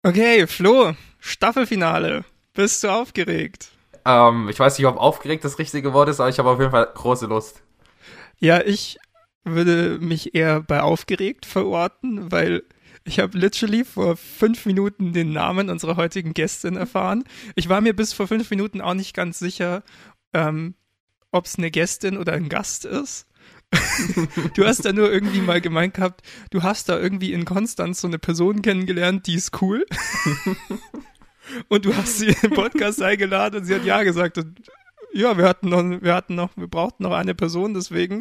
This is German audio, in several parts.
Okay, Flo, Staffelfinale. Bist du aufgeregt? Ich weiß nicht, ob aufgeregt das richtige Wort ist, aber ich habe auf jeden Fall große Lust. Ja, ich würde mich eher bei aufgeregt verorten, weil ich habe literally vor 5 Minuten den Namen unserer heutigen Gästin erfahren. Ich war mir bis vor 5 Minuten auch nicht ganz sicher, ob es eine Gästin oder ein Gast ist. Du hast da nur irgendwie mal gemeint gehabt, du hast da irgendwie in Konstanz so eine Person kennengelernt, die ist cool. Und du hast sie im Podcast eingeladen und sie hat ja gesagt. Und ja, wir brauchten noch eine Person, deswegen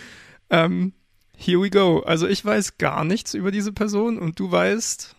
here we go. Also ich weiß gar nichts über diese Person und du weißt.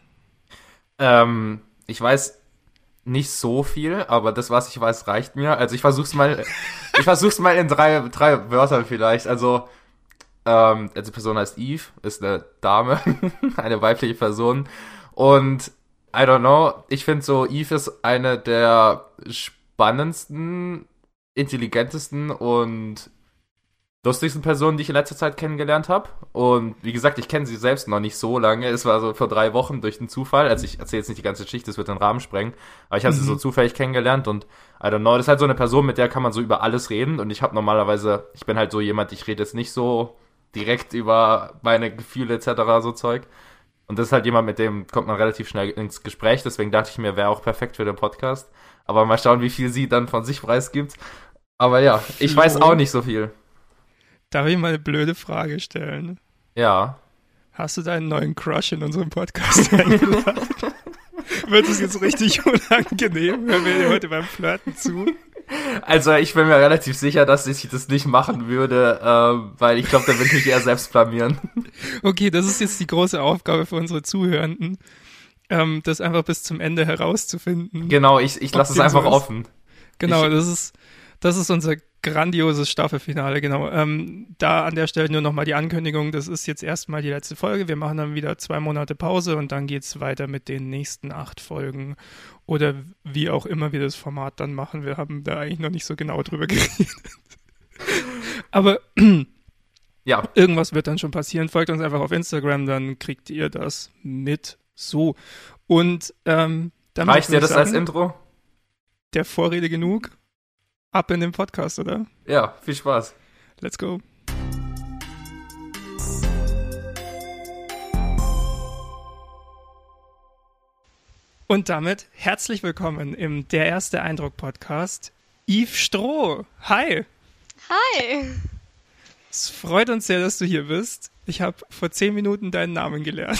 Ich weiß nicht so viel, aber das, was ich weiß, reicht mir. Also ich versuch's mal in drei Wörtern vielleicht. Also die Person heißt Eve, ist eine Dame, eine weibliche Person. Und I don't know, ich finde so, Eve ist eine der spannendsten, intelligentesten und lustigsten Personen, die ich in letzter Zeit kennengelernt habe. Und wie gesagt, ich kenne sie selbst noch nicht so lange. Es war so vor 3 Wochen durch den Zufall. Also ich erzähle jetzt nicht die ganze Geschichte, das wird den Rahmen sprengen. Aber ich habe sie so zufällig kennengelernt und I don't know, das ist halt so eine Person, mit der kann man so über alles reden. Und ich bin halt so jemand, ich rede jetzt nicht so direkt über meine Gefühle etc. so Zeug. Und das ist halt jemand, mit dem kommt man relativ schnell ins Gespräch. Deswegen dachte ich mir, wäre auch perfekt für den Podcast. Aber mal schauen, wie viel sie dann von sich preisgibt. Aber ja, ich weiß auch nicht so viel. Darf ich mal eine blöde Frage stellen? Ja. Hast du deinen neuen Crush in unserem Podcast eingeladen? Wird es jetzt richtig unangenehm? Hören wir dir heute beim Flirten zu? Also ich bin mir relativ sicher, dass ich das nicht machen würde, weil ich glaube, da würde ich mich eher selbst blamieren. Okay, das ist jetzt die große Aufgabe für unsere Zuhörenden, das einfach bis zum Ende herauszufinden. Genau, ich lasse es einfach offen. Genau, das ist unser grandioses Staffelfinale, genau. Da an der Stelle nur nochmal die Ankündigung, das ist jetzt erstmal die letzte Folge. Wir machen dann wieder 2 Monate Pause und dann geht's weiter mit den nächsten 8 Folgen oder wie auch immer wir das Format dann machen. Wir haben da eigentlich noch nicht so genau drüber geredet. Aber ja, irgendwas wird dann schon passieren. Folgt uns einfach auf Instagram, dann kriegt ihr das mit. So. Und dann reicht dir das als Intro? Der Vorrede genug. Ab in den Podcast, oder? Ja, viel Spaß. Let's go. Und damit herzlich willkommen im Der erste Eindruck Podcast. Yves Stroh. Hi. Hi. Es freut uns sehr, dass du hier bist. Ich habe vor 10 Minuten deinen Namen gelernt.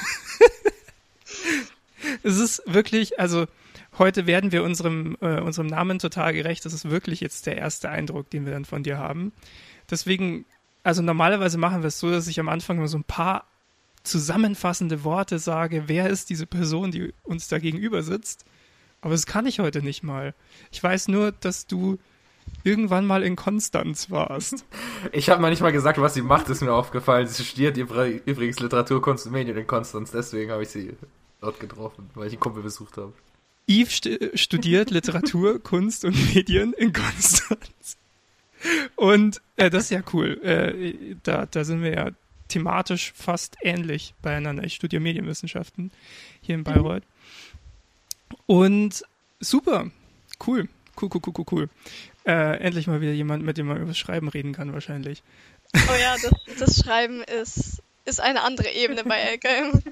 Es ist wirklich, also heute werden wir unserem Namen total gerecht. Das ist wirklich jetzt der erste Eindruck, den wir dann von dir haben. Deswegen, also normalerweise machen wir es so, dass ich am Anfang nur so ein paar zusammenfassende Worte sage, wer ist diese Person, die uns da gegenüber sitzt. Aber das kann ich heute nicht mal. Ich weiß nur, dass du irgendwann mal in Konstanz warst. Ich habe noch nicht mal gesagt, was sie macht, ist mir aufgefallen. Sie studiert übrigens Literatur, Kunst und Medien in Konstanz. Deswegen habe ich sie dort getroffen, weil ich einen Kumpel besucht habe. Yves studiert Literatur, Kunst und Medien in Konstanz. Und das ist ja cool. Da sind wir ja thematisch fast ähnlich beieinander. Ich studiere Medienwissenschaften hier in Bayreuth. Und super, cool. Endlich mal wieder jemand, mit dem man über das Schreiben reden kann wahrscheinlich. Oh ja, das Schreiben ist eine andere Ebene bei Elke.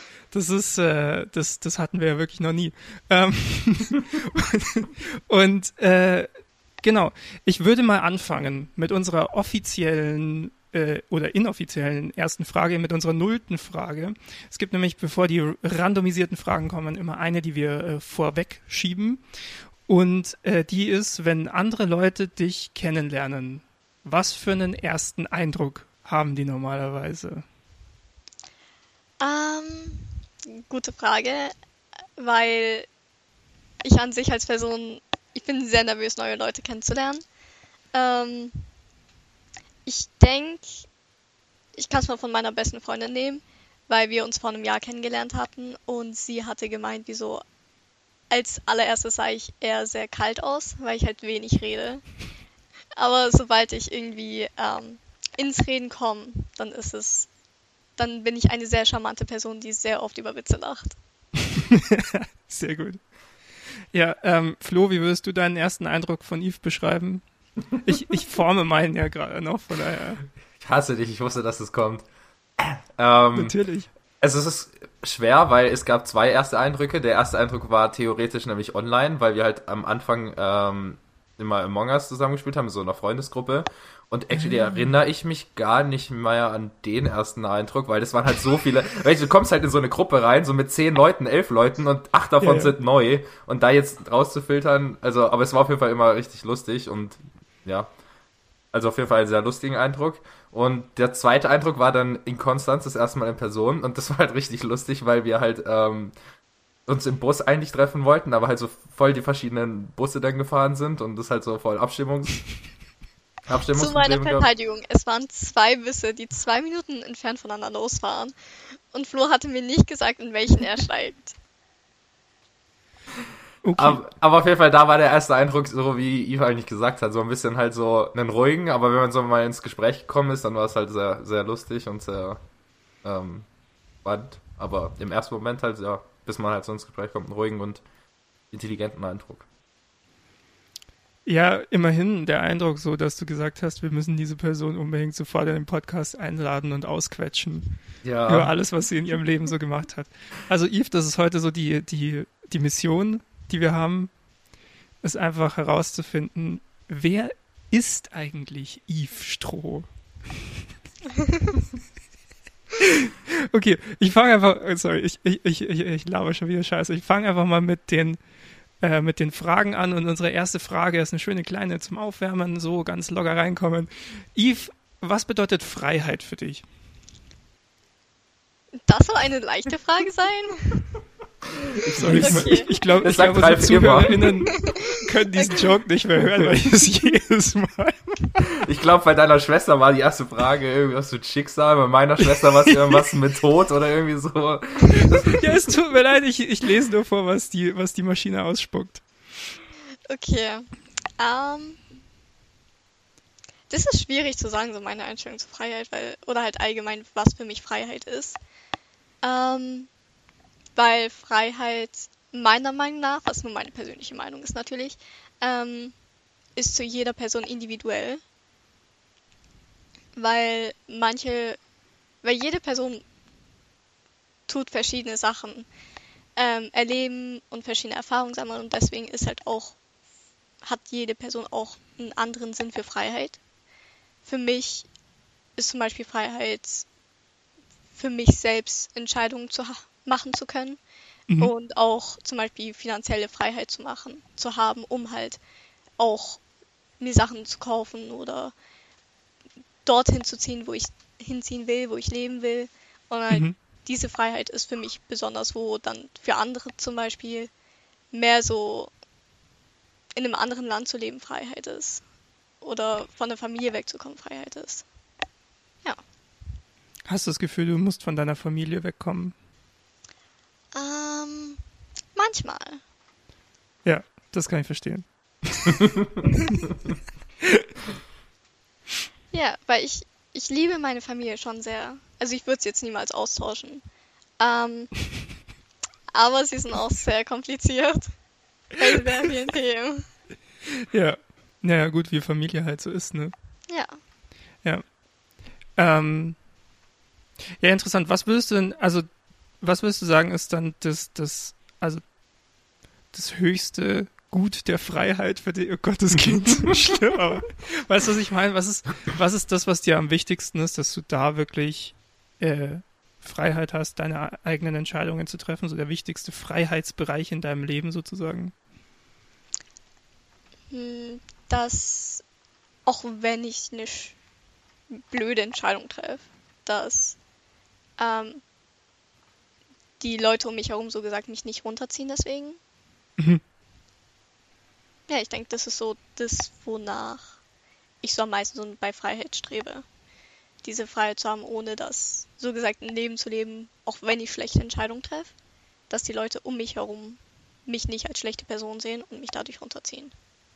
Das hatten wir ja wirklich noch nie. Genau, ich würde mal anfangen mit unserer offiziellen oder inoffiziellen ersten Frage, mit unserer 0. Frage. Es gibt nämlich, bevor die randomisierten Fragen kommen, immer eine, die wir vorweg schieben. Und die ist, wenn andere Leute dich kennenlernen, was für einen ersten Eindruck haben die normalerweise? Gute Frage, weil ich an sich als Person, ich bin sehr nervös, neue Leute kennenzulernen. Ich denke, ich kann es mal von meiner besten Freundin nehmen, weil wir uns vor einem Jahr kennengelernt hatten und sie hatte gemeint, wieso als allererstes sah ich eher sehr kalt aus, weil ich halt wenig rede. Aber sobald ich irgendwie ins Reden komme, dann bin ich eine sehr charmante Person, die sehr oft über Witze lacht. Sehr gut. Ja, Flo, wie würdest du deinen ersten Eindruck von Yves beschreiben? Ich forme meinen ja gerade noch, von daher. Ich hasse dich, ich wusste, dass es kommt. Natürlich. Also es ist schwer, weil es gab zwei erste Eindrücke. Der erste Eindruck war theoretisch nämlich online, weil wir halt am Anfang immer Among Us zusammengespielt haben, in so einer Freundesgruppe. Und actually erinnere ich mich gar nicht mehr an den ersten Eindruck, weil das waren halt so viele. Weißt du, du kommst halt in so eine Gruppe rein, so mit 10 Leuten, 11 Leuten und 8 davon sind neu. Und da jetzt rauszufiltern, also, aber es war auf jeden Fall immer richtig lustig und ja. Also auf jeden Fall einen sehr lustigen Eindruck. Und der zweite Eindruck war dann in Konstanz das erste Mal in Person. Und das war halt richtig lustig, weil wir halt uns im Bus eigentlich treffen wollten, aber halt so voll die verschiedenen Busse dann gefahren sind und das halt so voll Zu meiner Verteidigung, es waren 2 Busse, die 2 Minuten entfernt voneinander losfahren. Und Flo hatte mir nicht gesagt, in welchen er steigt. Okay. Aber auf jeden Fall, da war der erste Eindruck, so wie Yves eigentlich gesagt hat, so ein bisschen halt so einen ruhigen, aber wenn man so mal ins Gespräch gekommen ist, dann war es halt sehr, sehr lustig und sehr spannend. Aber im ersten Moment halt, ja, bis man halt so ins Gespräch kommt, einen ruhigen und intelligenten Eindruck. Ja, immerhin der Eindruck so, dass du gesagt hast, wir müssen diese Person unbedingt sofort in den Podcast einladen und ausquetschen. Ja. Über alles, was sie in ihrem Leben so gemacht hat. Also Yves, das ist heute so die Mission, die wir haben, ist einfach herauszufinden, wer ist eigentlich Yves Stroh? Okay, ich fange einfach, sorry, ich laber schon wieder Scheiße. Ich fange einfach mal mit den Fragen an und unsere erste Frage ist eine schöne kleine zum Aufwärmen, so ganz locker reinkommen. Yves, was bedeutet Freiheit für dich? Das soll eine leichte Frage sein? Sorry, Okay. ich glaube, Das sagt unsere Ralf immer. ZuhörerInnen können diesen Joke nicht mehr hören, weil ich es jedes Mal. Ich glaube, bei deiner Schwester war die erste Frage irgendwas mit Schicksal, bei meiner Schwester war es irgendwas mit Tod oder irgendwie so. Ja, es tut mir leid, ich lese nur vor, was die Maschine ausspuckt. Okay. Das ist schwierig zu sagen, so meine Einstellung zur Freiheit, oder halt allgemein, was für mich Freiheit ist. Weil Freiheit meiner Meinung nach, was nur meine persönliche Meinung ist natürlich, ist zu jeder Person individuell. Weil jede Person tut verschiedene Sachen, erleben und verschiedene Erfahrungen sammeln und deswegen hat jede Person auch einen anderen Sinn für Freiheit. Für mich ist zum Beispiel Freiheit, für mich selbst Entscheidungen machen zu können und auch zum Beispiel finanzielle Freiheit zu haben, um halt auch mir Sachen zu kaufen oder dorthin zu ziehen, wo ich hinziehen will, wo ich leben will. Und halt diese Freiheit ist für mich besonders, wo dann für andere zum Beispiel mehr so in einem anderen Land zu leben Freiheit ist. Oder von der Familie wegzukommen Freiheit ist. Ja. Hast du das Gefühl, du musst von deiner Familie wegkommen? Manchmal. Ja, das kann ich verstehen. Ja, weil ich liebe meine Familie schon sehr. Also ich würde es jetzt niemals austauschen. Aber sie sind auch sehr kompliziert. Bei sehr vielen Themen. Ja. Naja, gut, wie Familie halt so ist, ne? Ja. Ja. Ja, interessant. Was würdest du sagen, ist dann das höchste Gut der Freiheit für dich? Oh Gott, das klingt so schlimm, aber weißt du, was ich meine? Was ist das, was dir am wichtigsten ist, dass du da wirklich Freiheit hast, deine eigenen Entscheidungen zu treffen? So der wichtigste Freiheitsbereich in deinem Leben sozusagen? Dass, auch wenn ich eine blöde Entscheidung treffe, dass die Leute um mich herum, so gesagt, mich nicht runterziehen deswegen. Ja, ich denke, das ist so das, wonach ich so am meisten so bei Freiheit strebe. Diese Freiheit zu haben, ohne das, so gesagt, ein Leben zu leben, auch wenn ich schlechte Entscheidungen treffe, dass die Leute um mich herum mich nicht als schlechte Person sehen und mich dadurch runterziehen.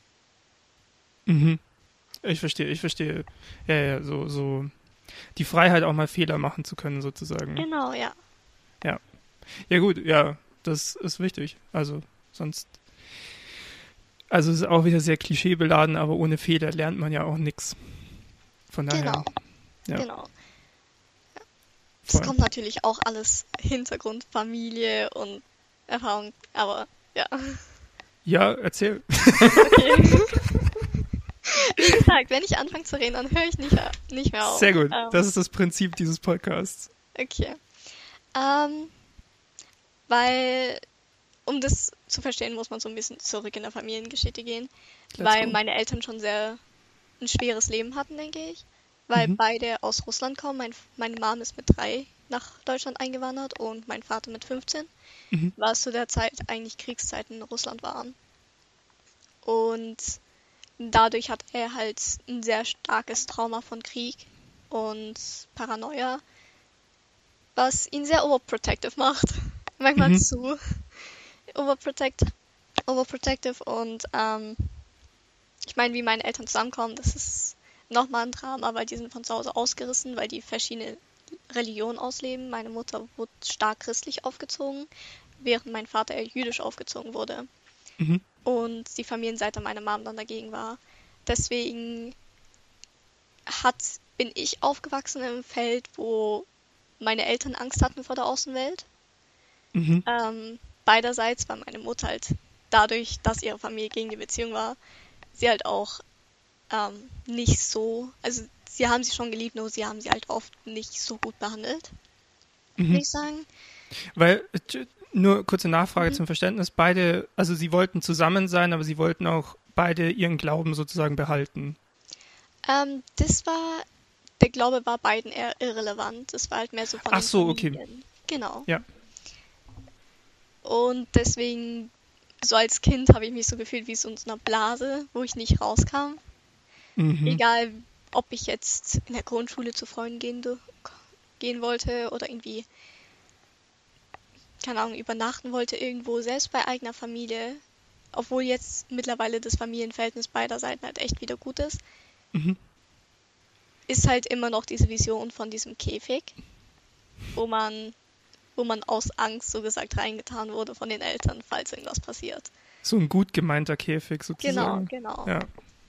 Ich verstehe. Ja, so die Freiheit auch mal Fehler machen zu können, sozusagen. Genau, ja. Ja. Ja gut, ja. das ist wichtig. Also sonst, also es ist auch wieder sehr klischeebeladen, aber ohne Fehler lernt man ja auch nichts. Von daher, Genau, ja, genau. Es voll. kommt natürlich auch alles Hintergrund, Familie und Erfahrung, aber ja. Ja, erzähl. Okay. Wie gesagt, wenn ich anfange zu reden, dann höre ich nicht mehr auf. Sehr gut. Das ist das Prinzip dieses Podcasts. Okay. Weil, um das zu verstehen, muss man so ein bisschen zurück in der Familiengeschichte gehen, Let's weil go. meine Eltern schon sehr ein schweres Leben hatten, denke ich. Weil beide aus Russland kommen. Meine Mom ist mit 3 nach Deutschland eingewandert und mein Vater mit 15, was zu der Zeit eigentlich Kriegszeiten in Russland waren. Und dadurch hat er halt ein sehr starkes Trauma von Krieg und Paranoia, was ihn sehr overprotective macht. Manchmal zu overprotective und ich meine, wie meine Eltern zusammenkommen, das ist nochmal ein Drama, weil die sind von zu Hause ausgerissen, weil die verschiedene Religionen ausleben. Meine Mutter wurde stark christlich aufgezogen, während mein Vater eher jüdisch aufgezogen wurde. Und die Familienseite meiner Mom dann dagegen war. Deswegen bin ich aufgewachsen im Feld, wo meine Eltern Angst hatten vor der Außenwelt. Beiderseits, weil meine Mutter halt dadurch, dass ihre Familie gegen die Beziehung war, sie halt auch nicht so, also sie haben sie schon geliebt, nur sie haben sie halt oft nicht so gut behandelt, würde ich sagen. Weil, nur kurze Nachfrage zum Verständnis, beide, also sie wollten zusammen sein, aber sie wollten auch beide ihren Glauben sozusagen behalten. Der Glaube war beiden eher irrelevant, das war halt mehr so von Ach den so, okay. Familien. Genau. Ja. Und deswegen, so als Kind habe ich mich so gefühlt wie so in so einer Blase, wo ich nicht rauskam. Egal, ob ich jetzt in der Grundschule zu Freunden gehen wollte oder irgendwie, keine Ahnung, übernachten wollte irgendwo, selbst bei eigener Familie, obwohl jetzt mittlerweile das Familienverhältnis beider Seiten halt echt wieder gut ist, ist halt immer noch diese Vision von diesem Käfig, wo man aus Angst so gesagt reingetan wurde von den Eltern, falls irgendwas passiert. So ein gut gemeinter Käfig sozusagen. Genau. Ja.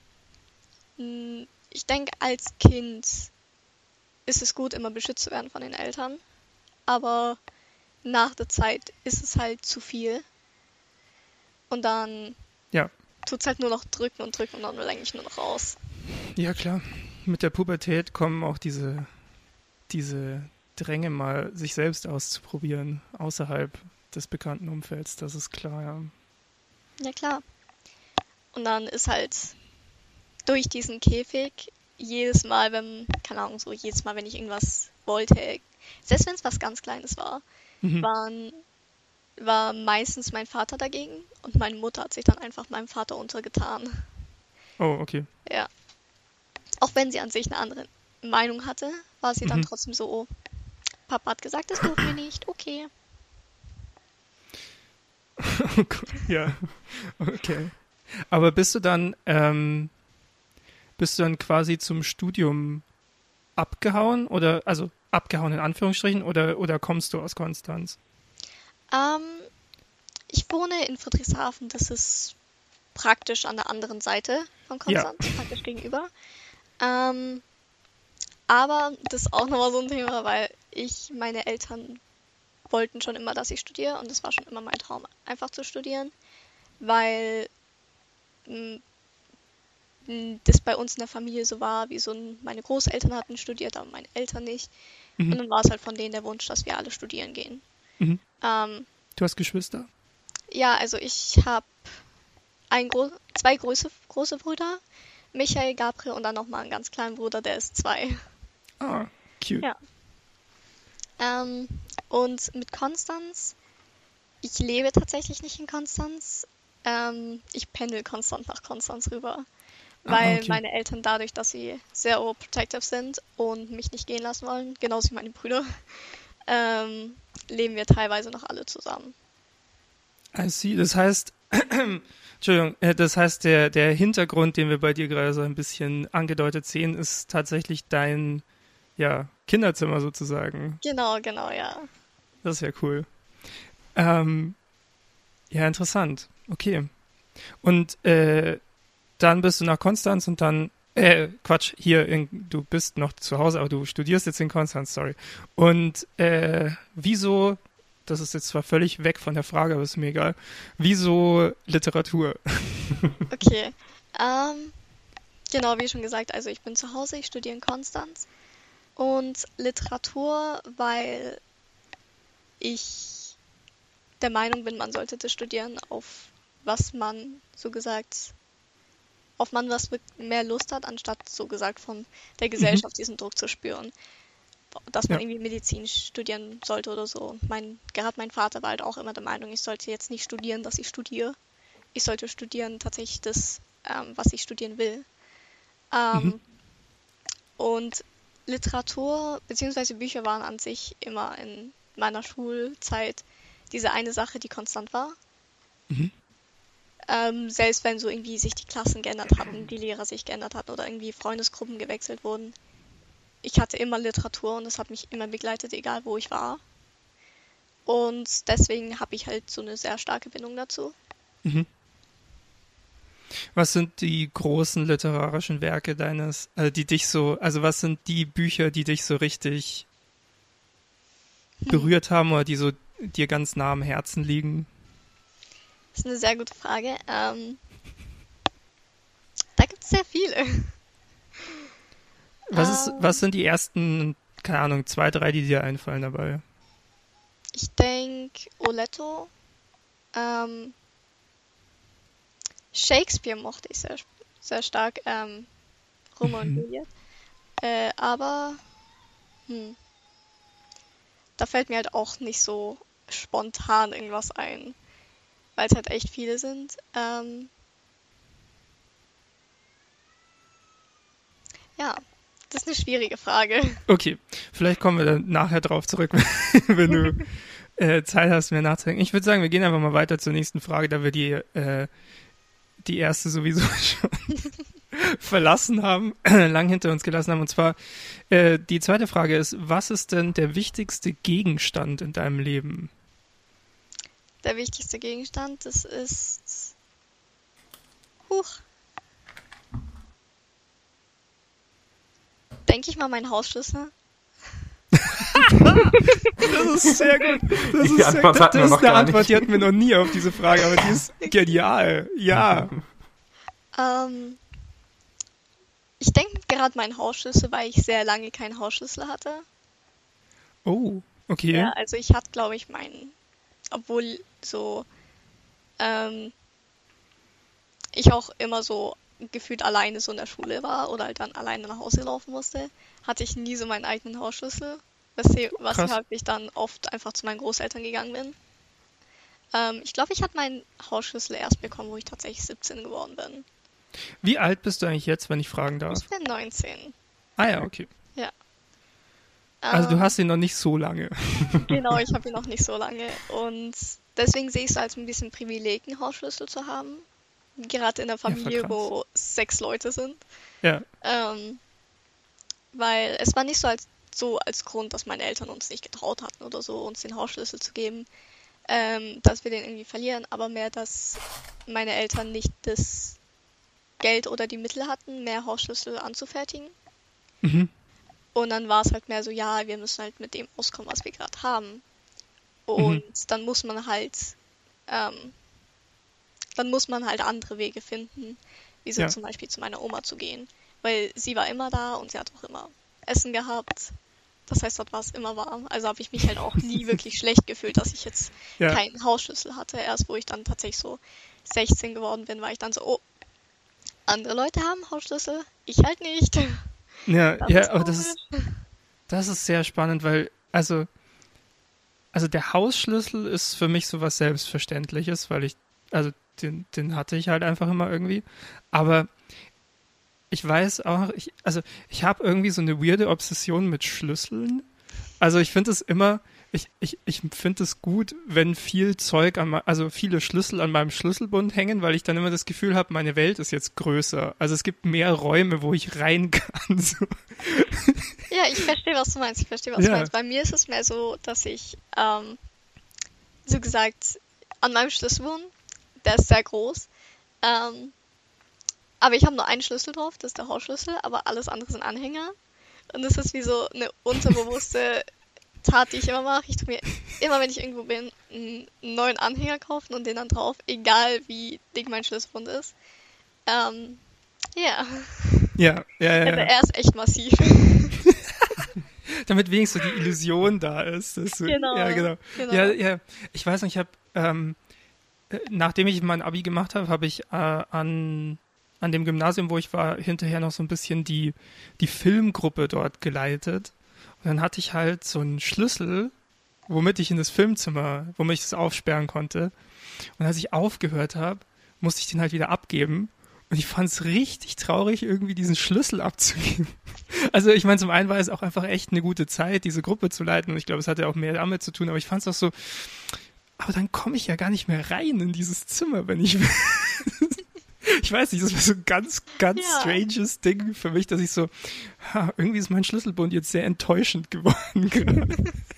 Ich denke, als Kind ist es gut, immer beschützt zu werden von den Eltern, aber nach der Zeit ist es halt zu viel. Und dann tut es halt nur noch drücken und dann will eigentlich nur noch raus. Ja, klar. Mit der Pubertät kommen auch diese Dränge, mal sich selbst auszuprobieren, außerhalb des bekannten Umfelds, das ist klar, ja. Ja, klar. Und dann ist halt durch diesen Käfig jedes Mal, wenn ich irgendwas wollte, selbst wenn es was ganz Kleines war, war meistens mein Vater dagegen und meine Mutter hat sich dann einfach meinem Vater untergetan. Oh, okay. Ja. Auch wenn sie an sich eine andere Meinung hatte, war sie dann trotzdem so, oh, Papa hat gesagt, das dürfen wir nicht, okay. Oh Gott, ja, okay. Aber bist du dann quasi zum Studium abgehauen oder, also abgehauen in Anführungsstrichen oder kommst du aus Konstanz? Ich wohne in Friedrichshafen, das ist praktisch an der anderen Seite von Konstanz, praktisch gegenüber. Aber das ist auch nochmal so ein Thema, weil meine Eltern wollten schon immer, dass ich studiere und es war schon immer mein Traum, einfach zu studieren, weil das bei uns in der Familie so war, meine Großeltern hatten studiert, aber meine Eltern nicht. Und dann war es halt von denen der Wunsch, dass wir alle studieren gehen. Du hast Geschwister? Ja, also ich habe zwei große Brüder, Michael, Gabriel und dann nochmal einen ganz kleinen Bruder, der ist 2. Ah, cute. Ja. Und mit Konstanz, ich lebe tatsächlich nicht in Konstanz. Ich pendel konstant nach Konstanz rüber, weil meine Eltern dadurch, dass sie sehr overprotective sind und mich nicht gehen lassen wollen, genauso wie meine Brüder, leben wir teilweise noch alle zusammen. I see. Das heißt, Entschuldigung, das heißt, der Hintergrund, den wir bei dir gerade so ein bisschen angedeutet sehen, ist tatsächlich dein, Kinderzimmer sozusagen. Genau, ja. Das ist ja cool. Ja, interessant. Okay. Und dann bist du nach Konstanz und dann, Quatsch, du bist noch zu Hause, aber du studierst jetzt in Konstanz, sorry. Und wieso, das ist jetzt zwar völlig weg von der Frage, aber ist mir egal, wieso Literatur? Okay. Genau, wie schon gesagt, also ich bin zu Hause, ich studiere in Konstanz. Und Literatur, weil ich der Meinung bin, man sollte das studieren, auf was man, so gesagt, auf man was mehr Lust hat, anstatt so gesagt von der Gesellschaft diesen Druck zu spüren, dass man Ja. irgendwie Medizin studieren sollte oder so. Und gerade mein Vater war halt auch immer der Meinung, ich sollte jetzt nicht studieren, dass ich studiere. Ich sollte studieren tatsächlich das, was ich studieren will. Und Literatur bzw. Bücher waren an sich immer in meiner Schulzeit diese eine Sache, die konstant war. Selbst wenn so irgendwie sich die Klassen geändert hatten, die Lehrer sich geändert hatten oder irgendwie Freundesgruppen gewechselt wurden. Ich hatte immer Literatur und es hat mich immer begleitet, egal wo ich war. Und deswegen habe ich halt so eine sehr starke Bindung dazu. Was sind die großen literarischen Werke die dich so, also was sind die Bücher, die dich so richtig berührt haben oder die so dir ganz nah am Herzen liegen? Das ist eine sehr gute Frage. Da gibt es sehr viele. Was sind die ersten, keine Ahnung, 2, 3, die dir einfallen dabei? Ich denke, Oletto. Shakespeare mochte ich sehr, sehr stark. Romeo und Juliet. Aber da fällt mir halt auch nicht so spontan irgendwas ein, weil es halt echt viele sind. Ja, das ist eine schwierige Frage. Okay, vielleicht kommen wir dann nachher drauf zurück, wenn du Zeit hast, mehr nachzudenken. Ich würde sagen, wir gehen einfach mal weiter zur nächsten Frage, da wir die erste sowieso schon verlassen haben, lang hinter uns gelassen haben. Und zwar, die zweite Frage ist, was ist denn der wichtigste Gegenstand in deinem Leben? Der wichtigste Gegenstand, das ist... Denke ich mal mein Hausschlüssel. Das ist sehr gut. Das Die Antwort hatten wir noch eine gar Antwort, nicht. die hatten wir noch nie auf diese Frage, aber die ist genial. Ja. Ich denke gerade meinen Hausschlüssel, weil ich sehr lange keinen Hausschlüssel hatte. Oh, okay. Ja, also ich hatte, glaube ich, obwohl so, ich auch immer so gefühlt alleine so in der Schule war oder halt dann alleine nach Hause laufen musste, hatte ich nie so meinen eigenen Hausschlüssel, weshalb ich dann oft einfach zu meinen Großeltern gegangen bin. Ich glaube, ich hatte meinen Hausschlüssel erst bekommen, wo ich tatsächlich 17 geworden bin. Wie alt bist du eigentlich jetzt, wenn ich fragen darf? Ich bin 19. Ah ja, okay. Ja. Also du hast ihn noch nicht so lange. Genau, ich habe ihn noch nicht so lange. Und deswegen sehe ich es als ein bisschen Privileg, einen Hausschlüssel zu haben. Gerade in der Familie, krass. wo 6 Leute sind. Ja. Weil es war nicht so als Grund, dass meine Eltern uns nicht getraut hatten oder so, uns den Hausschlüssel zu geben, dass wir den irgendwie verlieren, aber mehr, dass meine Eltern nicht das Geld oder die Mittel hatten, mehr Hausschlüssel anzufertigen. Und dann war es halt mehr so, ja, wir müssen halt mit dem auskommen, was wir gerade haben. Und dann muss man halt andere Wege finden, wie so zum Beispiel zu meiner Oma zu gehen. Weil sie war immer da und sie hat auch immer Essen gehabt. Das heißt, dort war es immer warm. Also habe ich mich halt auch nie wirklich schlecht gefühlt, dass ich jetzt keinen Hausschlüssel hatte. Erst wo ich dann tatsächlich so 16 geworden bin, war ich dann so, oh, andere Leute haben Hausschlüssel, ich halt nicht. Ja, aber komisch. das ist sehr spannend, weil, also der Hausschlüssel ist für mich so was Selbstverständliches, weil den hatte ich halt einfach immer irgendwie. Aber ich weiß auch, ich habe irgendwie so eine weirde Obsession mit Schlüsseln. Also ich finde es immer, ich finde es gut, wenn viel Zeug viele Schlüssel an meinem Schlüsselbund hängen, weil ich dann immer das Gefühl habe, meine Welt ist jetzt größer. Also es gibt mehr Räume, wo ich rein kann. So. Ja, ich verstehe, was du meinst. Bei mir ist es mehr so, dass ich, so gesagt, an meinem Schlüsselbund. Der ist sehr groß. Aber ich habe nur einen Schlüssel drauf, das ist der Hausschlüssel, aber alles andere sind Anhänger. Und das ist wie so eine unterbewusste Tat, die ich immer mache. Ich tue mir immer, wenn ich irgendwo bin, einen neuen Anhänger kaufen und den dann drauf, egal wie dick mein Schlüsselbund ist. Ja. Ja. Also er ist echt massiv. Damit wenigstens so die Illusion da ist. Dass du, Genau. Ja, genau. Ja. Ich weiß nicht, ich habe, nachdem ich mein Abi gemacht habe, habe ich an dem Gymnasium, wo ich war, hinterher noch so ein bisschen die Filmgruppe dort geleitet. Und dann hatte ich halt so einen Schlüssel, womit ich in das Filmzimmer, womit ich das aufsperren konnte. Und als ich aufgehört habe, musste ich den halt wieder abgeben. Und ich fand es richtig traurig, irgendwie diesen Schlüssel abzugeben. Also ich meine, zum einen war es auch einfach echt eine gute Zeit, diese Gruppe zu leiten. Und ich glaube, es hatte auch mehr damit zu tun. Aber ich fand es auch so, aber dann komme ich ja gar nicht mehr rein in dieses Zimmer, wenn ich will. Ich weiß nicht, das war so ein ganz stranges Ding für mich, dass ich so, irgendwie ist mein Schlüsselbund jetzt sehr enttäuschend geworden gerade.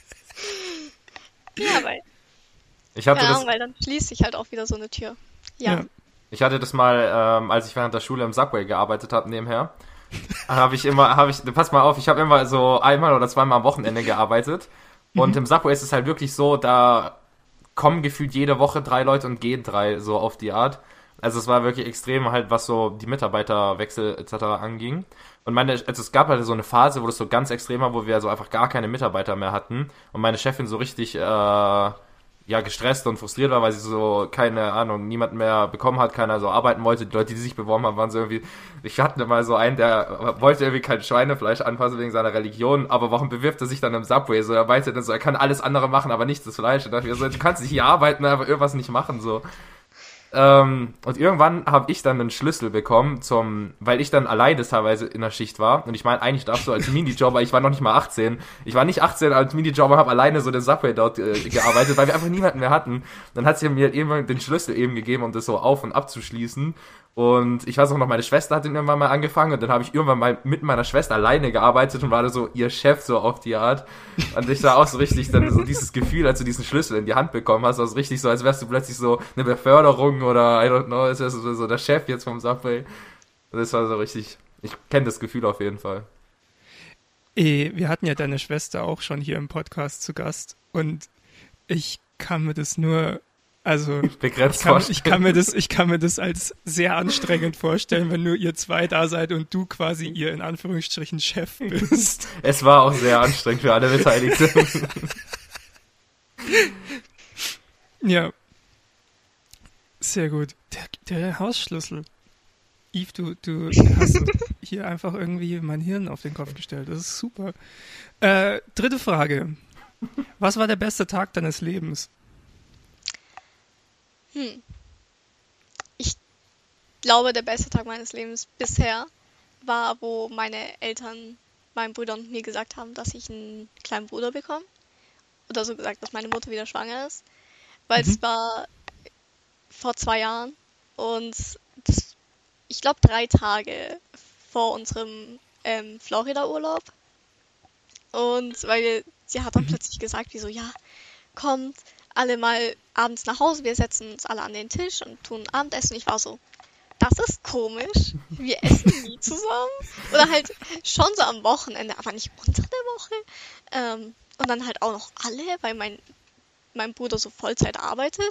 Ja, weil, weil dann schließt sich halt auch wieder so eine Tür. Ja. Ich hatte das mal, als ich während der Schule im Subway gearbeitet habe, nebenher, pass mal auf, ich habe immer so einmal oder zweimal am Wochenende gearbeitet und im Subway ist es halt wirklich so, da kommen gefühlt jede Woche 3 Leute und gehen 3, so auf die Art. Also es war wirklich extrem halt, was so die Mitarbeiterwechsel etc. anging. Und es gab halt so eine Phase, wo das so ganz extrem war, wo wir so einfach gar keine Mitarbeiter mehr hatten und meine Chefin so richtig gestresst und frustriert war, weil sie so, keine Ahnung, niemanden mehr bekommen hat, keiner so arbeiten wollte. Die Leute, die sich beworben haben, waren so irgendwie, ich hatte mal so einen, der wollte irgendwie kein Schweinefleisch anfassen wegen seiner Religion, aber warum bewirbt er sich dann im Subway? So, er meinte dann so, er kann alles andere machen, aber nicht das Fleisch. Und dachte ich so, du kannst nicht hier arbeiten, aber irgendwas nicht machen, so. Und irgendwann habe ich dann einen Schlüssel bekommen weil ich dann alleine teilweise in der Schicht war. Und ich meine, eigentlich darfst du als Minijobber, ich war noch nicht mal 18. Ich war nicht 18 als Minijobber, habe alleine so den Subway dort gearbeitet, weil wir einfach niemanden mehr hatten. Dann hat sie mir irgendwann den Schlüssel eben gegeben, um das so auf- und abzuschließen. Und ich weiß auch noch, meine Schwester hat den irgendwann mal angefangen und dann habe ich irgendwann mal mit meiner Schwester alleine gearbeitet und war da so ihr Chef so auf die Art. Und ich war auch so richtig dann so dieses Gefühl, als du diesen Schlüssel in die Hand bekommen hast, also richtig so, als wärst du plötzlich so eine Beförderung oder I don't know, als wärst du so der Chef jetzt vom Subway. Das war so richtig, ich kenne das Gefühl auf jeden Fall. Wir hatten ja deine Schwester auch schon hier im Podcast zu Gast und ich kann mir das nur, also ich kann mir das als sehr anstrengend vorstellen, wenn nur ihr zwei da seid und du quasi ihr in Anführungsstrichen Chef bist. Es war auch sehr anstrengend für alle Beteiligten. Ja. Sehr gut. Der Hausschlüssel. Yves, du hast hier einfach irgendwie mein Hirn auf den Kopf gestellt. Das ist super. Dritte Frage. Was war der beste Tag deines Lebens? Ich glaube, der beste Tag meines Lebens bisher war, wo meine Eltern, meinen Bruder und mir gesagt haben, dass ich einen kleinen Bruder bekomme. Oder so gesagt, dass meine Mutter wieder schwanger ist. Weil es war vor 2 Jahren und ich glaube 3 Tage vor unserem Florida-Urlaub. Und weil sie hat dann plötzlich gesagt, wie so, ja, kommt alle mal abends nach Hause, wir setzen uns alle an den Tisch und tun Abendessen. Ich war so, das ist komisch, wir essen nie zusammen. Oder halt schon so am Wochenende, aber nicht unter der Woche. Und dann halt auch noch alle, weil mein Bruder so Vollzeit arbeitet.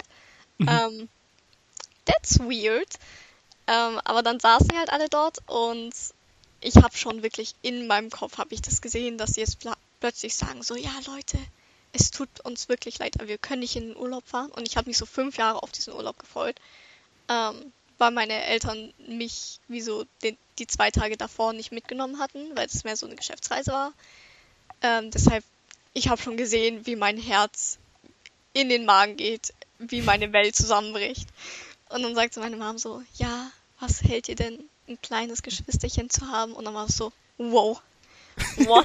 That's weird. Aber dann saßen wir halt alle dort und ich habe schon wirklich in meinem Kopf habe ich das gesehen, dass sie jetzt plötzlich sagen so, ja Leute, es tut uns wirklich leid, aber wir können nicht in den Urlaub fahren. Und ich habe mich so 5 Jahre auf diesen Urlaub gefreut, weil meine Eltern mich wie so die 2 Tage davor nicht mitgenommen hatten, weil es mehr so eine Geschäftsreise war. Deshalb, ich habe schon gesehen, wie mein Herz in den Magen geht, wie meine Welt zusammenbricht. Und dann sagte meine Mom so, ja, was hält ihr denn, ein kleines Geschwisterchen zu haben? Und dann war es so, wow, what?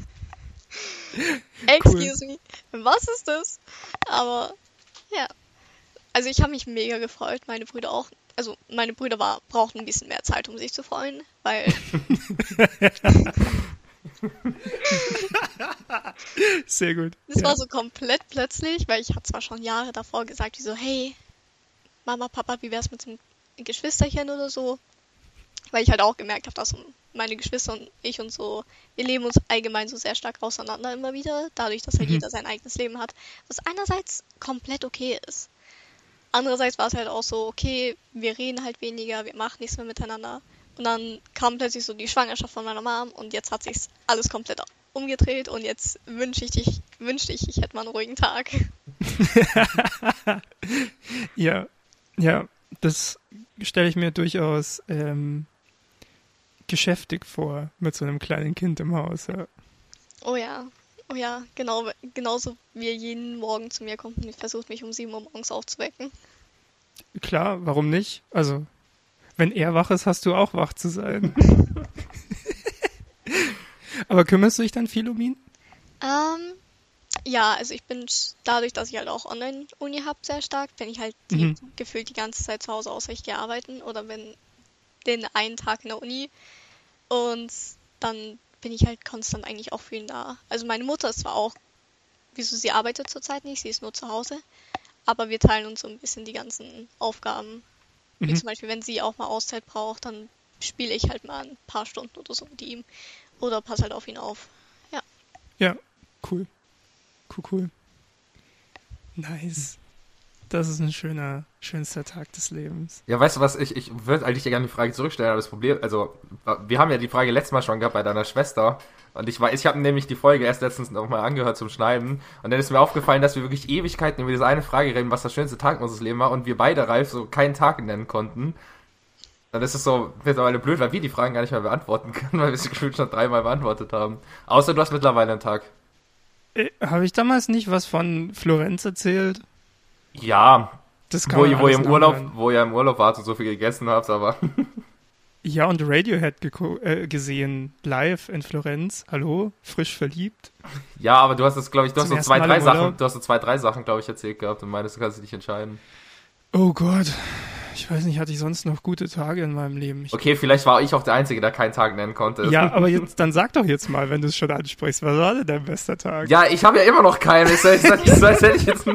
Excuse me, was ist das? Aber, ja. Also ich habe mich mega gefreut, meine Brüder auch. Also meine Brüder brauchten ein bisschen mehr Zeit, um sich zu freuen, weil... Sehr gut. Das Ja. war so komplett plötzlich, weil ich hatte zwar schon Jahre davor gesagt, wie so, hey, Mama, Papa, wie wär's mit einem Geschwisterchen oder so? Weil ich halt auch gemerkt habe, dass meine Geschwister und ich und so, wir leben uns allgemein so sehr stark auseinander immer wieder, dadurch, dass halt jeder sein eigenes Leben hat, was einerseits komplett okay ist. Andererseits war es halt auch so, okay, wir reden halt weniger, wir machen nichts mehr miteinander. Und dann kam plötzlich so die Schwangerschaft von meiner Mom und jetzt hat sich alles komplett umgedreht und jetzt wünschte ich hätte mal einen ruhigen Tag. Ja, ja, das stelle ich mir durchaus geschäftig vor mit so einem kleinen Kind im Haus. Ja. Oh ja, genau, genauso wie er jeden Morgen zu mir kommt und versucht mich um 7 Uhr morgens aufzuwecken. Klar, warum nicht? Also, wenn er wach ist, hast du auch wach zu sein. Aber kümmerst du dich dann viel um ihn? Ja, also ich bin dadurch, dass ich halt auch Online-Uni habe, sehr stark, bin ich halt gefühlt die ganze Zeit zu Hause, außer ich gehe arbeiten oder bin den einen Tag in der Uni und dann bin ich halt konstant eigentlich auch für ihn da. Also meine Mutter ist zwar auch, wieso sie arbeitet zurzeit nicht, sie ist nur zu Hause, aber wir teilen uns so ein bisschen die ganzen Aufgaben. Wie zum Beispiel, wenn sie auch mal Auszeit braucht, dann spiele ich halt mal ein paar Stunden oder so mit ihm oder passe halt auf ihn auf. Ja. Ja, cool. Cool. Nice. Das ist ein schönster Tag des Lebens. Ja, weißt du was, ich würde eigentlich gerne die Frage zurückstellen, aber das Problem, also, wir haben ja die Frage letztes Mal schon gehabt bei deiner Schwester und ich habe nämlich die Folge erst letztens nochmal angehört zum Schneiden und dann ist mir aufgefallen, dass wir wirklich Ewigkeiten über diese eine Frage reden, was das schönste Tag in unseres Lebens war und wir beide, Ralf, so keinen Tag nennen konnten. Dann ist es so mittlerweile blöd, weil wir die Fragen gar nicht mehr beantworten können, weil wir sie gefühlt schon 3-mal beantwortet haben. Außer du hast mittlerweile einen Tag. Habe ich damals nicht was von Florenz erzählt? Ja, Das kann wo man ihr alles im Urlaub, nachhören. wo ihr im Urlaub wart und so viel gegessen habt, aber Ja, und Radiohead gesehen, live in Florenz. Hallo, frisch verliebt. ja, aber du hast es, glaube ich, du hast Zum so ersten Mal im Urlaub. du hast so 2-3 Sachen, glaube ich, erzählt gehabt und meinst, du kannst dich nicht entscheiden. Oh Gott, ich weiß nicht, hatte ich sonst noch gute Tage in meinem Leben? Okay, vielleicht war ich auch der Einzige, der keinen Tag nennen konnte. Ja, aber jetzt, dann sag doch jetzt mal, wenn du es schon ansprichst, was war denn dein bester Tag? Ja, ich habe ja immer noch keinen. So, als hätte ich jetzt...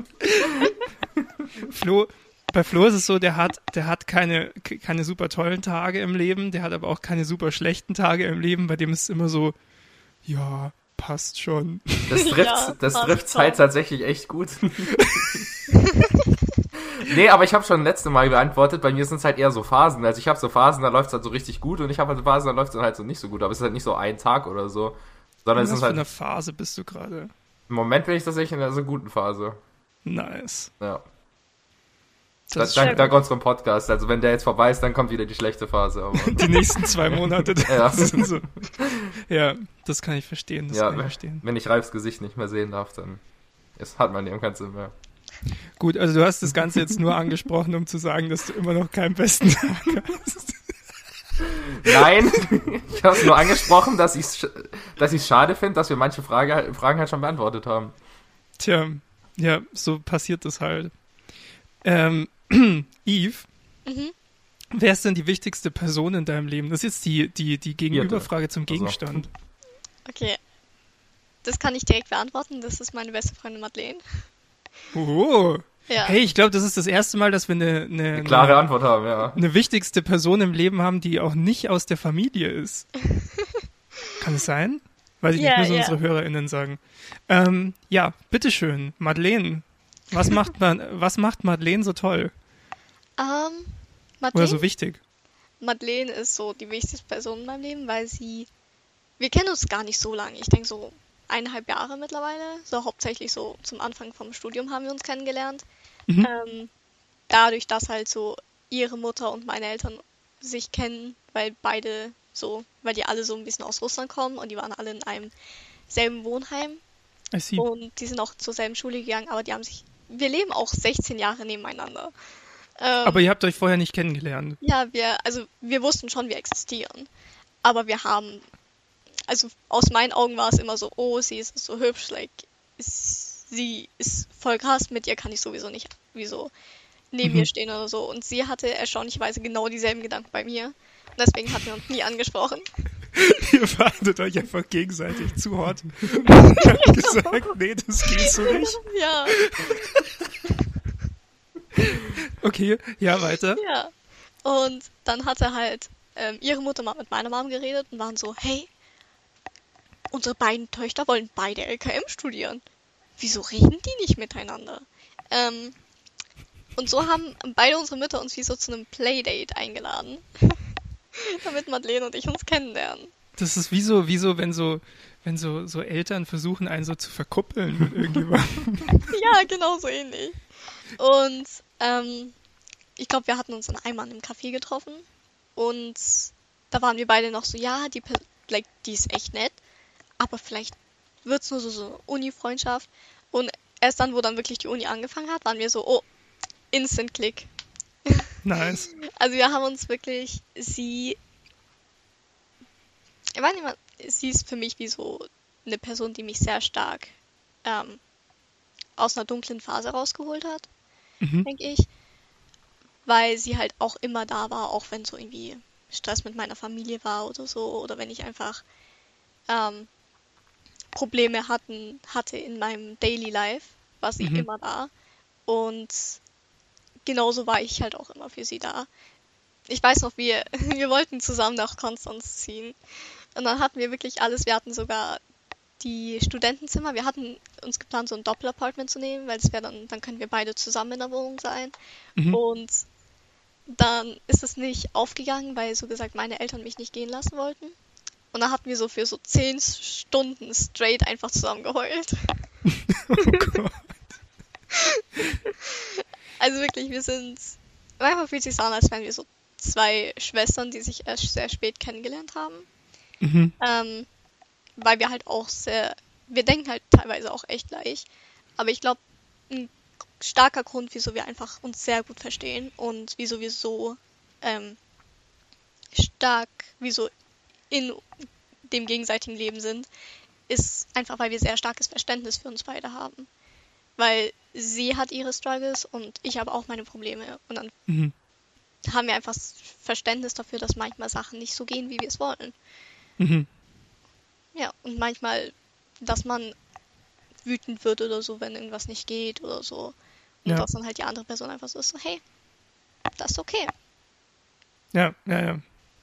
Bei Flo ist es so, der hat keine super tollen Tage im Leben, der hat aber auch keine super schlechten Tage im Leben, bei dem ist es immer so, ja, passt schon. Das Ja, trifft halt tatsächlich echt gut. Nee, aber ich habe schon letzte Mal beantwortet, bei mir sind es halt eher so Phasen. Also ich habe so Phasen, da läuft es halt so richtig gut und ich habe halt Phasen, da läuft es dann halt so nicht so gut. Aber es ist halt nicht so ein Tag oder so. Sondern In es was ist für halt... einer Phase bist du gerade? Im Moment bin ich tatsächlich in einer so guten Phase. Nice. Ja. Das ist Dank unserem Podcast. Also wenn der jetzt vorbei ist, dann kommt wieder die schlechte Phase. Aber die nächsten 2 Monate. Ja. Sind so. Ja, das kann ich verstehen. Wenn ich Ralfs Gesicht nicht mehr sehen darf, dann hat mein Leben keinen Sinn mehr. Gut, also du hast das Ganze jetzt nur angesprochen, um zu sagen, dass du immer noch keinen besten Tag hast. Nein, ich habe es nur angesprochen, dass ich es schade finde, dass wir manche Fragen halt schon beantwortet haben. Tja, ja, so passiert das halt. Eve, wer ist denn die wichtigste Person in deinem Leben? Das ist jetzt die Gegenüberfrage zum Gegenstand. Okay, das kann ich direkt beantworten. Das ist meine beste Freundin Madeleine. Oh. Ja. Hey, ich glaube, das ist das erste Mal, dass wir eine Klare Antwort haben, ja. eine wichtigste Person im Leben haben, die auch nicht aus der Familie ist. Kann es sein? Weiß ich nicht, müssen unsere HörerInnen sagen. Ja, bitteschön, Madeleine. Was macht Madeleine so toll? Oder Madeleine, so wichtig? Madeleine ist so die wichtigste Person in meinem Leben, weil wir kennen uns gar nicht so lange. Ich denke so 1,5 Jahre mittlerweile. So hauptsächlich so zum Anfang vom Studium haben wir uns kennengelernt. Dadurch, dass halt so ihre Mutter und meine Eltern sich kennen, weil die alle so ein bisschen aus Russland kommen und die waren alle in einem selben Wohnheim. I see. Und die sind auch zur selben Schule gegangen, aber wir leben auch 16 Jahre nebeneinander. Aber ihr habt euch vorher nicht kennengelernt. Ja, wir wussten schon, wir existieren. Aber also aus meinen Augen war es immer so, oh, sie ist so hübsch, sie ist voll krass, mit ihr kann ich sowieso nicht neben mir stehen oder so. Und sie hatte erstaunlicherweise genau dieselben Gedanken bei mir. Und deswegen hatten wir uns nie angesprochen. Ihr fandet euch einfach gegenseitig zu hot. Und habt gesagt, nee, das geht so nicht. Ja, Okay, ja, weiter. ja. Und dann hatte halt ihre Mutter mal mit meiner Mom geredet und waren so, hey, unsere beiden Töchter wollen beide LKM studieren. Wieso reden die nicht miteinander? Und so haben beide unsere Mütter uns wie so zu einem Playdate eingeladen. Damit Madeleine und ich uns kennenlernen. Das ist wie so, wenn so Eltern versuchen, einen so zu verkuppeln mit irgendjemandem. Ja, genau so ähnlich. Und ich glaube, wir hatten uns dann einmal in einem Café getroffen. Und da waren wir beide noch so, ja, die ist echt nett. Aber vielleicht wird's nur so eine Uni-Freundschaft. Und erst dann, wo dann wirklich die Uni angefangen hat, waren wir so, oh, Instant-Click. Nice. Also wir haben uns wirklich, sie ist für mich wie so eine Person, die mich sehr stark aus einer dunklen Phase rausgeholt hat, denke ich. Weil sie halt auch immer da war, auch wenn so irgendwie Stress mit meiner Familie war oder so. Oder wenn ich einfach Probleme hatte in meinem Daily Life, war sie immer da. Und genauso war ich halt auch immer für sie da. Ich weiß noch, wir wollten zusammen nach Konstanz ziehen. Und dann hatten wir wirklich alles. Wir hatten sogar die Studentenzimmer. Wir hatten uns geplant, so ein Doppelapartment zu nehmen, weil dann können wir beide zusammen in der Wohnung sein. Und dann ist es nicht aufgegangen, weil so gesagt meine Eltern mich nicht gehen lassen wollten. Und dann hatten wir so für so 10 Stunden straight einfach zusammen geheult. Oh Gott. Also wirklich, manchmal fühlt es sich an, als wären wir so 2 Schwestern, die sich erst sehr spät kennengelernt haben. Weil wir halt auch wir denken halt teilweise auch echt gleich. Aber ich glaube, ein starker Grund, wieso wir einfach uns sehr gut verstehen und wieso wir so stark, wieso in dem gegenseitigen Leben sind, ist einfach, weil wir sehr starkes Verständnis für uns beide haben. Weil sie hat ihre Struggles und ich habe auch meine Probleme. Und dann haben wir einfach Verständnis dafür, dass manchmal Sachen nicht so gehen, wie wir es wollen. Ja, und manchmal, dass man wütend wird oder so, wenn irgendwas nicht geht oder so. Und dass dann halt die andere Person einfach so ist, so, hey, das ist okay. Ja. Ja.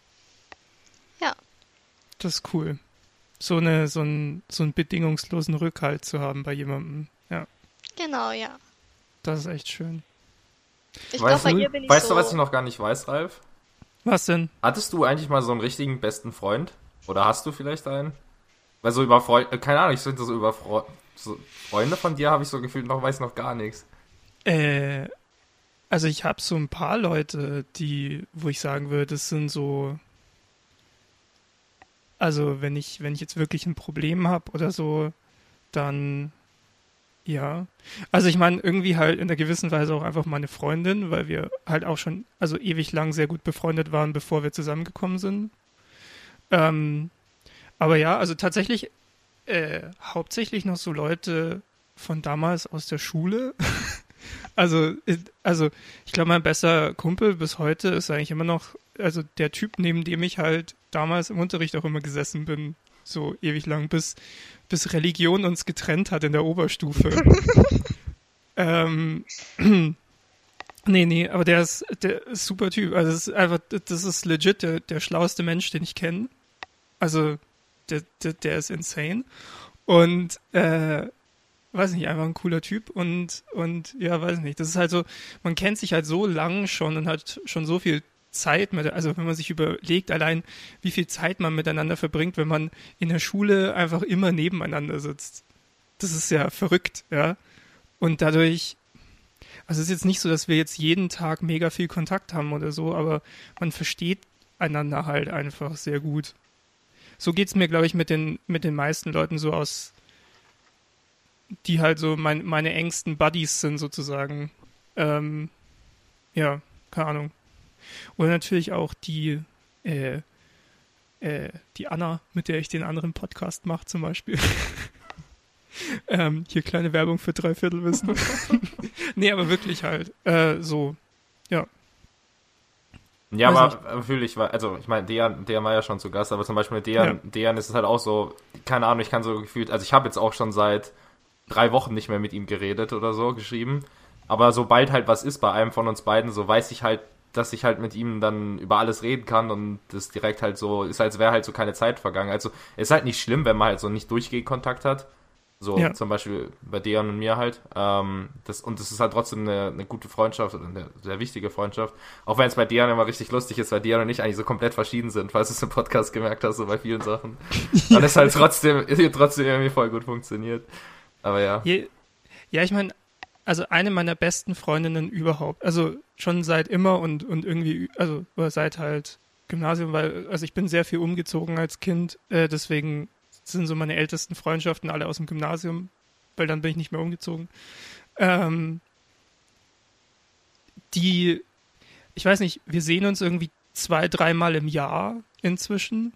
Das ist cool. So einen bedingungslosen Rückhalt zu haben bei jemandem. Ja. Genau, ja. Das ist echt schön. Ich glaube, bei ihr bin ich Weißt so... du, was ich noch gar nicht weiß, Ralf? Was denn? Hattest du eigentlich mal so einen richtigen besten Freund? Oder hast du vielleicht einen? Weil so über Freunde, keine Ahnung, ich finde so über so Freunde von dir habe ich so gefühlt weiß noch gar nichts. Also ich habe so ein paar Leute, wo ich sagen würde, das sind so, also wenn ich jetzt wirklich ein Problem habe oder so, dann ja. Also ich meine, irgendwie halt in einer gewissen Weise auch einfach meine Freundin, weil wir halt auch schon, also ewig lang sehr gut befreundet waren, bevor wir zusammengekommen sind. Aber ja, also tatsächlich hauptsächlich noch so Leute von damals aus der Schule. Also ich glaube, mein bester Kumpel bis heute ist eigentlich immer noch, also der Typ, neben dem ich halt damals im Unterricht auch immer gesessen bin, so ewig lang, bis Religion uns getrennt hat in der Oberstufe. Nee, aber der ist super Typ. Also das ist legit der schlauste Mensch, den ich kenne. Also der ist insane. Und weiß nicht, einfach ein cooler Typ und ja, weiß nicht. Das ist halt so, man kennt sich halt so lang schon und hat schon so viel Zeit also wenn man sich überlegt, allein wie viel Zeit man miteinander verbringt, wenn man in der Schule einfach immer nebeneinander sitzt. Das ist ja verrückt, ja. Und dadurch, also es ist jetzt nicht so, dass wir jetzt jeden Tag mega viel Kontakt haben oder so, aber man versteht einander halt einfach sehr gut. So geht's mir, glaube ich, mit den meisten Leuten so aus, die halt so meine engsten Buddies sind sozusagen. Ja, keine Ahnung. Oder natürlich auch die Anna, mit der ich den anderen Podcast mache zum Beispiel. Hier kleine Werbung für Dreiviertelwissen. Nee, aber wirklich halt. So, ja. Ja, Weiß aber fühle ich, also ich meine, Dejan war ja schon zu Gast, aber zum Beispiel mit Dejan ist es halt auch so, keine Ahnung, ich kann so gefühlt, also ich habe jetzt auch schon seit 3 Wochen nicht mehr mit ihm geredet oder so, geschrieben, aber sobald halt was ist bei einem von uns beiden, so weiß ich halt, dass ich halt mit ihm dann über alles reden kann und das direkt halt so, ist als wäre halt so keine Zeit vergangen. Also ist halt nicht schlimm, wenn man halt so nicht durchgehend Kontakt hat. So zum Beispiel bei Dejan und mir halt. Das ist halt trotzdem eine gute Freundschaft oder eine sehr wichtige Freundschaft. Auch wenn es bei Dejan immer richtig lustig ist, weil Dejan und ich eigentlich so komplett verschieden sind, falls du es im Podcast gemerkt hast, so bei vielen Sachen. Dann ist halt trotzdem irgendwie voll gut funktioniert. Aber ja. Ja, ich meine, also eine meiner besten Freundinnen überhaupt. Also schon seit immer und irgendwie, also seit halt Gymnasium, weil, also ich bin sehr viel umgezogen als Kind, deswegen sind so meine ältesten Freundschaften alle aus dem Gymnasium, weil dann bin ich nicht mehr umgezogen. Ich weiß nicht, wir sehen uns irgendwie 2-3 Mal im Jahr inzwischen,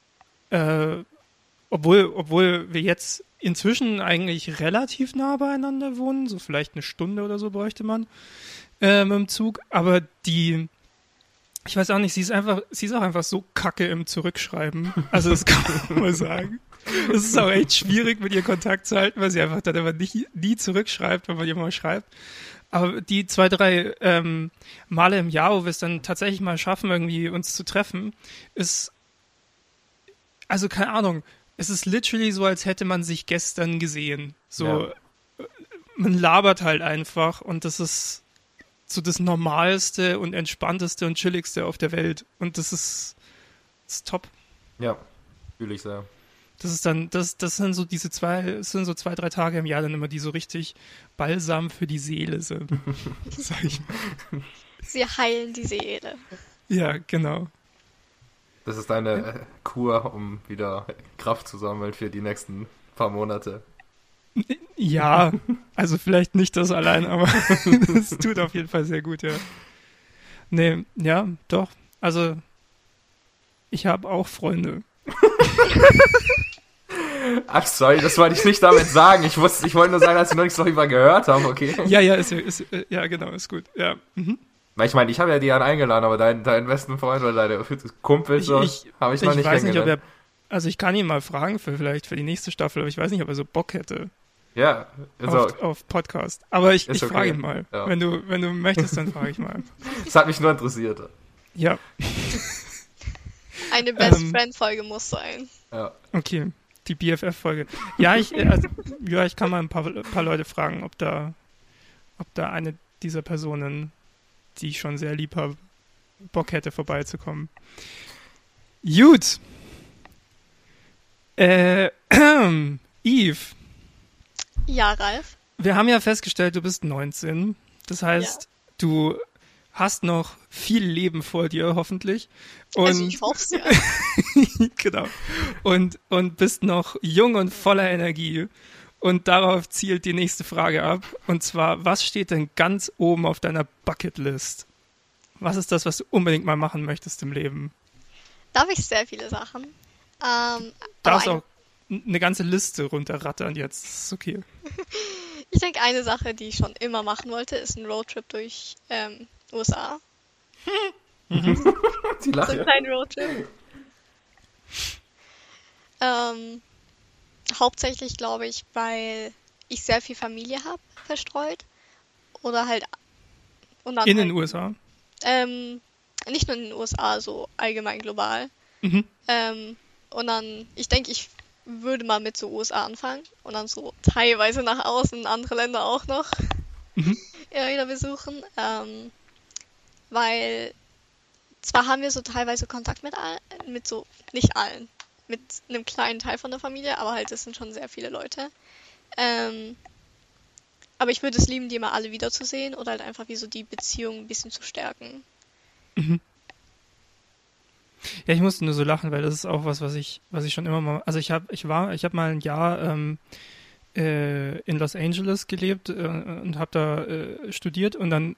obwohl wir jetzt inzwischen eigentlich relativ nah beieinander wohnen, so vielleicht eine Stunde oder so bräuchte man mit dem Zug, aber ich weiß auch nicht, sie ist auch einfach so kacke im Zurückschreiben, also das kann man mal sagen. Es ist auch echt schwierig, mit ihr Kontakt zu halten, weil sie einfach dann aber nie zurückschreibt, wenn man ihr mal schreibt. Aber die 2-3 Male im Jahr, wo wir es dann tatsächlich mal schaffen, irgendwie uns zu treffen, ist, also keine Ahnung, es ist literally so, als hätte man sich gestern gesehen. So, man labert halt einfach und das ist so das Normalste und Entspannteste und Chilligste auf der Welt. Und das ist top. Ja, fühle ich sehr. Das sind so 2-3 Tage im Jahr dann immer, die so richtig Balsam für die Seele sind. Sag ich mal. Sie heilen die Seele. Ja, genau. Das ist deine Kur, um wieder Kraft zu sammeln für die nächsten paar Monate. Ja, also vielleicht nicht das allein, aber es tut auf jeden Fall sehr gut, ja. Nee, ja, doch. Also, ich habe auch Freunde. Ach, sorry, das wollte ich nicht damit sagen. Ich wollte nur sagen, dass wir noch nichts darüber gehört haben, okay? Ja, genau, ist gut, ja. Mhm. Weil ich meine, ich habe ja Dian eingeladen, aber deinen besten Freund oder deine Kumpel habe ich noch nicht kennengelernt. Ich weiß nicht, ob also ich kann ihn mal fragen vielleicht für die nächste Staffel, aber ich weiß nicht, ob er so Bock hätte. Ja, also auf Podcast. Aber ich okay. frage ihn mal. Ja. Wenn du möchtest, dann frage ich mal. Das hat mich nur interessiert. Ja. Eine Best Friend Folge muss sein. Ja. Okay, die BFF-Folge. Ja, ich kann mal ein paar Leute fragen, ob da eine dieser Personen, die ich schon sehr lieb habe, Bock hätte, vorbeizukommen. Gut. Eve. Ja, Ralf. Wir haben ja festgestellt, du bist 19. Das heißt, du hast noch viel Leben vor dir, hoffentlich. Und also ich hoffe es ja. Genau. Und bist noch jung und voller Energie. Und darauf zielt die nächste Frage ab. Und zwar, was steht denn ganz oben auf deiner Bucketlist? Was ist das, was du unbedingt mal machen möchtest im Leben? Darf ich sehr viele Sachen. Darfst auch eine ganze Liste runterrattern jetzt. Das ist okay. Ich denke, eine Sache, die ich schon immer machen wollte, ist ein Roadtrip durch USA. Die Lache. So ein kleiner Roadtrip. Hauptsächlich, glaube ich, weil ich sehr viel Familie habe, verstreut. Oder halt... Und dann in halt, den USA? Nicht nur in den USA, so allgemein global. Mhm. Und dann, ich denke, ich würde mal mit so USA anfangen und dann so teilweise nach außen, andere Länder auch noch wieder besuchen. Weil zwar haben wir so teilweise Kontakt mit so, nicht allen, mit einem kleinen Teil von der Familie, aber halt, es sind schon sehr viele Leute. Aber ich würde es lieben, die mal alle wiederzusehen oder halt einfach wie so die Beziehung ein bisschen zu stärken. Mhm. Ja, ich musste nur so lachen, weil das ist auch was ich schon immer mal, also ich habe mal ein Jahr in Los Angeles gelebt und habe da studiert und dann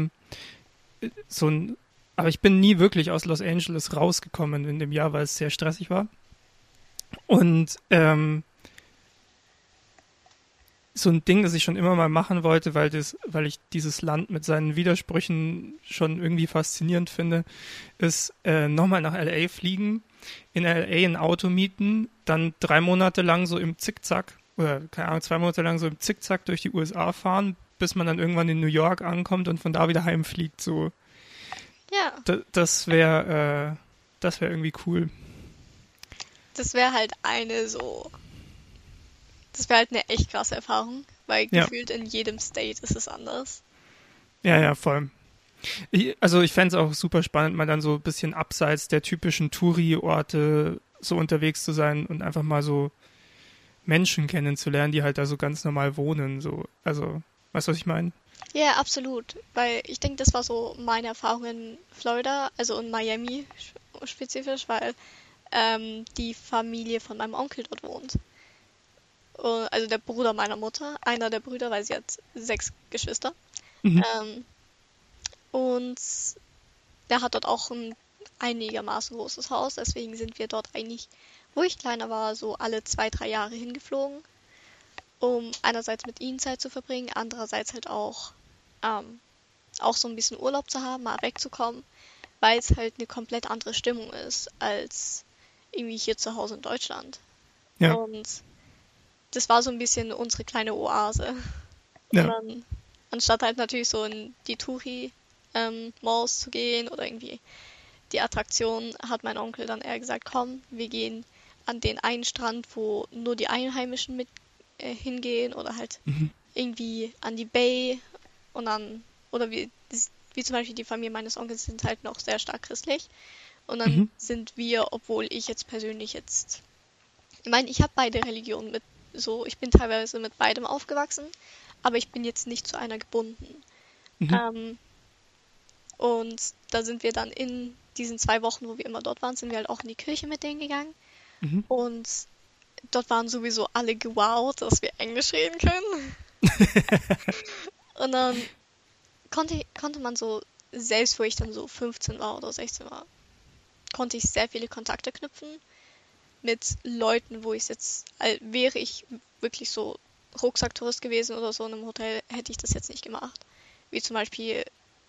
aber ich bin nie wirklich aus Los Angeles rausgekommen in dem Jahr, weil es sehr stressig war. Und so ein Ding, das ich schon immer mal machen wollte, weil ich dieses Land mit seinen Widersprüchen schon irgendwie faszinierend finde, ist nochmal nach LA fliegen, in LA ein Auto mieten, dann 3 Monate lang so im Zickzack, oder keine Ahnung, 2 Monate lang so im Zickzack durch die USA fahren, bis man dann irgendwann in New York ankommt und von da wieder heimfliegt. So. Ja. Das wäre irgendwie cool. Das wäre halt das wäre halt eine echt krasse Erfahrung, weil gefühlt in jedem State ist es anders. Ja, voll. Ich fände es auch super spannend, mal dann so ein bisschen abseits der typischen Touri-Orte so unterwegs zu sein und einfach mal so Menschen kennenzulernen, die halt da so ganz normal wohnen. So. Also, weißt du, was ich meine? Ja, absolut. Weil ich denke, das war so meine Erfahrung in Florida, also in Miami spezifisch, weil die Familie von meinem Onkel dort wohnt. Also der Bruder meiner Mutter, einer der Brüder, weil sie hat 6 Geschwister. Mhm. Und der hat dort auch ein einigermaßen großes Haus, deswegen sind wir dort eigentlich, wo ich kleiner war, so alle 2-3 Jahre hingeflogen, um einerseits mit ihnen Zeit zu verbringen, andererseits halt auch so ein bisschen Urlaub zu haben, mal wegzukommen, weil es halt eine komplett andere Stimmung ist als irgendwie hier zu Hause in Deutschland. Ja. Und das war so ein bisschen unsere kleine Oase. Ja. Und dann, anstatt halt natürlich so in die Touri-Malls zu gehen oder irgendwie die Attraktion, hat mein Onkel dann eher gesagt, komm, wir gehen an den einen Strand, wo nur die Einheimischen mit hingehen oder halt irgendwie an die Bay und dann, oder wie zum Beispiel die Familie meines Onkels sind halt noch sehr stark christlich. Und dann sind wir, obwohl ich jetzt persönlich ich meine, ich habe beide Religionen ich bin teilweise mit beidem aufgewachsen, aber ich bin jetzt nicht zu einer gebunden. Und da sind wir dann in diesen 2 Wochen, wo wir immer dort waren, sind wir halt auch in die Kirche mit denen gegangen. Und dort waren sowieso alle gewowt, dass wir Englisch reden können. Und dann konnte man so, selbst wo ich dann so 15 war oder 16 war, konnte ich sehr viele Kontakte knüpfen mit Leuten, wo ich jetzt, wäre ich wirklich so Rucksacktourist gewesen oder so in einem Hotel, hätte ich das jetzt nicht gemacht. Wie zum Beispiel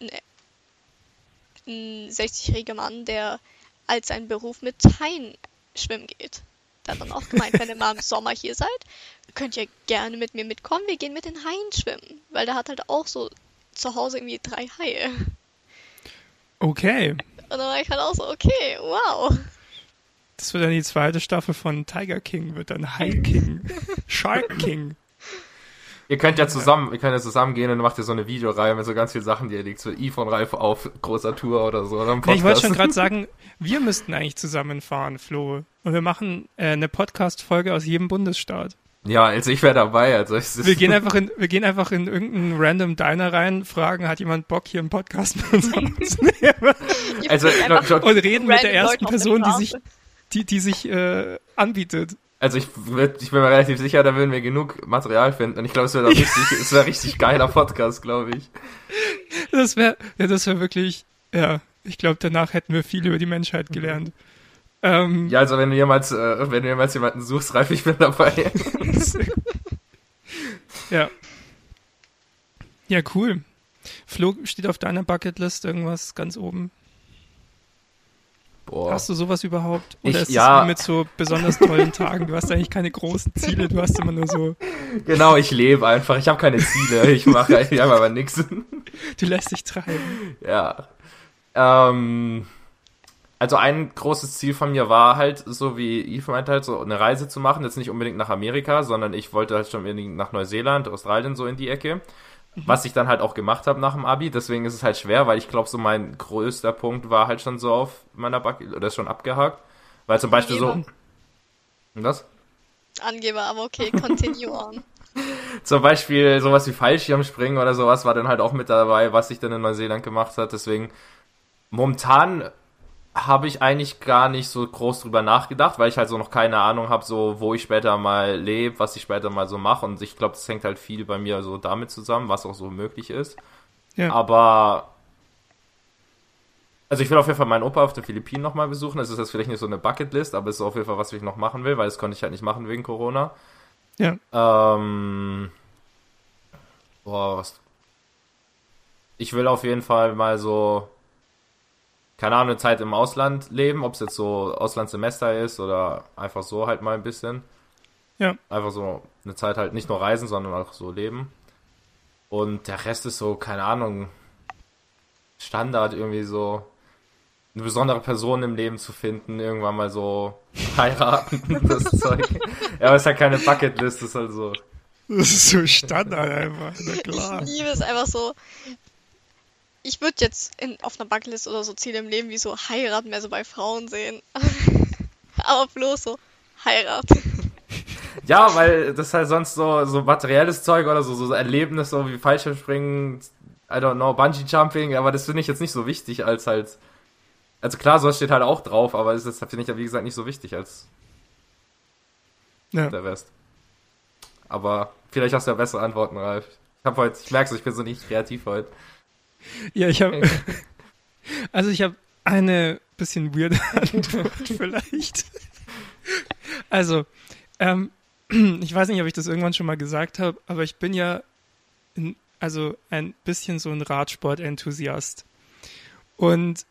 ein 60-jähriger Mann, der als sein Beruf mit Haien schwimmen geht. Der hat dann auch gemeint, wenn ihr mal im Sommer hier seid, könnt ihr gerne mit mir mitkommen, wir gehen mit den Haien schwimmen. Weil der hat halt auch so zu Hause irgendwie 3 Haie. Okay. Und dann war ich halt auch so, okay, wow. Das wird dann die 2. Staffel von Tiger King, wird dann Hai King, Shark King. Ihr könnt ja zusammen gehen und macht ihr so eine Videoreihe mit so ganz vielen Sachen, die ihr legt. So Yves und Ralf auf großer Tour oder so. Oder ich wollte schon gerade sagen, wir müssten eigentlich zusammenfahren, Flo. Und wir machen eine Podcast-Folge aus jedem Bundesstaat. Ja, also ich wäre dabei. Also wir gehen einfach in irgendeinen random Diner rein, fragen, hat jemand Bock, hier einen Podcast mit uns aufzunehmen? Also, und reden mit der ersten Person, die sich anbietet. Also ich bin mir relativ sicher, da würden wir genug Material finden. Und ich glaube, es wäre richtig geiler Podcast, glaube ich. Das wäre wirklich, ja, ich glaube, danach hätten wir viel über die Menschheit gelernt. Ja, also wenn du jemals jemanden suchst, Ralf, ich bin dabei. Ja. Ja, cool. Flo, steht auf deiner Bucketlist irgendwas ganz oben? Boah. Hast du sowas überhaupt? Oder ist es wie mit so besonders tollen Tagen? Du hast eigentlich keine großen Ziele, du hast immer nur so... Genau, ich lebe einfach. Ich habe keine Ziele. Ich mache aber nichts. Du lässt dich treiben. Ja. Also ein großes Ziel von mir war halt, so wie Yves meinte, halt so eine Reise zu machen. Jetzt nicht unbedingt nach Amerika, sondern ich wollte halt schon unbedingt nach Neuseeland, Australien, so in die Ecke. Was ich dann halt auch gemacht habe nach dem Abi, deswegen ist es halt schwer, weil ich glaube, so mein größter Punkt war halt schon so auf meiner Bucketlist, oder ist schon abgehakt, weil zum Beispiel so... Was? Angeber, aber okay, continue on. Zum Beispiel sowas wie Fallschirmspringen oder sowas war dann halt auch mit dabei, was ich dann in Neuseeland gemacht hat, deswegen momentan habe ich eigentlich gar nicht so groß drüber nachgedacht, weil ich halt so noch keine Ahnung habe, so wo ich später mal lebe, was ich später mal so mache, und ich glaube, das hängt halt viel bei mir so damit zusammen, was auch so möglich ist. Ja. Aber also ich will auf jeden Fall meinen Opa auf den Philippinen nochmal besuchen. Das ist jetzt vielleicht nicht so eine Bucketlist, aber es ist auf jeden Fall, was ich noch machen will, weil das konnte ich halt nicht machen wegen Corona. Ja. Boah, ich will auf jeden Fall mal so, keine Ahnung, eine Zeit im Ausland leben, ob es jetzt so Auslandssemester ist oder einfach so halt mal ein bisschen. Ja. Einfach so eine Zeit halt nicht nur reisen, sondern auch so leben. Und der Rest ist so, keine Ahnung, Standard irgendwie so eine besondere Person im Leben zu finden, irgendwann mal so heiraten, das Zeug. Ja, aber es ist halt keine Bucketlist, das ist halt so. Das ist so Standard einfach, na klar. Ich liebe es einfach so. Ich würde jetzt auf einer Bucketlist oder so Ziele im Leben wie so heiraten mehr so bei Frauen sehen. Aber bloß so Heirat. Ja, weil das halt sonst so materielles Zeug oder so Erlebnis, so wie Fallschirmspringen, I don't know, Bungee Jumping, aber das finde ich jetzt nicht so wichtig als halt, also klar, sowas steht halt auch drauf, aber das finde ich ja wie gesagt nicht so wichtig als der Rest. Aber vielleicht hast du ja bessere Antworten, Ralf. Ich merke es, ich bin so nicht kreativ heute. Ja, ich habe eine bisschen weirde Antwort vielleicht. Also, ich weiß nicht, ob ich das irgendwann schon mal gesagt habe, aber ich bin ja ein bisschen so ein Radsport-Enthusiast. Und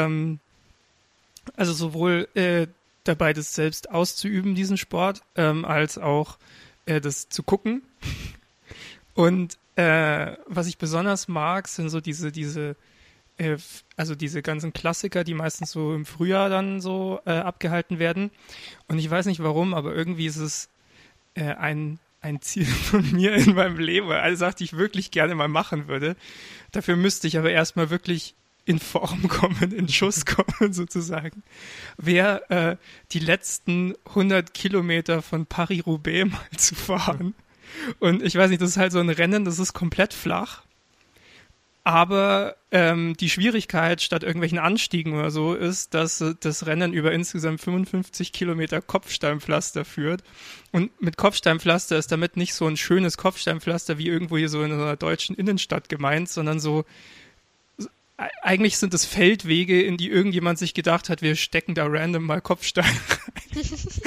also sowohl dabei, das selbst auszuüben, diesen Sport, als auch das zu gucken. Und was ich besonders mag, sind so diese ganzen Klassiker, die meistens so im Frühjahr dann so abgehalten werden. Und ich weiß nicht warum, aber irgendwie ist es ein Ziel von mir in meinem Leben, eine Sache, die ich wirklich gerne mal machen würde. Dafür müsste ich aber erstmal wirklich in Form kommen, in Schuss kommen sozusagen. Wäre die letzten 100 Kilometer von Paris-Roubaix mal zu fahren. Und ich weiß nicht, das ist halt so ein Rennen, das ist komplett flach. Aber die Schwierigkeit statt irgendwelchen Anstiegen oder so ist, dass das Rennen über insgesamt 55 Kilometer Kopfsteinpflaster führt. Und mit Kopfsteinpflaster ist damit nicht so ein schönes Kopfsteinpflaster wie irgendwo hier so in einer deutschen Innenstadt gemeint, sondern so, eigentlich sind es Feldwege, in die irgendjemand sich gedacht hat, wir stecken da random mal Kopfstein rein.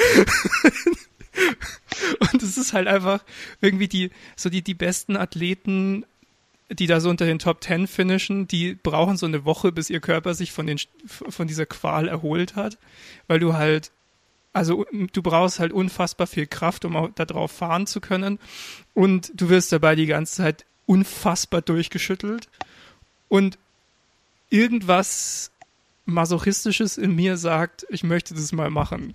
Und es ist halt einfach irgendwie die besten Athleten, die da so unter den Top 10 finishen, die brauchen so eine Woche, bis ihr Körper sich von dieser Qual erholt hat, weil du brauchst halt unfassbar viel Kraft, um auch da drauf fahren zu können, und du wirst dabei die ganze Zeit unfassbar durchgeschüttelt, und irgendwas Masochistisches in mir sagt, ich möchte das mal machen.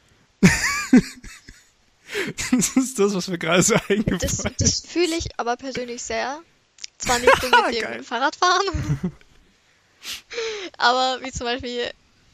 Das ist das, was mir gerade so eingefallen ist. Das fühle ich aber persönlich sehr. Zwar nicht so mit dem Fahrradfahren, aber wie zum Beispiel,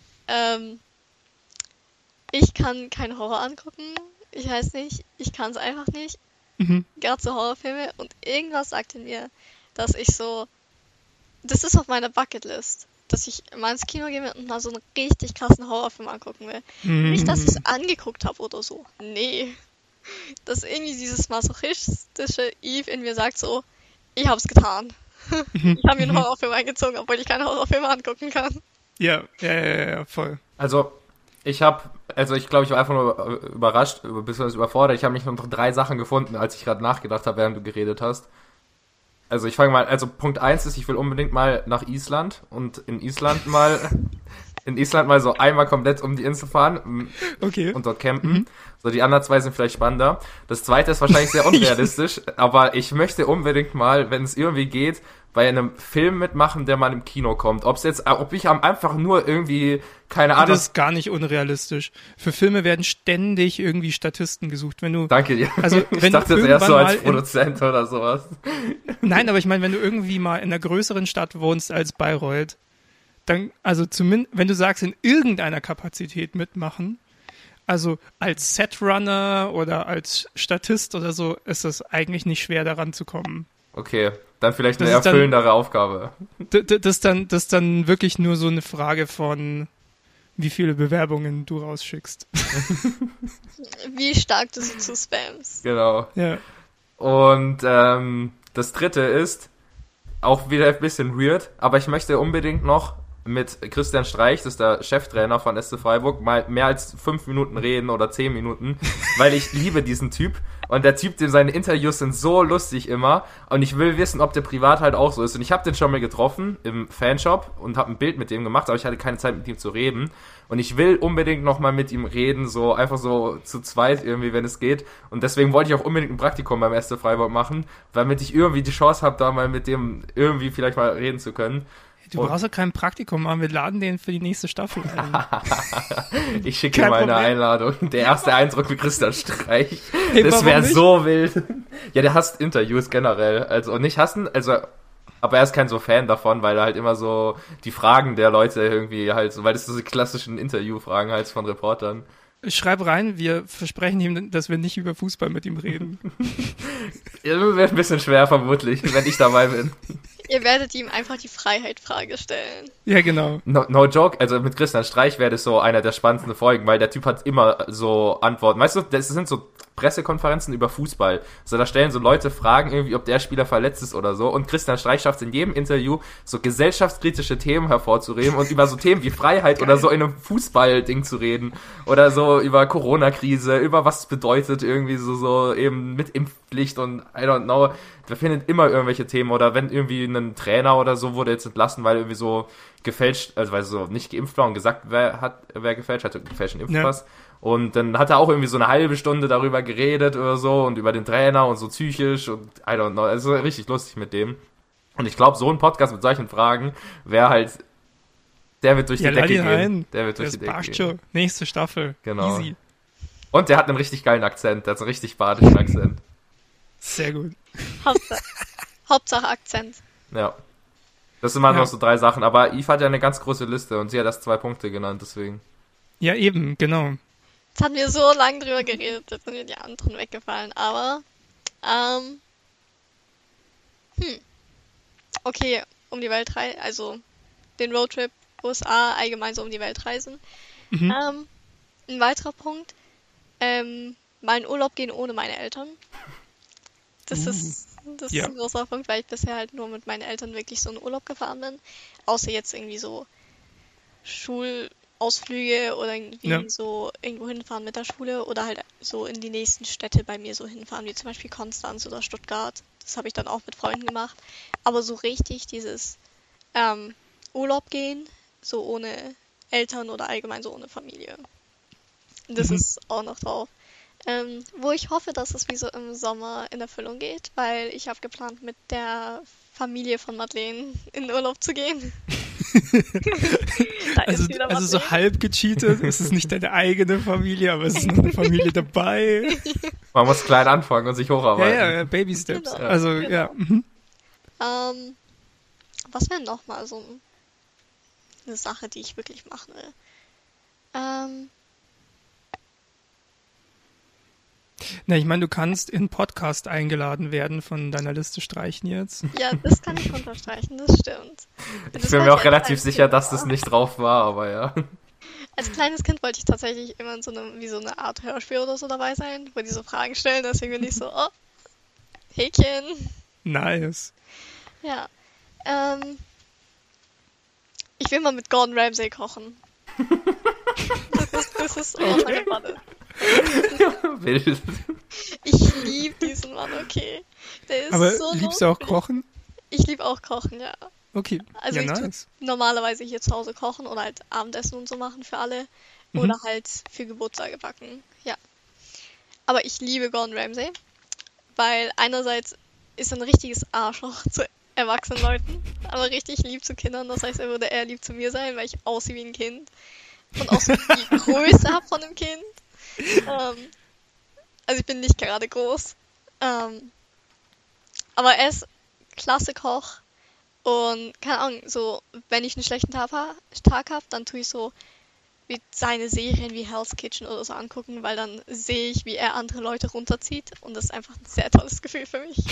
ich kann keinen Horror angucken. Ich weiß nicht, ich kann es einfach nicht. Gerade so Horrorfilme, und irgendwas sagt in mir, dass ich so, das ist auf meiner Bucketlist, dass ich mal ins Kino gehe und mal so einen richtig krassen Horrorfilm angucken will. Nicht, dass ich es angeguckt habe oder so. Nee. Dass irgendwie dieses masochistische Eve in mir sagt so, ich hab's getan. Ich habe mir einen Horrorfilm eingezogen, obwohl ich keine Horrorfilme angucken kann. Ja, voll. Also, ich glaube, ich war einfach nur überrascht, beziehungsweise überfordert. Ich habe nicht nur 3 Sachen gefunden, als ich gerade nachgedacht habe, während du geredet hast. Also ich fange mal, Punkt 1 ist, ich will unbedingt mal nach Island und in Island mal so einmal komplett um die Insel fahren und dort campen. So, die anderen 2 sind vielleicht spannender. Das 2. ist wahrscheinlich sehr unrealistisch, aber ich möchte unbedingt mal, wenn es irgendwie geht, bei einem Film mitmachen, der mal im Kino kommt. Ob ich einfach nur irgendwie, keine Ahnung. Das ist gar nicht unrealistisch. Für Filme werden ständig irgendwie Statisten gesucht. Danke dir. Also, ich dachte jetzt erst so als Produzent oder sowas. Nein, aber ich meine, wenn du irgendwie mal in einer größeren Stadt wohnst als Bayreuth, dann, also zumindest, wenn du sagst, in irgendeiner Kapazität mitmachen, also als Setrunner oder als Statist oder so, ist es eigentlich nicht schwer, daran zu kommen. Okay, dann vielleicht eine erfüllendere Aufgabe. Das ist dann wirklich nur so eine Frage von, wie viele Bewerbungen du rausschickst. Wie stark du sie zu spammst. Genau. Ja. Und das 3. ist, auch wieder ein bisschen weird, aber ich möchte unbedingt noch mit Christian Streich, das ist der Cheftrainer von SC Freiburg, mal mehr als 5 Minuten reden oder 10 Minuten, weil ich liebe diesen Typ. Und der Typ, seine Interviews sind so lustig immer. Und ich will wissen, ob der privat halt auch so ist. Und ich habe den schon mal getroffen im Fanshop und habe ein Bild mit dem gemacht, aber ich hatte keine Zeit mit ihm zu reden. Und ich will unbedingt nochmal mit ihm reden, so einfach so zu zweit irgendwie, wenn es geht. Und deswegen wollte ich auch unbedingt ein Praktikum beim SC Freiburg machen, damit ich irgendwie die Chance habe, da mal mit dem irgendwie vielleicht mal reden zu können. Du brauchst doch kein Praktikum machen, wir laden den für die nächste Staffel ein. Ich schicke ihm mal eine Einladung. Der erste Eindruck mit Christian Streich. Hey, das wäre nicht? so wild. Ja, der hasst Interviews generell. Also nicht hassen, also, aber er ist kein so Fan davon, weil er halt immer so die Fragen der Leute irgendwie halt so, weil das so die klassischen Interviewfragen halt von Reportern. Schreib rein, wir versprechen ihm, dass wir nicht über Fußball mit ihm reden. Ja, das wird ein bisschen schwer vermutlich, wenn ich dabei bin. Ihr werdet ihm einfach die Freiheit-Frage stellen. Ja, genau. No joke, also mit Christian Streich wäre das so einer der spannendsten Folgen, weil der Typ hat immer so Antworten. Weißt du, das sind so Pressekonferenzen über Fußball. So, da stellen so Leute Fragen irgendwie, ob der Spieler verletzt ist oder so. Und Christian Streich schafft es in jedem Interview, so gesellschaftskritische Themen hervorzuheben und über so Themen wie Freiheit oder so in einem Fußball-Ding zu reden. Oder so über Corona-Krise, über was es bedeutet, irgendwie so eben mit Impfpflicht und I don't know. Da findet immer irgendwelche Themen. Oder wenn irgendwie ein Trainer oder so wurde jetzt entlassen, weil irgendwie so gefälscht, also weil so nicht geimpft war und gesagt, wer gefälscht hatte, gefälschten Impfpass. Ja. Und dann hat er auch irgendwie so eine halbe Stunde darüber geredet oder so und über den Trainer und so psychisch und I don't know. Also richtig lustig mit dem. Und ich glaube, so ein Podcast mit solchen Fragen wäre halt, der wird durch die Decke gehen. Der wird durch die Decke gehen. Nächste Staffel. Genau. Easy. Und der hat einen richtig geilen Akzent. Der hat so einen richtig badischen Akzent. Sehr gut. Hauptsache Akzent. Ja. Das sind mal noch so 3 Sachen. Aber Yves hat ja eine ganz große Liste und sie hat erst 2 Punkte genannt, deswegen. Ja, eben, genau. Jetzt haben wir so lange drüber geredet, jetzt sind mir die anderen weggefallen, aber, okay, um die Welt reisen, also den Roadtrip USA, allgemein so um die Welt reisen. Ein weiterer Punkt, mal in Urlaub gehen ohne meine Eltern. Das ist ein großer Punkt, weil ich bisher halt nur mit meinen Eltern wirklich so in Urlaub gefahren bin, außer jetzt irgendwie so Schulausflüge oder irgendwie so irgendwo hinfahren mit der Schule oder halt so in die nächsten Städte bei mir so hinfahren, wie zum Beispiel Konstanz oder Stuttgart. Das habe ich dann auch mit Freunden gemacht. Aber so richtig dieses Urlaub gehen, so ohne Eltern oder allgemein so ohne Familie. Das ist auch noch drauf. Wo ich hoffe, dass es wie so im Sommer in Erfüllung geht, weil ich habe geplant, mit der Familie von Madeleine in Urlaub zu gehen. also so halb gecheatet, es ist nicht deine eigene Familie, aber es ist noch eine Familie dabei. Man muss klein anfangen und sich hocharbeiten. Ja, Baby Steps. Genau. Also, genau. ja. Was wäre noch mal so eine Sache, die ich wirklich machen will? Na, ich meine, du kannst in Podcast eingeladen werden von deiner Liste streichen jetzt. Ja, das kann ich unterstreichen, das stimmt. Ich bin mir auch relativ sicher, dass das nicht drauf war, aber ja. Als kleines Kind wollte ich tatsächlich immer in so eine Art Hörspiel oder so dabei sein, wo die so Fragen stellen, deswegen bin ich so, oh, Häkchen. Nice. Ja. Ich will mal mit Gordon Ramsay kochen. Das ist auch meine Wanne. Wild. Ich liebe diesen Mann, okay. Der ist aber so liebst du auch Kochen? Ich liebe auch Kochen, ja. Okay, also ja, ich nice. tue normalerweise hier zu Hause kochen oder halt Abendessen und so machen für alle. Oder halt für Geburtstage backen, ja. Aber ich liebe Gordon Ramsay, weil einerseits ist er ein richtiges Arschloch zu erwachsenen Leuten, aber richtig lieb zu Kindern. Das heißt, er würde eher lieb zu mir sein, weil ich aussehe wie ein Kind und auch so die Größe habe von einem Kind. Also ich bin nicht gerade groß. Aber er ist klasse Koch. Und keine Ahnung, so, wenn ich einen schlechten Tag habe, dann tue ich so wie seine Serien wie Hell's Kitchen oder so angucken, weil dann sehe ich, wie er andere Leute runterzieht. Und das ist einfach ein sehr tolles Gefühl für mich.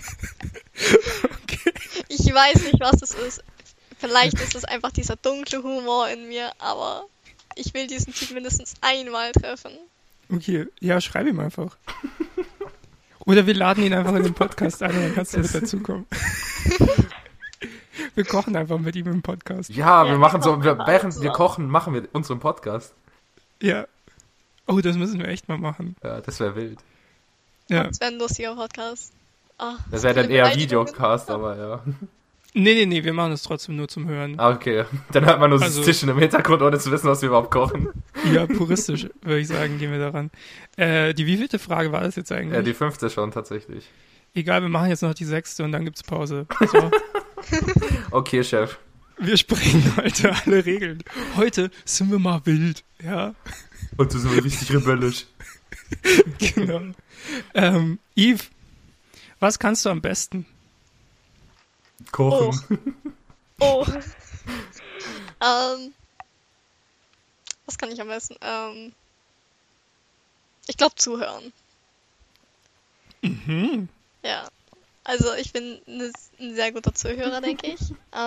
Okay. Ich weiß nicht, was es ist. Vielleicht ist es einfach dieser dunkle Humor in mir, aber ich will diesen Typ mindestens einmal treffen. Okay, ja, schreib ihm einfach. Oder wir laden ihn einfach in den Podcast ein und dann kannst du mit dazukommen. Wir kochen einfach mit ihm im Podcast. Ja, wir Ja, machen wir so, kochen wir, einfach während wir zusammen. kochen, machen wir unseren Podcast. Ja. Oh, das müssen wir echt mal machen. Ja, das wäre wild. Ja. Das wäre ein lustiger Podcast. Ah, Das so wäre dann viele eher Beleidigungen. Videocast, aber ja. Nee, wir machen es trotzdem nur zum Hören. Ah, okay. Dann hört man nur Also- das Tischen im Hintergrund, ohne zu wissen, was wir überhaupt kochen. Ja, puristisch, würde ich sagen, gehen wir daran. Die wievielte Frage war das jetzt eigentlich? Die 5. schon, tatsächlich. Egal, wir machen jetzt noch die 6. und dann gibt's Pause. So. Okay, Chef. Wir sprengen heute alle Regeln. Heute sind wir mal wild, ja. Und du sind wir richtig rebellisch. Genau. Yves, was kannst du am besten? Kochen. Oh. Was kann ich am besten? Ich glaube zuhören. Mhm. Ja. Also ich bin ein sehr guter Zuhörer, denke ich.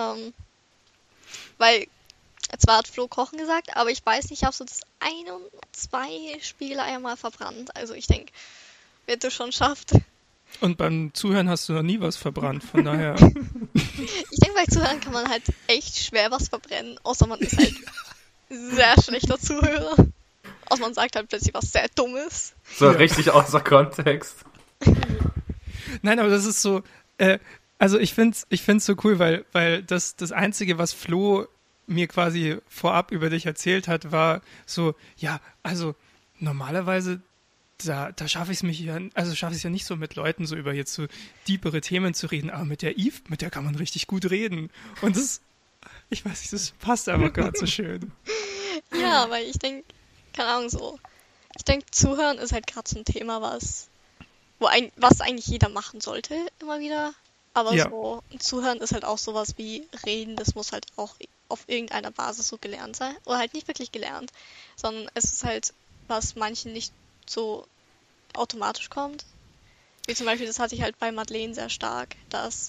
Weil, zwar hat Flo Kochen gesagt, aber ich weiß nicht, ich habe so das 1 und 2 Spiele einmal verbrannt. Also ich denke, wer das schon schafft. Und beim Zuhören hast du noch nie was verbrannt, von daher. Ich denke, bei Zuhören kann man halt echt schwer was verbrennen, außer man ist halt sehr schlechter Zuhörer. Außer man sagt halt plötzlich was sehr Dummes. So Ja. richtig außer Kontext. Nein, aber das ist so, also ich find's so cool, weil das Einzige, was Flo mir quasi vorab über dich erzählt hat, war so, ja, also normalerweise da schaffe ich es ja nicht so mit Leuten so über jetzt so deepere Themen zu reden, aber mit der Eve, mit der kann man richtig gut reden. Und das, ich weiß nicht, das passt einfach gerade so schön. Ja, weil ich denke, keine Ahnung so. Ich denke, Zuhören ist halt gerade so ein Thema, was eigentlich jeder machen sollte, immer wieder. Aber Ja. so, Zuhören ist halt auch sowas wie Reden, das muss halt auch auf irgendeiner Basis so gelernt sein. Oder halt nicht wirklich gelernt, sondern es ist halt, was manchen nicht so automatisch kommt. Wie zum Beispiel, das hatte ich halt bei Madeleine sehr stark, dass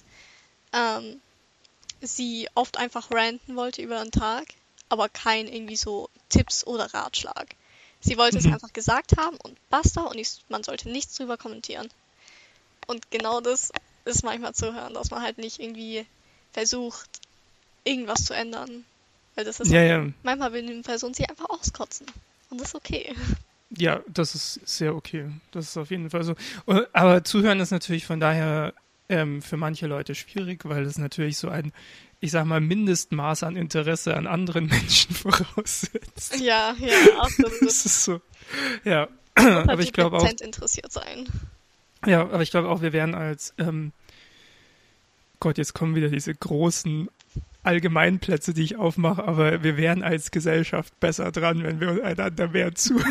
sie oft einfach ranten wollte über den Tag, aber kein irgendwie so Tipps oder Ratschlag. Sie wollte es einfach gesagt haben und basta und man sollte nichts drüber kommentieren. Und genau das ist manchmal zu hören, dass man halt nicht irgendwie versucht, irgendwas zu ändern. Weil das ist Ja. manchmal will eine Person sich einfach auskotzen. Und das ist okay. Ja, das ist sehr okay. Das ist auf jeden Fall so. Aber Zuhören ist natürlich von daher für manche Leute schwierig, weil es natürlich so ein, ich sag mal, Mindestmaß an Interesse an anderen Menschen voraussetzt. Ja, absolut. Das ist so. Ja, Halt aber ich glaube auch, dezent interessiert sein. ja, aber ich glaube auch, wir wären als, Gott, jetzt kommen wieder diese großen Allgemeinplätze, die ich aufmache, aber wir wären als Gesellschaft besser dran, wenn wir einander mehr zuhören.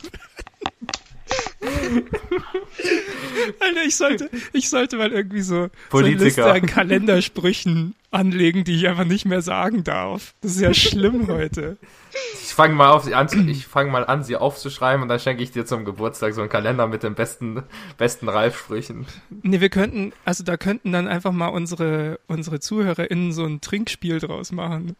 Alter, ich sollte mal irgendwie so eine Liste Politiker. an Kalendersprüchen anlegen, die ich einfach nicht mehr sagen darf. Das ist ja schlimm heute. Ich fange mal an, sie aufzuschreiben und dann schenke ich dir zum Geburtstag so einen Kalender mit den besten Ralf-Sprüchen. Nee, da könnten dann einfach mal unsere ZuhörerInnen so ein Trinkspiel draus machen.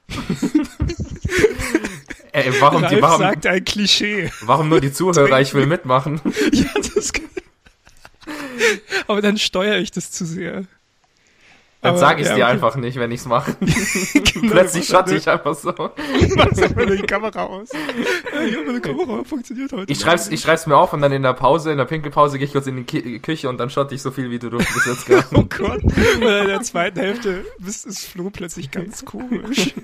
Ralf sagt ein Klischee. Warum nur die Zuhörer? Ich will mitmachen. Ja, das kann. Aber dann steuere ich das zu sehr. Dann sage ich es ja, dir okay. einfach nicht, wenn ich's mache. Genau, Plötzlich schotte ich einfach so. Machst einfach nur die Kamera aus. Ja, meine Kamera funktioniert heute. Ich schreib's mir auf und dann in der Pinkelpause gehe ich kurz in die Küche und dann schotte ich so viel, wie du bis jetzt Oh gehabt. Gott. Oder in der zweiten Hälfte ist Flo plötzlich ganz komisch.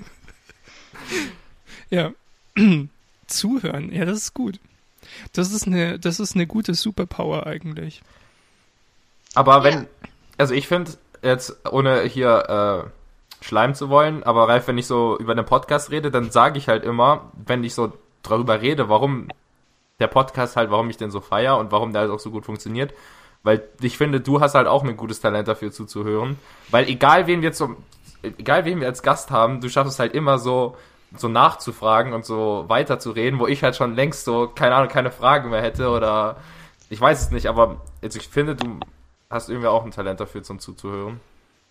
Ja. Zuhören. Ja, das ist gut. Das ist eine gute Superpower eigentlich. Aber also ich finde, jetzt ohne hier schleimen zu wollen, aber Ralf, wenn ich so über den Podcast rede, dann sage ich halt immer, wenn ich so darüber rede, warum der Podcast halt, warum ich den so feier und warum der halt auch so gut funktioniert, weil ich finde, du hast halt auch ein gutes Talent dafür zuzuhören, weil egal wen wir als Gast haben, du schaffst es halt immer so nachzufragen und so weiterzureden, wo ich halt schon längst so, keine Ahnung, keine Fragen mehr hätte oder ich weiß es nicht, aber also ich finde, du hast irgendwie auch ein Talent dafür zum Zuhören.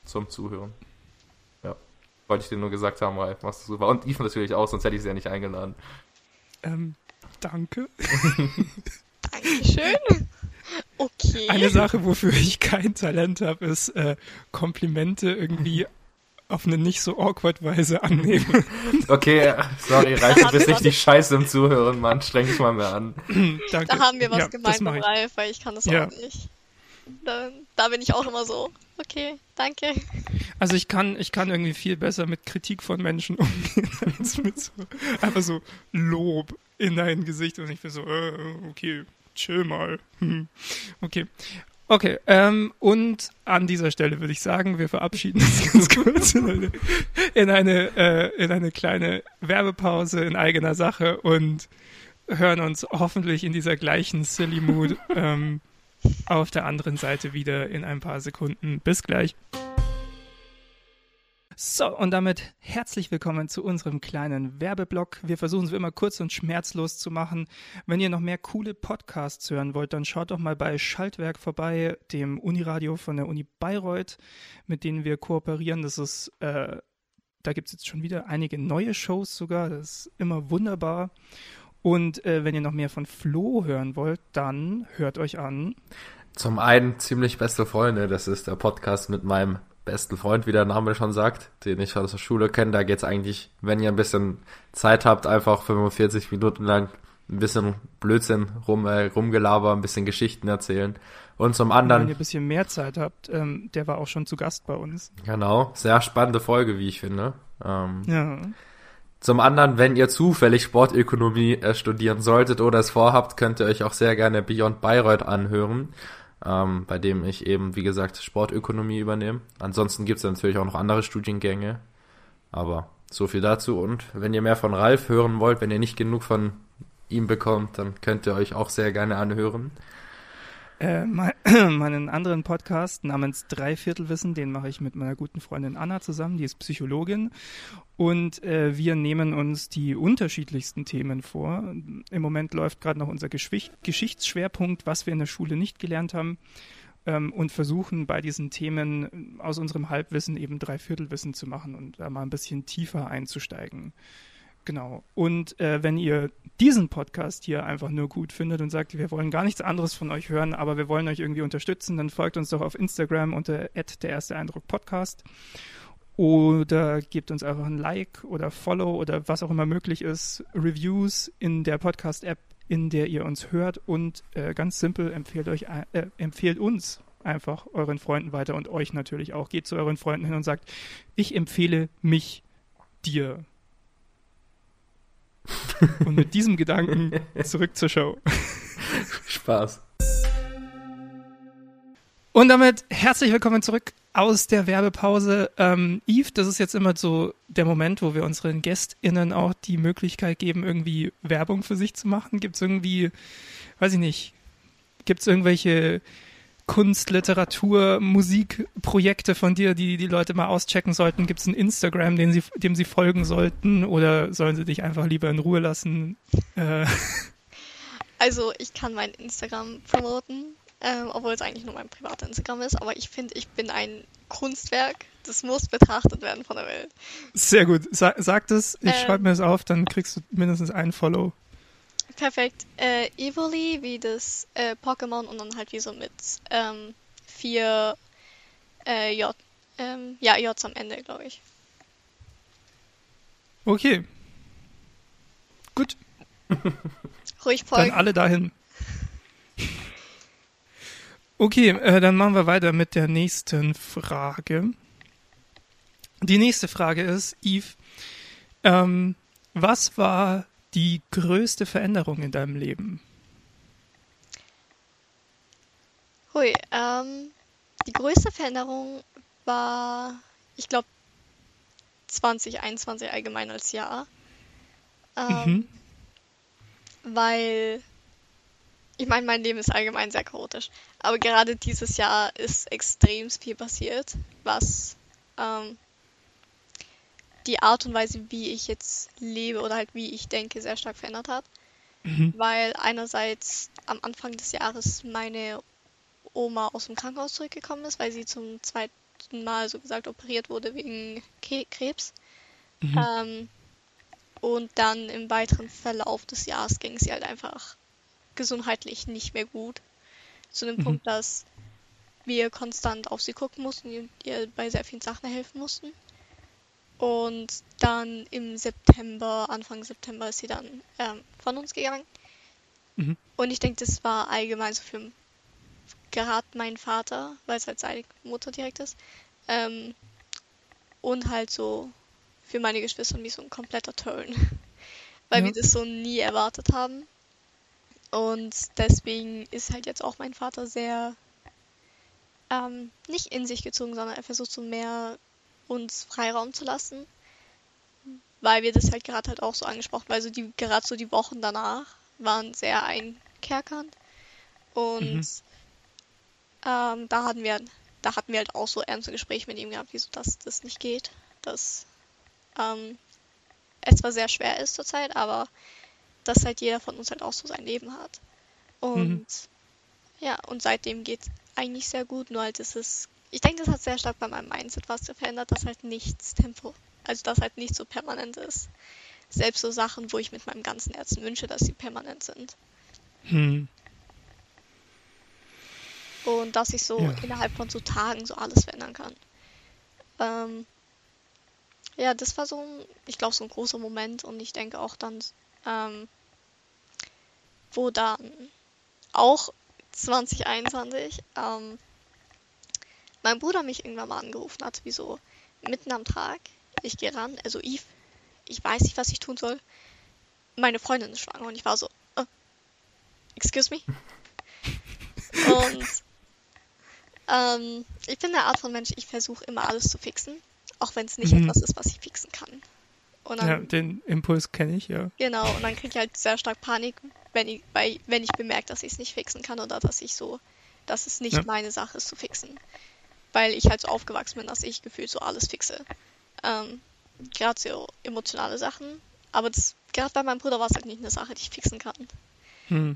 Ja. Wollte ich dir nur gesagt haben, Ralf, machst du super. Und Yves natürlich auch, sonst hätte ich sie ja nicht eingeladen. Danke. Dankeschön. Okay. Eine Sache, wofür ich kein Talent habe, ist Komplimente irgendwie auf eine nicht so awkward Weise annehmen. Okay, sorry, Ralf, du bist richtig scheiße im Zuhören, Mann. Streng dich mal mehr an. Danke. Da haben wir was Ja, das mach gemeinsam, ich. Ralf, weil ich kann das auch nicht. Da bin ich auch immer so, okay, danke. Also ich kann irgendwie viel besser mit Kritik von Menschen umgehen, als mit so, einfach so Lob in dein Gesicht und ich bin so, okay, chill mal. Okay. Okay, und an dieser Stelle würde ich sagen, wir verabschieden uns ganz kurz in eine kleine Werbepause in eigener Sache und hören uns hoffentlich in dieser gleichen Silly Mood auf der anderen Seite wieder in ein paar Sekunden. Bis gleich. So, und damit herzlich willkommen zu unserem kleinen Werbeblock. Wir versuchen es wie immer kurz und schmerzlos zu machen. Wenn ihr noch mehr coole Podcasts hören wollt, dann schaut doch mal bei Schaltwerk vorbei, dem Uniradio von der Uni Bayreuth, mit denen wir kooperieren. Das ist, da gibt es jetzt schon wieder einige neue Shows sogar. Das ist immer wunderbar. Und wenn ihr noch mehr von Flo hören wollt, dann hört euch an. Zum einen ziemlich beste Freunde, das ist der Podcast mit meinem besten Freund, wie der Name schon sagt, den ich aus der Schule kenne. Da geht's eigentlich, wenn ihr ein bisschen Zeit habt, einfach 45 Minuten lang ein bisschen Blödsinn rumgelaber, ein bisschen Geschichten erzählen. Und zum anderen... Wenn ihr ein bisschen mehr Zeit habt, der war auch schon zu Gast bei uns. Genau, sehr spannende Folge, wie ich finde. Ja. Zum anderen, wenn ihr zufällig Sportökonomie studieren solltet oder es vorhabt, könnt ihr euch auch sehr gerne Beyond Bayreuth anhören, bei dem ich eben, wie gesagt, Sportökonomie übernehme. Ansonsten gibt es natürlich auch noch andere Studiengänge, aber so viel dazu. Und wenn ihr mehr von Ralf hören wollt, wenn ihr nicht genug von ihm bekommt, dann könnt ihr euch auch sehr gerne anhören. Meinen anderen Podcast namens Dreiviertelwissen, den mache ich mit meiner guten Freundin Anna zusammen, die ist Psychologin und wir nehmen uns die unterschiedlichsten Themen vor. Im Moment läuft gerade noch unser Geschichtsschwerpunkt, was wir in der Schule nicht gelernt haben und versuchen bei diesen Themen aus unserem Halbwissen eben Dreiviertelwissen zu machen und da mal ein bisschen tiefer einzusteigen. Genau. Und wenn ihr diesen Podcast hier einfach nur gut findet und sagt, wir wollen gar nichts anderes von euch hören, aber wir wollen euch irgendwie unterstützen, dann folgt uns doch auf Instagram unter @derersteeindruck-Podcast oder gebt uns einfach ein Like oder Follow oder was auch immer möglich ist, Reviews in der Podcast-App, in der ihr uns hört und ganz simpel empfehlt uns einfach euren Freunden weiter und euch natürlich auch. Geht zu euren Freunden hin und sagt, ich empfehle mich dir. Und mit diesem Gedanken zurück zur Show. Spaß. Und damit herzlich willkommen zurück aus der Werbepause. Yves, das ist jetzt immer so der Moment, wo wir unseren GästInnen auch die Möglichkeit geben, irgendwie Werbung für sich zu machen. Gibt es irgendwie, weiß ich nicht, gibt es irgendwelche Kunst, Literatur, Musikprojekte von dir, die Leute mal auschecken sollten? Gibt es ein Instagram, dem sie folgen sollten oder sollen sie dich einfach lieber in Ruhe lassen? Also ich kann mein Instagram promoten, obwohl es eigentlich nur mein privater Instagram ist, aber ich finde, ich bin ein Kunstwerk, das muss betrachtet werden von der Welt. Sehr gut. Sag das, ich schreibe mir das auf, dann kriegst du mindestens einen Follow. Perfekt. Evoli wie das Pokémon und dann halt wie so mit 4 J's am Ende, glaube ich. Okay. Gut. Ruhig folgen. Dann alle dahin. Okay, dann machen wir weiter mit der nächsten Frage. Die nächste Frage ist, Yves, was war die größte Veränderung in deinem Leben? Die größte Veränderung war, ich glaube, 2021 allgemein als Jahr. Weil, ich meine, mein Leben ist allgemein sehr chaotisch. Aber gerade dieses Jahr ist extrem viel passiert, was die Art und Weise, wie ich jetzt lebe oder halt wie ich denke, sehr stark verändert hat. Weil einerseits am Anfang des Jahres meine Oma aus dem Krankenhaus zurückgekommen ist, weil sie zum zweiten Mal so gesagt operiert wurde wegen Krebs. Und dann im weiteren Verlauf des Jahres ging es ihr halt einfach gesundheitlich nicht mehr gut. Zu dem Punkt, dass wir konstant auf sie gucken mussten und ihr bei sehr vielen Sachen helfen mussten. Und dann Anfang September ist sie dann von uns gegangen. Mhm. Und ich denke, das war allgemein so für gerade meinen Vater, weil es halt seine Mutter direkt ist. Und halt so für meine Geschwister wie so ein kompletter Turn. Weil wir das so nie erwartet haben. Und deswegen ist halt jetzt auch mein Vater sehr nicht in sich gezogen, sondern er versucht so mehr uns Freiraum zu lassen. Weil wir das halt gerade halt auch so angesprochen, weil so gerade so die Wochen danach waren sehr einkerkernd. Und da hatten wir halt auch so ernste Gespräche mit ihm gehabt, wieso das nicht geht. Dass es zwar sehr schwer ist zurzeit, aber dass halt jeder von uns halt auch so sein Leben hat. Und ja, und seitdem geht es eigentlich sehr gut, nur halt ich denke, das hat sehr stark bei meinem Mindset was verändert, dass halt dass halt nicht so permanent ist. Selbst so Sachen, wo ich mit meinem ganzen Herzen wünsche, dass sie permanent sind. Und dass ich so innerhalb von so Tagen so alles verändern kann. Ja, das war ich glaube, so ein großer Moment und ich denke auch dann, wo dann auch 2021 mein Bruder mich irgendwann mal angerufen hat, wie so mitten am Tag. Ich gehe ran, also Yves, ich weiß nicht, was ich tun soll. Meine Freundin ist schwanger und ich war so, excuse me? Und ich bin eine Art von Mensch, ich versuche immer alles zu fixen, auch wenn es nicht etwas ist, was ich fixen kann. Und dann, ja, den Impuls kenne ich, ja. Genau, und dann kriege ich halt sehr stark Panik, wenn ich bemerke, dass ich es nicht fixen kann oder dass es nicht meine Sache ist zu fixen. Weil ich halt so aufgewachsen bin, dass ich gefühlt so alles fixe. Gerade so emotionale Sachen. Aber gerade bei meinem Bruder war es halt nicht eine Sache, die ich fixen kann.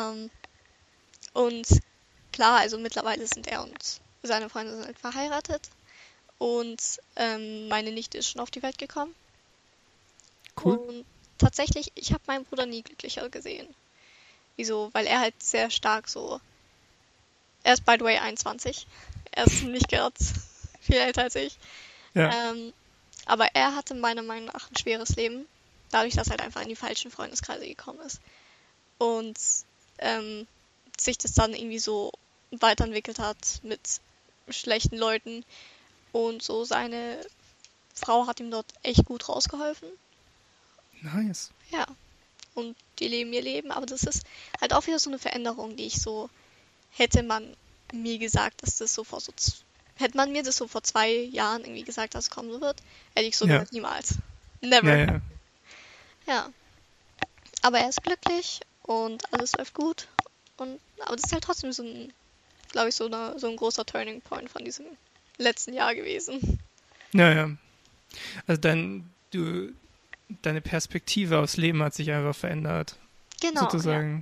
Und klar, also mittlerweile sind er und seine Freunde sind halt verheiratet. Und meine Nichte ist schon auf die Welt gekommen. Cool. Und tatsächlich, ich habe meinen Bruder nie glücklicher gesehen. Wieso? Weil er halt sehr stark so... Er ist, by the way, 21. Er ist nicht gerade viel älter als ich. Ja. Aber er hatte meiner Meinung nach ein schweres Leben. Dadurch, dass er halt einfach in die falschen Freundeskreise gekommen ist. Und sich das dann irgendwie so weiterentwickelt hat mit schlechten Leuten. Und so seine Frau hat ihm dort echt gut rausgeholfen. Nice. Ja. Und die leben ihr Leben. Aber das ist halt auch wieder so eine Veränderung, die ich so... Hätte man mir gesagt, dass das so hätte man mir das so vor 2 Jahren irgendwie gesagt, dass es kommen wird, hätte ich so gesagt, niemals. Never. Ja. Aber er ist glücklich und alles läuft gut. Aber das ist halt trotzdem glaube ich, so ein großer Turning Point von diesem letzten Jahr gewesen. Ja. Also deine Perspektive aufs Leben hat sich einfach verändert. Genau. Sozusagen.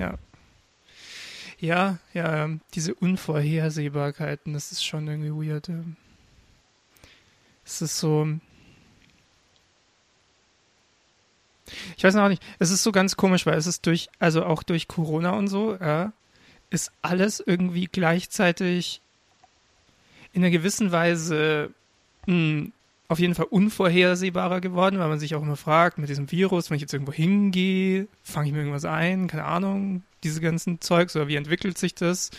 Ja, diese Unvorhersehbarkeiten, das ist schon irgendwie weird. Es ist so... Ich weiß noch nicht, es ist so ganz komisch, weil es ist auch durch Corona und so, ist alles irgendwie gleichzeitig in einer gewissen Weise auf jeden Fall unvorhersehbarer geworden, weil man sich auch immer fragt, mit diesem Virus, wenn ich jetzt irgendwo hingehe, fange ich mir irgendwas ein, keine Ahnung, diese ganzen Zeugs, oder wie entwickelt sich das?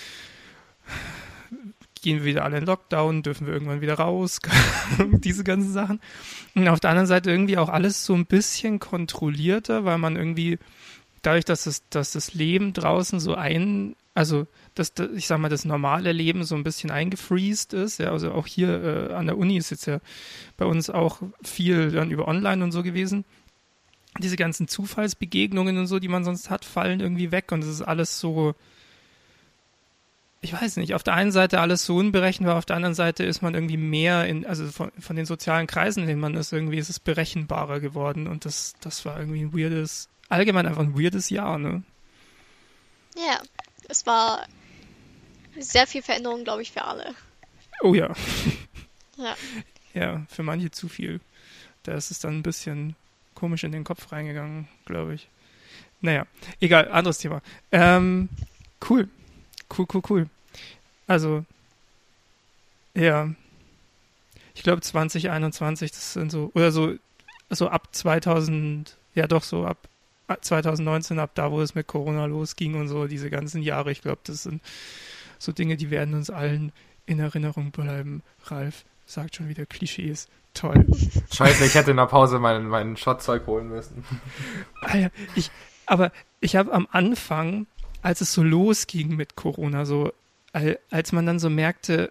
Gehen wir wieder alle in Lockdown, dürfen wir irgendwann wieder raus, diese ganzen Sachen. Und auf der anderen Seite irgendwie auch alles so ein bisschen kontrollierter, weil man irgendwie, dadurch, dass das Leben draußen so ich sag mal, das normale Leben so ein bisschen eingefreezed ist. Ja, also auch hier an der Uni ist jetzt ja bei uns auch viel dann über Online und so gewesen. Diese ganzen Zufallsbegegnungen und so, die man sonst hat, fallen irgendwie weg und es ist alles so, ich weiß nicht, auf der einen Seite alles so unberechenbar, auf der anderen Seite ist man irgendwie mehr also von den sozialen Kreisen, in denen man ist, irgendwie ist es berechenbarer geworden und das war irgendwie allgemein einfach ein weirdes Jahr, ne? Ja, es war sehr viel Veränderung, glaube ich, für alle. Oh ja. Ja. Ja, für manche zu viel. Da ist es dann ein bisschen komisch in den Kopf reingegangen, glaube ich. Naja, egal, anderes Thema. Cool. Also, ja. ich glaube 2021, das sind so, oder so ab 2000, ja doch so ab 2019, ab da, wo es mit Corona losging und so, diese ganzen Jahre, ich glaube, das sind so Dinge, die werden uns allen in Erinnerung bleiben. Ralf sagt schon wieder Klischees. Toll. Scheiße, ich hätte in der Pause mein Shotzeug holen müssen. Alter, ich habe am Anfang, als es so losging mit Corona, so, als man dann so merkte,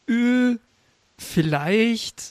vielleicht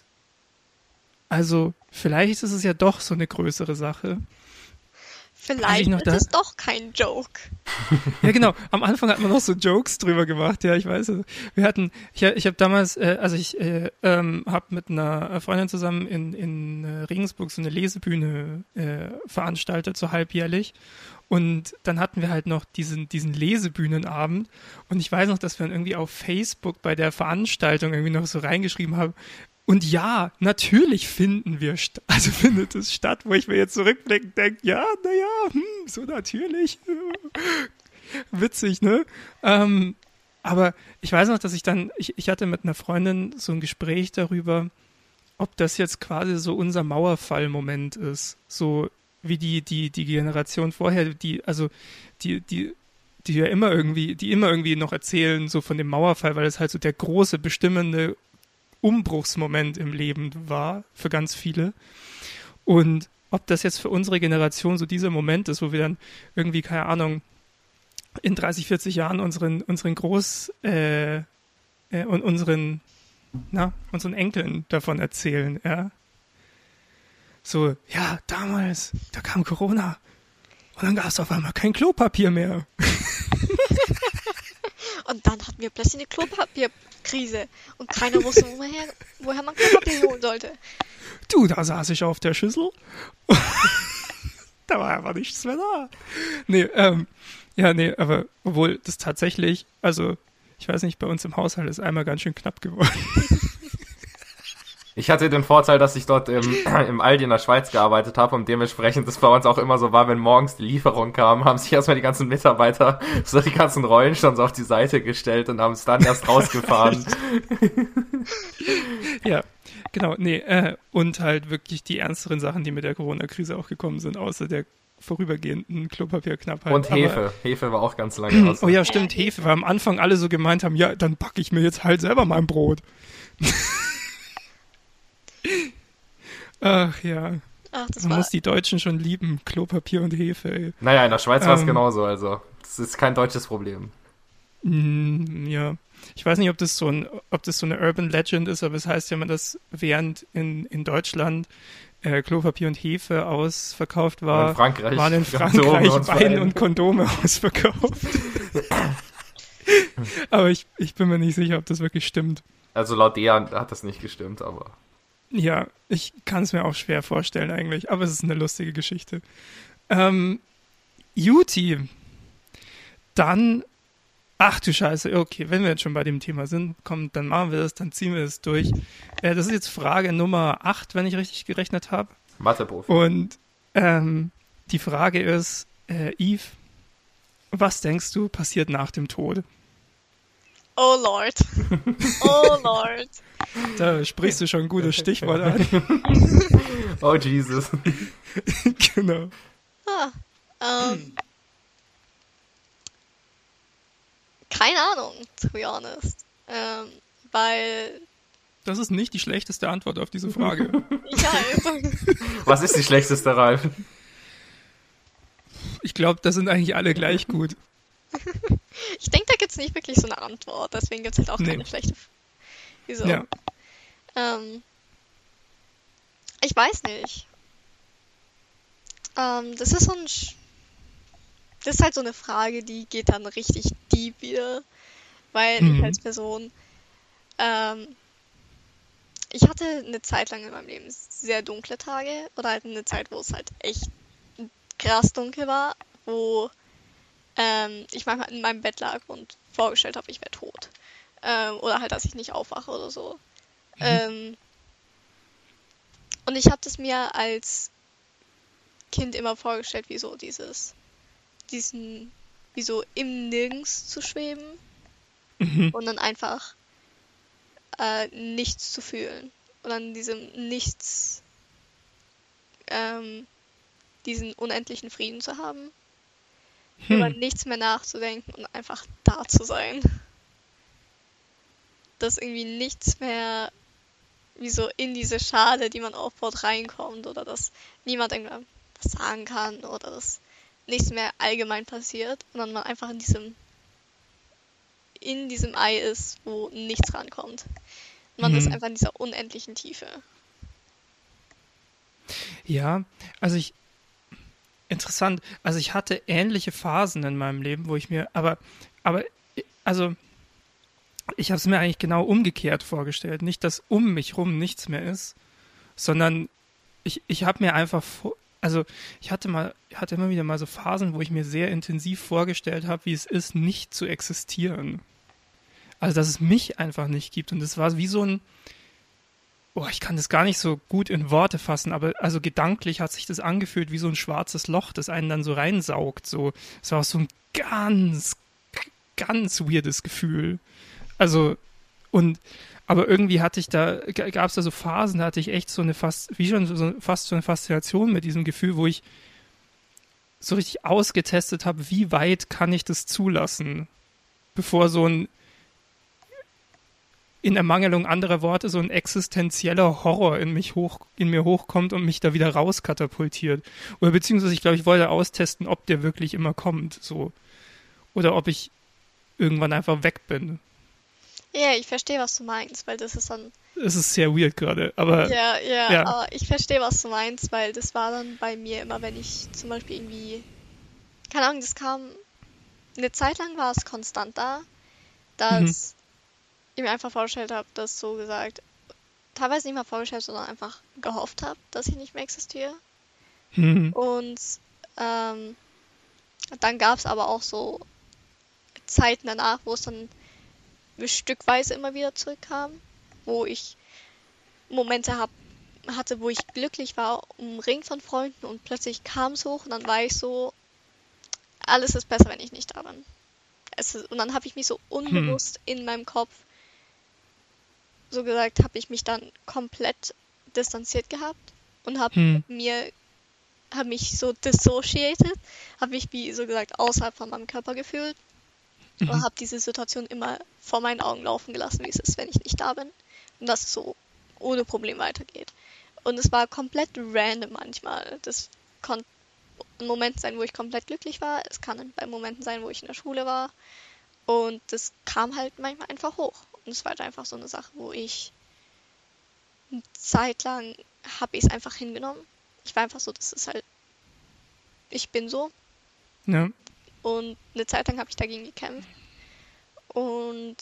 ist es ja doch so eine größere Sache. Vielleicht ist es doch kein Joke. Ja, genau. Am Anfang hat man noch so Jokes drüber gemacht. Ja, ich weiß es. Ich habe damals, ich habe mit einer Freundin zusammen in Regensburg so eine Lesebühne veranstaltet, so halbjährlich. Und dann hatten wir halt noch diesen Lesebühnenabend. Und ich weiß noch, dass wir dann irgendwie auf Facebook bei der Veranstaltung irgendwie noch so reingeschrieben haben, und ja, natürlich findet es statt, wo ich mir jetzt zurückblickend denke, ja, naja, so natürlich. Witzig, ne? Aber ich weiß noch, dass ich hatte mit einer Freundin so ein Gespräch darüber, ob das jetzt quasi so unser Mauerfall-Moment ist. So wie die Generation vorher, die ja immer irgendwie noch erzählen, so von dem Mauerfall, weil es halt so der große, bestimmende Umbruchsmoment im Leben war für ganz viele. Und ob das jetzt für unsere Generation so dieser Moment ist, wo wir dann irgendwie, keine Ahnung, in 30, 40 Jahren unseren Enkeln davon erzählen, ja. So, ja, damals, da kam Corona und dann gab es auf einmal kein Klopapier mehr. Und dann hatten wir plötzlich eine Klopapierkrise und keiner wusste, woher man Klopapier holen sollte. Du, da saß ich auf der Schüssel. Da war einfach nichts mehr da. Nee, aber obwohl das tatsächlich, also ich weiß nicht, bei uns im Haushalt ist einmal ganz schön knapp geworden. Ich hatte den Vorteil, dass ich dort im Aldi in der Schweiz gearbeitet habe und dementsprechend das bei uns auch immer so war, wenn morgens die Lieferung kam, haben sich erstmal die ganzen Mitarbeiter so die ganzen Rollen schon so auf die Seite gestellt und haben es dann erst rausgefahren. Ja, genau, und halt wirklich die ernsteren Sachen, die mit der Corona-Krise auch gekommen sind, außer der vorübergehenden Klopapierknappheit. Und Hefe. Hefe war auch ganz lange aus. Oh ja, stimmt, Hefe, weil am Anfang alle so gemeint haben, ja, dann backe ich mir jetzt halt selber mein Brot. Ach ja. Man muss die Deutschen schon lieben, Klopapier und Hefe, ey. Naja, in der Schweiz war es genauso, also das ist kein deutsches Problem. Ja. Ich weiß nicht, ob das so eine Urban Legend ist, aber es heißt ja immer, dass während in Deutschland Klopapier und Hefe ausverkauft war, waren in Frankreich Wein und Kondome ausverkauft. Aber ich bin mir nicht sicher, ob das wirklich stimmt. Also laut der hat das nicht gestimmt, aber... Ja, ich kann es mir auch schwer vorstellen eigentlich, aber es ist eine lustige Geschichte. Juti. Dann, ach du Scheiße, okay, wenn wir jetzt schon bei dem Thema sind, komm, dann machen wir das, dann ziehen wir es durch. Das ist jetzt Frage Nummer 8, wenn ich richtig gerechnet habe. Matheprofi. Und die Frage ist, Yves, was denkst du passiert nach dem Tod? Oh Lord. Oh Lord. Da sprichst du schon ein gutes Stichwort an. Oh Jesus. Genau. Keine Ahnung, to be honest. Weil... Das ist nicht die schlechteste Antwort auf diese Frage. Ich weiß. Was ist die schlechteste, Ralf? Ich Ich glaube, da sind eigentlich alle gleich gut. Ich denke, da gibt es nicht wirklich so eine Antwort, deswegen gibt es halt auch keine schlechte. Wieso? Ja. Ich weiß nicht. Das ist das ist halt so eine Frage, die geht dann richtig deep wieder, weil ich als Person, ich hatte eine Zeit lang in meinem Leben sehr dunkle Tage oder halt eine Zeit, wo es halt echt krass dunkel war, wo ich manchmal in meinem Bett lag und vorgestellt habe, ich wäre tot. Oder halt, dass ich nicht aufwache oder so. Und ich habe das mir als Kind immer vorgestellt, wie so wie so im Nirgends zu schweben und dann einfach nichts zu fühlen. und an diesem Nichts, diesen unendlichen Frieden zu haben, über nichts mehr nachzudenken und einfach da zu sein. Dass irgendwie nichts mehr wie so in diese Schale, die man aufbaut, reinkommt oder dass niemand irgendwas sagen kann oder dass nichts mehr allgemein passiert, sondern man einfach in diesem Ei ist, wo nichts rankommt. Man ist einfach in dieser unendlichen Tiefe. Ja, also interessant. Also ich hatte ähnliche Phasen in meinem Leben, wo ich mir, also ich habe es mir eigentlich genau umgekehrt vorgestellt. Nicht, dass um mich rum nichts mehr ist, sondern ich habe mir einfach, also ich hatte immer wieder mal so Phasen, wo ich mir sehr intensiv vorgestellt habe, wie es ist, nicht zu existieren. Also dass es mich einfach nicht gibt. Und das war wie so ein, ich kann das gar nicht so gut in Worte fassen, aber also gedanklich hat sich das angefühlt wie so ein schwarzes Loch, das einen dann so reinsaugt. So, es war auch so ein ganz, ganz weirdes Gefühl. Also, aber irgendwie gab es da so Phasen, da hatte ich echt fast so eine Faszination mit diesem Gefühl, wo ich so richtig ausgetestet habe, wie weit kann ich das zulassen, bevor so ein, in Ermangelung anderer Worte, so ein existenzieller Horror in mir hochkommt und mich da wieder rauskatapultiert. Oder beziehungsweise ich glaube, ich wollte austesten, ob der wirklich immer kommt, so. Oder ob ich irgendwann einfach weg bin. Ja, ich verstehe, was du meinst, weil das ist dann... Es ist sehr weird gerade, aber... Ja, aber ich verstehe, was du meinst, weil das war dann bei mir immer, wenn ich zum Beispiel irgendwie... Keine Ahnung, das kam... Eine Zeit lang war es konstant da, dass ich mir einfach vorgestellt habe, dass so gesagt... Teilweise nicht mal vorgestellt, sondern einfach gehofft habe, dass ich nicht mehr existiere. Und dann gab es aber auch so Zeiten danach, wo es dann stückweise immer wieder zurückkam, wo ich Momente hatte, wo ich glücklich war, umringt von Freunden und plötzlich kam es hoch und dann war ich so, alles ist besser, wenn ich nicht da bin. Und dann habe ich mich so unbewusst in meinem Kopf, so gesagt, habe ich mich dann komplett distanziert gehabt und habe mich so dissociated, habe mich wie so gesagt außerhalb von meinem Körper gefühlt. Und habe diese Situation immer vor meinen Augen laufen gelassen, wie es ist, wenn ich nicht da bin. Und dass es so ohne Problem weitergeht. Und es war komplett random manchmal. Das konnte ein Moment sein, wo ich komplett glücklich war. Es kann bei Momenten sein, wo ich in der Schule war. Und das kam halt manchmal einfach hoch. Und es war halt einfach so eine Sache, wo ich eine Zeit lang habe ich es einfach hingenommen. Ich war einfach so, das ist halt, ich bin so. Ja. Und eine Zeit lang habe ich dagegen gekämpft. Und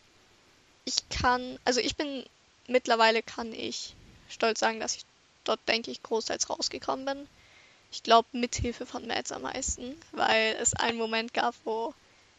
mittlerweile kann ich stolz sagen, dass ich dort, denke ich, großteils rausgekommen bin. Ich glaube, mit Hilfe von Mads am meisten, weil es einen Moment gab, wo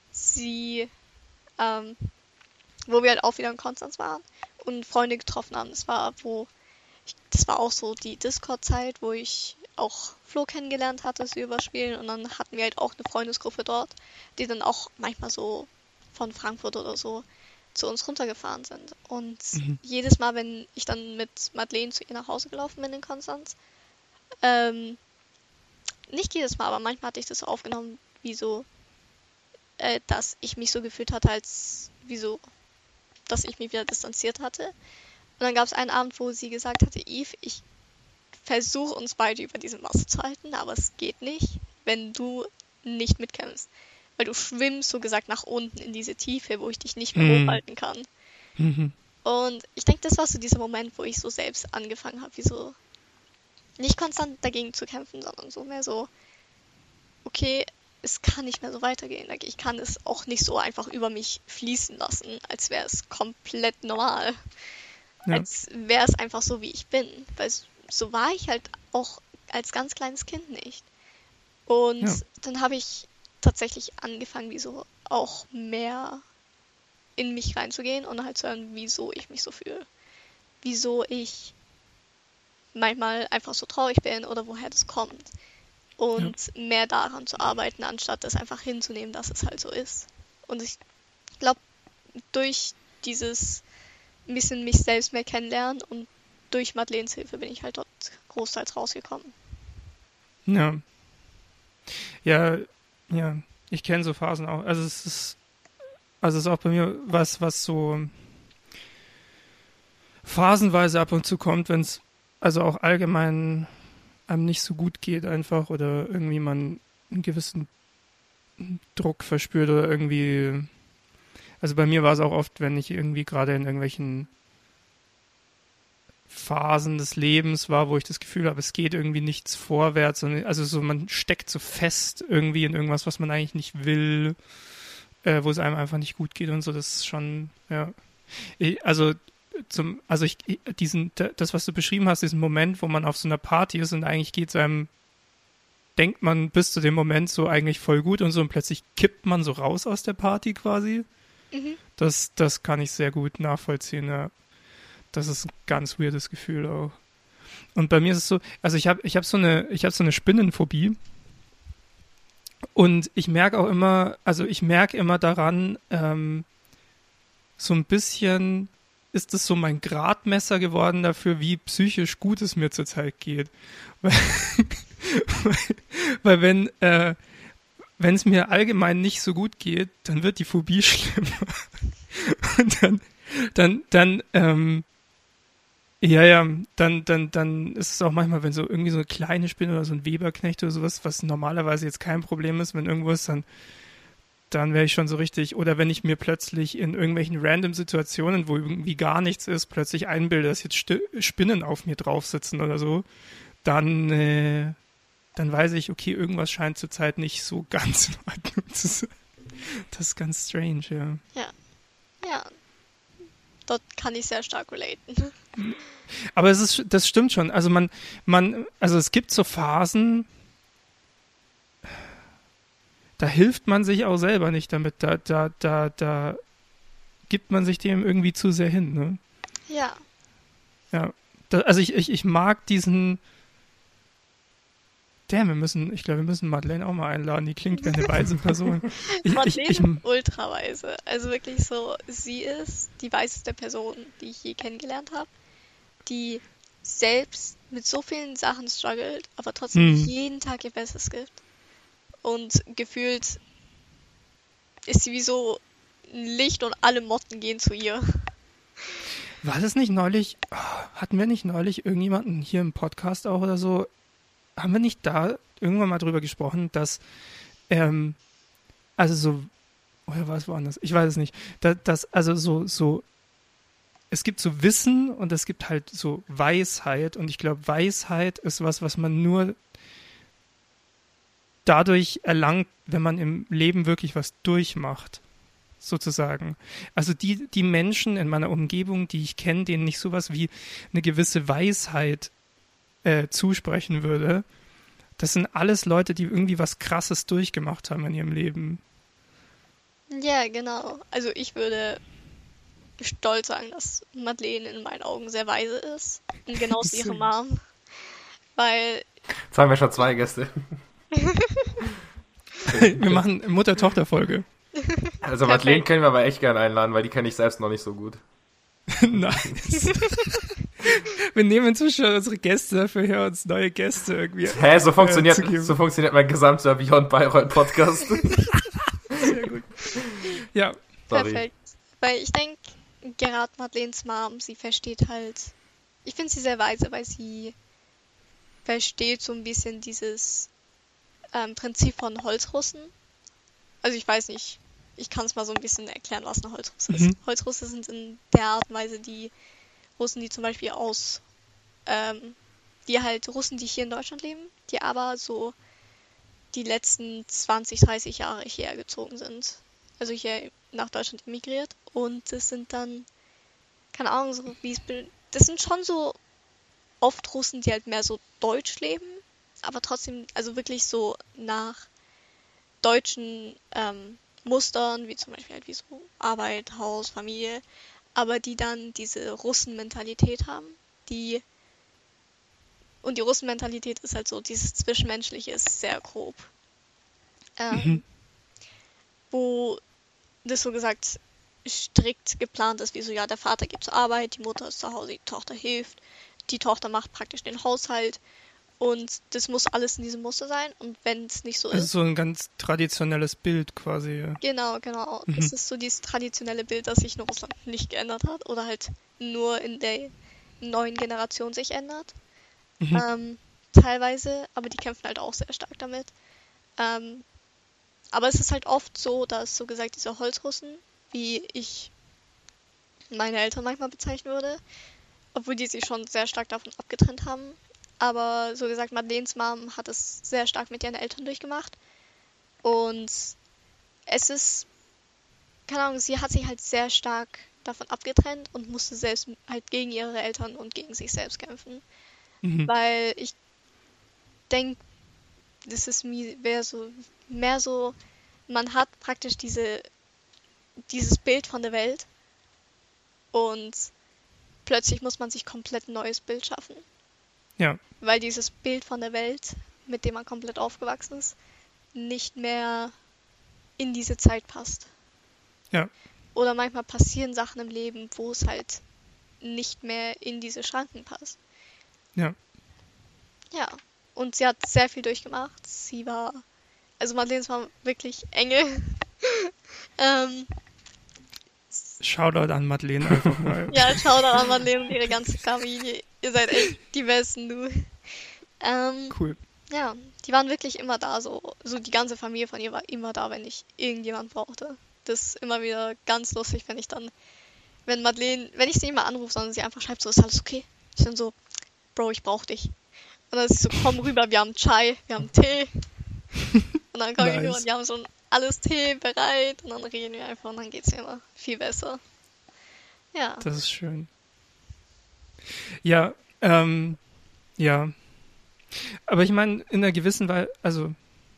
wo wir halt auch wieder in Konstanz waren und Freunde getroffen haben. Das war auch so die Discord-Zeit, wo ich auch Flo kennengelernt hatte, das Überspielen, und dann hatten wir halt auch eine Freundesgruppe dort, die dann auch manchmal so von Frankfurt oder so zu uns runtergefahren sind. Und jedes Mal, wenn ich dann mit Madeleine zu ihr nach Hause gelaufen bin in Konstanz, nicht jedes Mal, aber manchmal hatte ich das so aufgenommen, wie so, dass ich mich so gefühlt hatte, dass ich mich wieder distanziert hatte. Und dann gab es einen Abend, wo sie gesagt hatte, Eve, ich versuche uns beide über diese Masse zu halten, aber es geht nicht, wenn du nicht mitkämpfst. Weil du schwimmst, so gesagt, nach unten in diese Tiefe, wo ich dich nicht mehr hochhalten kann. Und ich denke, das war so dieser Moment, wo ich so selbst angefangen habe, wie so nicht konstant dagegen zu kämpfen, sondern so mehr so, okay, es kann nicht mehr so weitergehen. Ich kann es auch nicht so einfach über mich fließen lassen, als wäre es komplett normal. Ja. Als wäre es einfach so, wie ich bin. Weil so war ich halt auch als ganz kleines Kind nicht. Und dann habe ich tatsächlich angefangen, wie so auch mehr in mich reinzugehen und halt zu hören, wieso ich mich so fühle. Wieso ich manchmal einfach so traurig bin oder woher das kommt. Und mehr daran zu arbeiten, anstatt das einfach hinzunehmen, dass es halt so ist. Und ich glaube, durch dieses ein bisschen mich selbst mehr kennenlernen und durch Madeleines Hilfe bin ich halt dort großteils rausgekommen. Ja. Ja, ja. Ich kenne so Phasen auch. Also es ist auch bei mir was so phasenweise ab und zu kommt, wenn es also auch allgemein einem nicht so gut geht einfach oder irgendwie man einen gewissen Druck verspürt oder irgendwie, also bei mir war es auch oft, wenn ich irgendwie gerade in irgendwelchen Phasen des Lebens war, wo ich das Gefühl habe, es geht irgendwie nichts vorwärts, also so man steckt so fest irgendwie in irgendwas, was man eigentlich nicht will, wo es einem einfach nicht gut geht und so, das ist schon, ja. Das, was du beschrieben hast, diesen Moment, wo man auf so einer Party ist und eigentlich geht es einem, denkt man bis zu dem Moment so eigentlich voll gut und so und plötzlich kippt man so raus aus der Party quasi. Mhm. Das kann ich sehr gut nachvollziehen, ja. Das ist ein ganz weirdes Gefühl auch. Und bei mir ist es so, also ich hab so eine Spinnenphobie und ich merke immer daran, so ein bisschen ist es so mein Gradmesser geworden dafür, wie psychisch gut es mir zurzeit geht. Weil wenn es mir allgemein nicht so gut geht, dann wird die Phobie schlimmer. Und dann ist es auch manchmal, wenn so irgendwie so eine kleine Spinne oder so ein Weberknecht oder sowas, was normalerweise jetzt kein Problem ist, wenn irgendwo ist, dann wäre ich schon so richtig, oder wenn ich mir plötzlich in irgendwelchen random Situationen, wo irgendwie gar nichts ist, plötzlich einbilde, dass jetzt Spinnen auf mir drauf sitzen oder so, dann weiß ich, okay, irgendwas scheint zurzeit nicht so ganz in Ordnung zu sein. Das ist ganz strange, ja. Ja. Dort kann ich sehr stark relaten. Aber das stimmt schon. Also also es gibt so Phasen, da hilft man sich auch selber nicht damit. Da gibt man sich dem irgendwie zu sehr hin, ne? Ja. Ja. Also ich mag diesen. Damn, ich glaube, wir müssen Madeleine auch mal einladen. Die klingt wie eine weise Person. Madeleine ultra weise. Also wirklich so, sie ist die weiseste Person, die ich je kennengelernt habe, die selbst mit so vielen Sachen struggelt, aber trotzdem jeden Tag ihr Bestes gibt. Und gefühlt ist sie wie so ein Licht und alle Motten gehen zu ihr. War das nicht neulich, hatten wir nicht neulich irgendjemanden hier im Podcast auch oder so, haben wir nicht da irgendwann mal drüber gesprochen, dass, also so, oder war es woanders? Ich weiß es nicht. Es gibt so Wissen und es gibt halt so Weisheit und ich glaube, Weisheit ist was man nur dadurch erlangt, wenn man im Leben wirklich was durchmacht, sozusagen. Also die Menschen in meiner Umgebung, die ich kenne, denen ich sowas wie eine gewisse Weisheit zusprechen würde, das sind alles Leute, die irgendwie was Krasses durchgemacht haben in ihrem Leben. Ja, genau. Also ich würde stolz sagen, dass Madeleine in meinen Augen sehr weise ist. Und genauso ihre Mom. Weil... Jetzt haben wir schon 2 Gäste. Wir machen Mutter-Tochter-Folge. Also Madeleine können wir aber echt gerne einladen, weil die kenne ich selbst noch nicht so gut. Nice. Wir nehmen inzwischen unsere Gäste dafür her, uns neue Gäste irgendwie. So funktioniert mein gesamter Beyond Bayreuth Podcast. Sehr gut. Ja. Sorry. Perfekt. Weil ich denke, gerade Madeleines Mom, sie versteht halt, ich finde sie sehr weise, weil sie versteht so ein bisschen dieses Prinzip von Holzrussen. Also ich weiß nicht, ich kann es mal so ein bisschen erklären, was eine Holzrusse ist. Holzrusse sind in der Art und Weise die Russen, die zum Beispiel Russen, die hier in Deutschland leben, die aber so die letzten 20, 30 Jahre hierher gezogen sind. Also hier nach Deutschland emigriert. Und das sind dann, keine Ahnung, so das sind schon so oft Russen, die halt mehr so deutsch leben, aber trotzdem, also wirklich so nach deutschen Mustern, wie zum Beispiel halt wie so Arbeit, Haus, Familie, aber die dann diese Russenmentalität haben, und die Russenmentalität ist halt so, dieses Zwischenmenschliche ist sehr grob. Wo das so gesagt strikt geplant ist, wie so, ja, der Vater geht zur Arbeit, die Mutter ist zu Hause, die Tochter hilft, die Tochter macht praktisch den Haushalt und das muss alles in diesem Muster sein und wenn es nicht so Also ist. so ein ganz traditionelles Bild quasi. Ja. Genau. Das ist so dieses traditionelle Bild, das sich in Russland nicht geändert hat oder halt nur in der neuen Generation sich ändert. Teilweise, aber die kämpfen halt auch sehr stark damit. Aber es ist halt oft so, dass so gesagt diese Holzrussen, wie ich meine Eltern manchmal bezeichnen würde, obwohl die sich schon sehr stark davon abgetrennt haben. Aber so gesagt, Madeleines Mom hat es sehr stark mit ihren Eltern durchgemacht. Und es ist, keine Ahnung, sie hat sich halt sehr stark davon abgetrennt und musste selbst halt gegen ihre Eltern und gegen sich selbst kämpfen. Weil ich denke, das ist mehr so, man hat praktisch dieses Bild von der Welt und plötzlich muss man sich komplett ein neues Bild schaffen. Ja. Weil dieses Bild von der Welt, mit dem man komplett aufgewachsen ist, nicht mehr in diese Zeit passt. Ja. Oder manchmal passieren Sachen im Leben, wo es halt nicht mehr in diese Schranken passt. Ja. Ja. Und sie hat sehr viel durchgemacht. Also Madeleine war wirklich Engel. Shoutout an Madeleine einfach mal. Ja, Shoutout an Madeleine und ihre ganze Familie. Ihr seid echt die Besten, du. Cool. Ja, die waren wirklich immer da, so die ganze Familie von ihr war immer da, wenn ich irgendjemand brauchte. Das ist immer wieder ganz lustig, wenn ich sie nicht mal anrufe, sondern sie einfach schreibt so, ist alles okay? Ich bin so, Bro, ich brauch dich. Und dann ist sie so, komm rüber, wir haben Chai, wir haben Tee. Und dann komme ich rüber und die haben schon alles Tee bereit und dann reden wir einfach und dann geht's mir immer viel besser. Ja. Das ist schön. Ja, ja. Aber ich meine, in einer gewissen Weise, also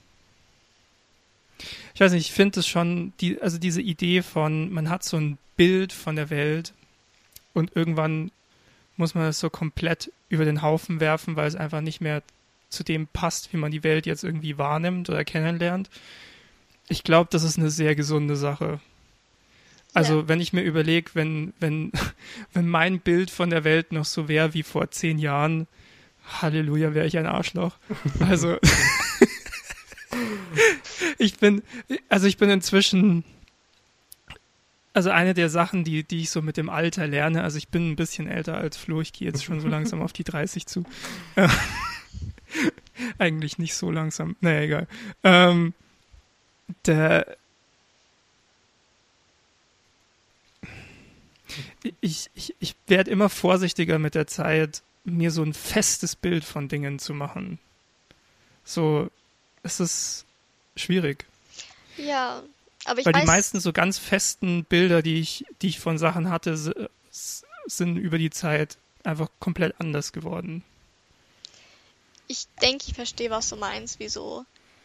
ich weiß nicht, ich finde es schon, diese Idee von, man hat so ein Bild von der Welt und irgendwann muss man es so komplett über den Haufen werfen, weil es einfach nicht mehr zu dem passt, wie man die Welt jetzt irgendwie wahrnimmt oder kennenlernt. Ich glaube, das ist eine sehr gesunde Sache. Also wenn ich mir überlege, wenn mein Bild von der Welt noch so wäre wie vor 10 Jahren, Halleluja, wäre ich ein Arschloch. Also ich bin inzwischen, also eine der Sachen, die ich so mit dem Alter lerne, also ich bin ein bisschen älter als Flo, ich gehe jetzt schon so langsam auf die 30 zu. Eigentlich nicht so langsam, naja, egal. Ich werde immer vorsichtiger mit der Zeit, mir so ein festes Bild von Dingen zu machen. So, es ist schwierig. Ja, aber Weil die meisten so ganz festen Bilder, die ich von Sachen hatte, sind über die Zeit einfach komplett anders geworden. Ich denke, ich verstehe, was du meinst, wieso.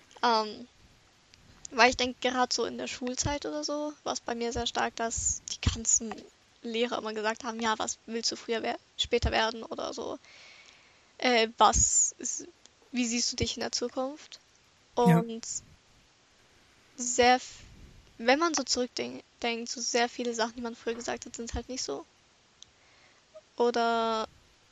Weil ich denke, gerade so in der Schulzeit oder so, war es bei mir sehr stark, dass die ganzen Lehrer immer gesagt haben, ja, was willst du später werden oder so. Wie siehst du dich in der Zukunft? Und wenn man so zurückdenkt, so sehr viele Sachen, die man früher gesagt hat, sind halt nicht so. Oder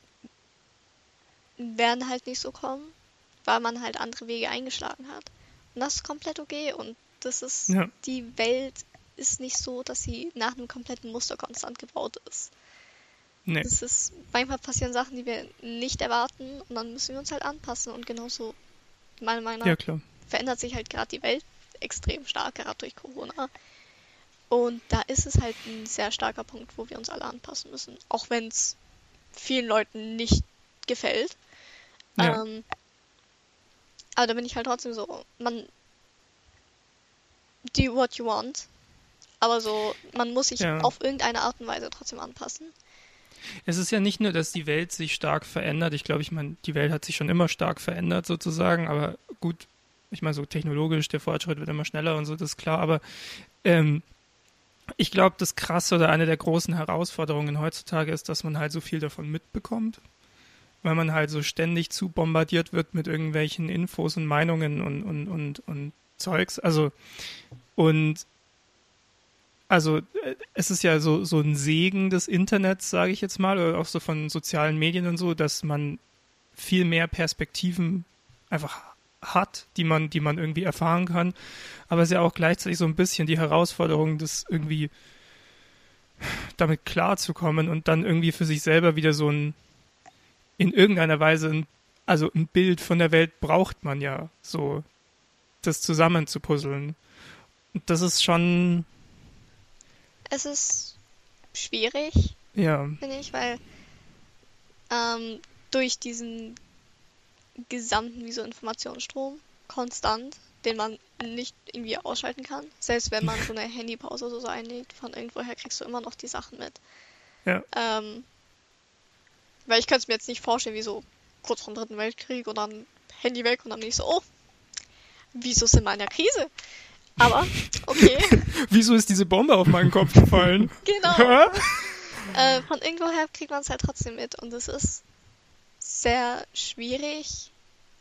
werden halt nicht so kommen, weil man halt andere Wege eingeschlagen hat. Und das ist komplett okay. Und das ist, die Welt ist nicht so, dass sie nach einem kompletten Muster konstant gebaut ist. Nee. Manchmal passieren Sachen, die wir nicht erwarten und dann müssen wir uns halt anpassen und genauso, meiner Meinung nach, verändert sich halt gerade die Welt extrem stark, gerade durch Corona. Und da ist es halt ein sehr starker Punkt, wo wir uns alle anpassen müssen, auch wenn es vielen Leuten nicht gefällt. Ja. Aber da bin ich halt trotzdem so, do what you want, aber so, man muss sich auf irgendeine Art und Weise trotzdem anpassen. Es ist ja nicht nur, dass die Welt sich stark verändert. Ich glaube, die Welt hat sich schon immer stark verändert sozusagen, aber gut, ich meine so technologisch, der Fortschritt wird immer schneller und so, das ist klar, aber ich glaube, das Krasse oder eine der großen Herausforderungen heutzutage ist, dass man halt so viel davon mitbekommt, weil man halt so ständig zu bombardiert wird mit irgendwelchen Infos und Meinungen und Zeugs, also und also es ist ja so ein Segen des Internets, sage ich jetzt mal, oder auch so von sozialen Medien und so, dass man viel mehr Perspektiven einfach hat, die man irgendwie erfahren kann. Aber es ist ja auch gleichzeitig so ein bisschen die Herausforderung, das irgendwie damit klarzukommen und dann irgendwie für sich selber wieder so in irgendeiner Weise ein Bild von der Welt braucht man ja, so das zusammenzupuzzeln. Und das ist schon... Es ist schwierig, Ja, finde ich, weil durch diesen gesamten wie so Informationsstrom konstant, den man nicht irgendwie ausschalten kann, selbst wenn man so eine Handypause oder so einlegt, von irgendwoher kriegst du immer noch die Sachen mit. ja. Weil ich könnte es mir jetzt nicht vorstellen, wie so kurz vor dem Dritten Weltkrieg und dann Handy weg und dann bin ich so, oh, wieso sind wir in der Krise? Aber, okay, Wieso ist diese Bombe auf meinen Kopf gefallen? genau. Hä? Von irgendwoher kriegt man es halt trotzdem mit und es ist sehr schwierig,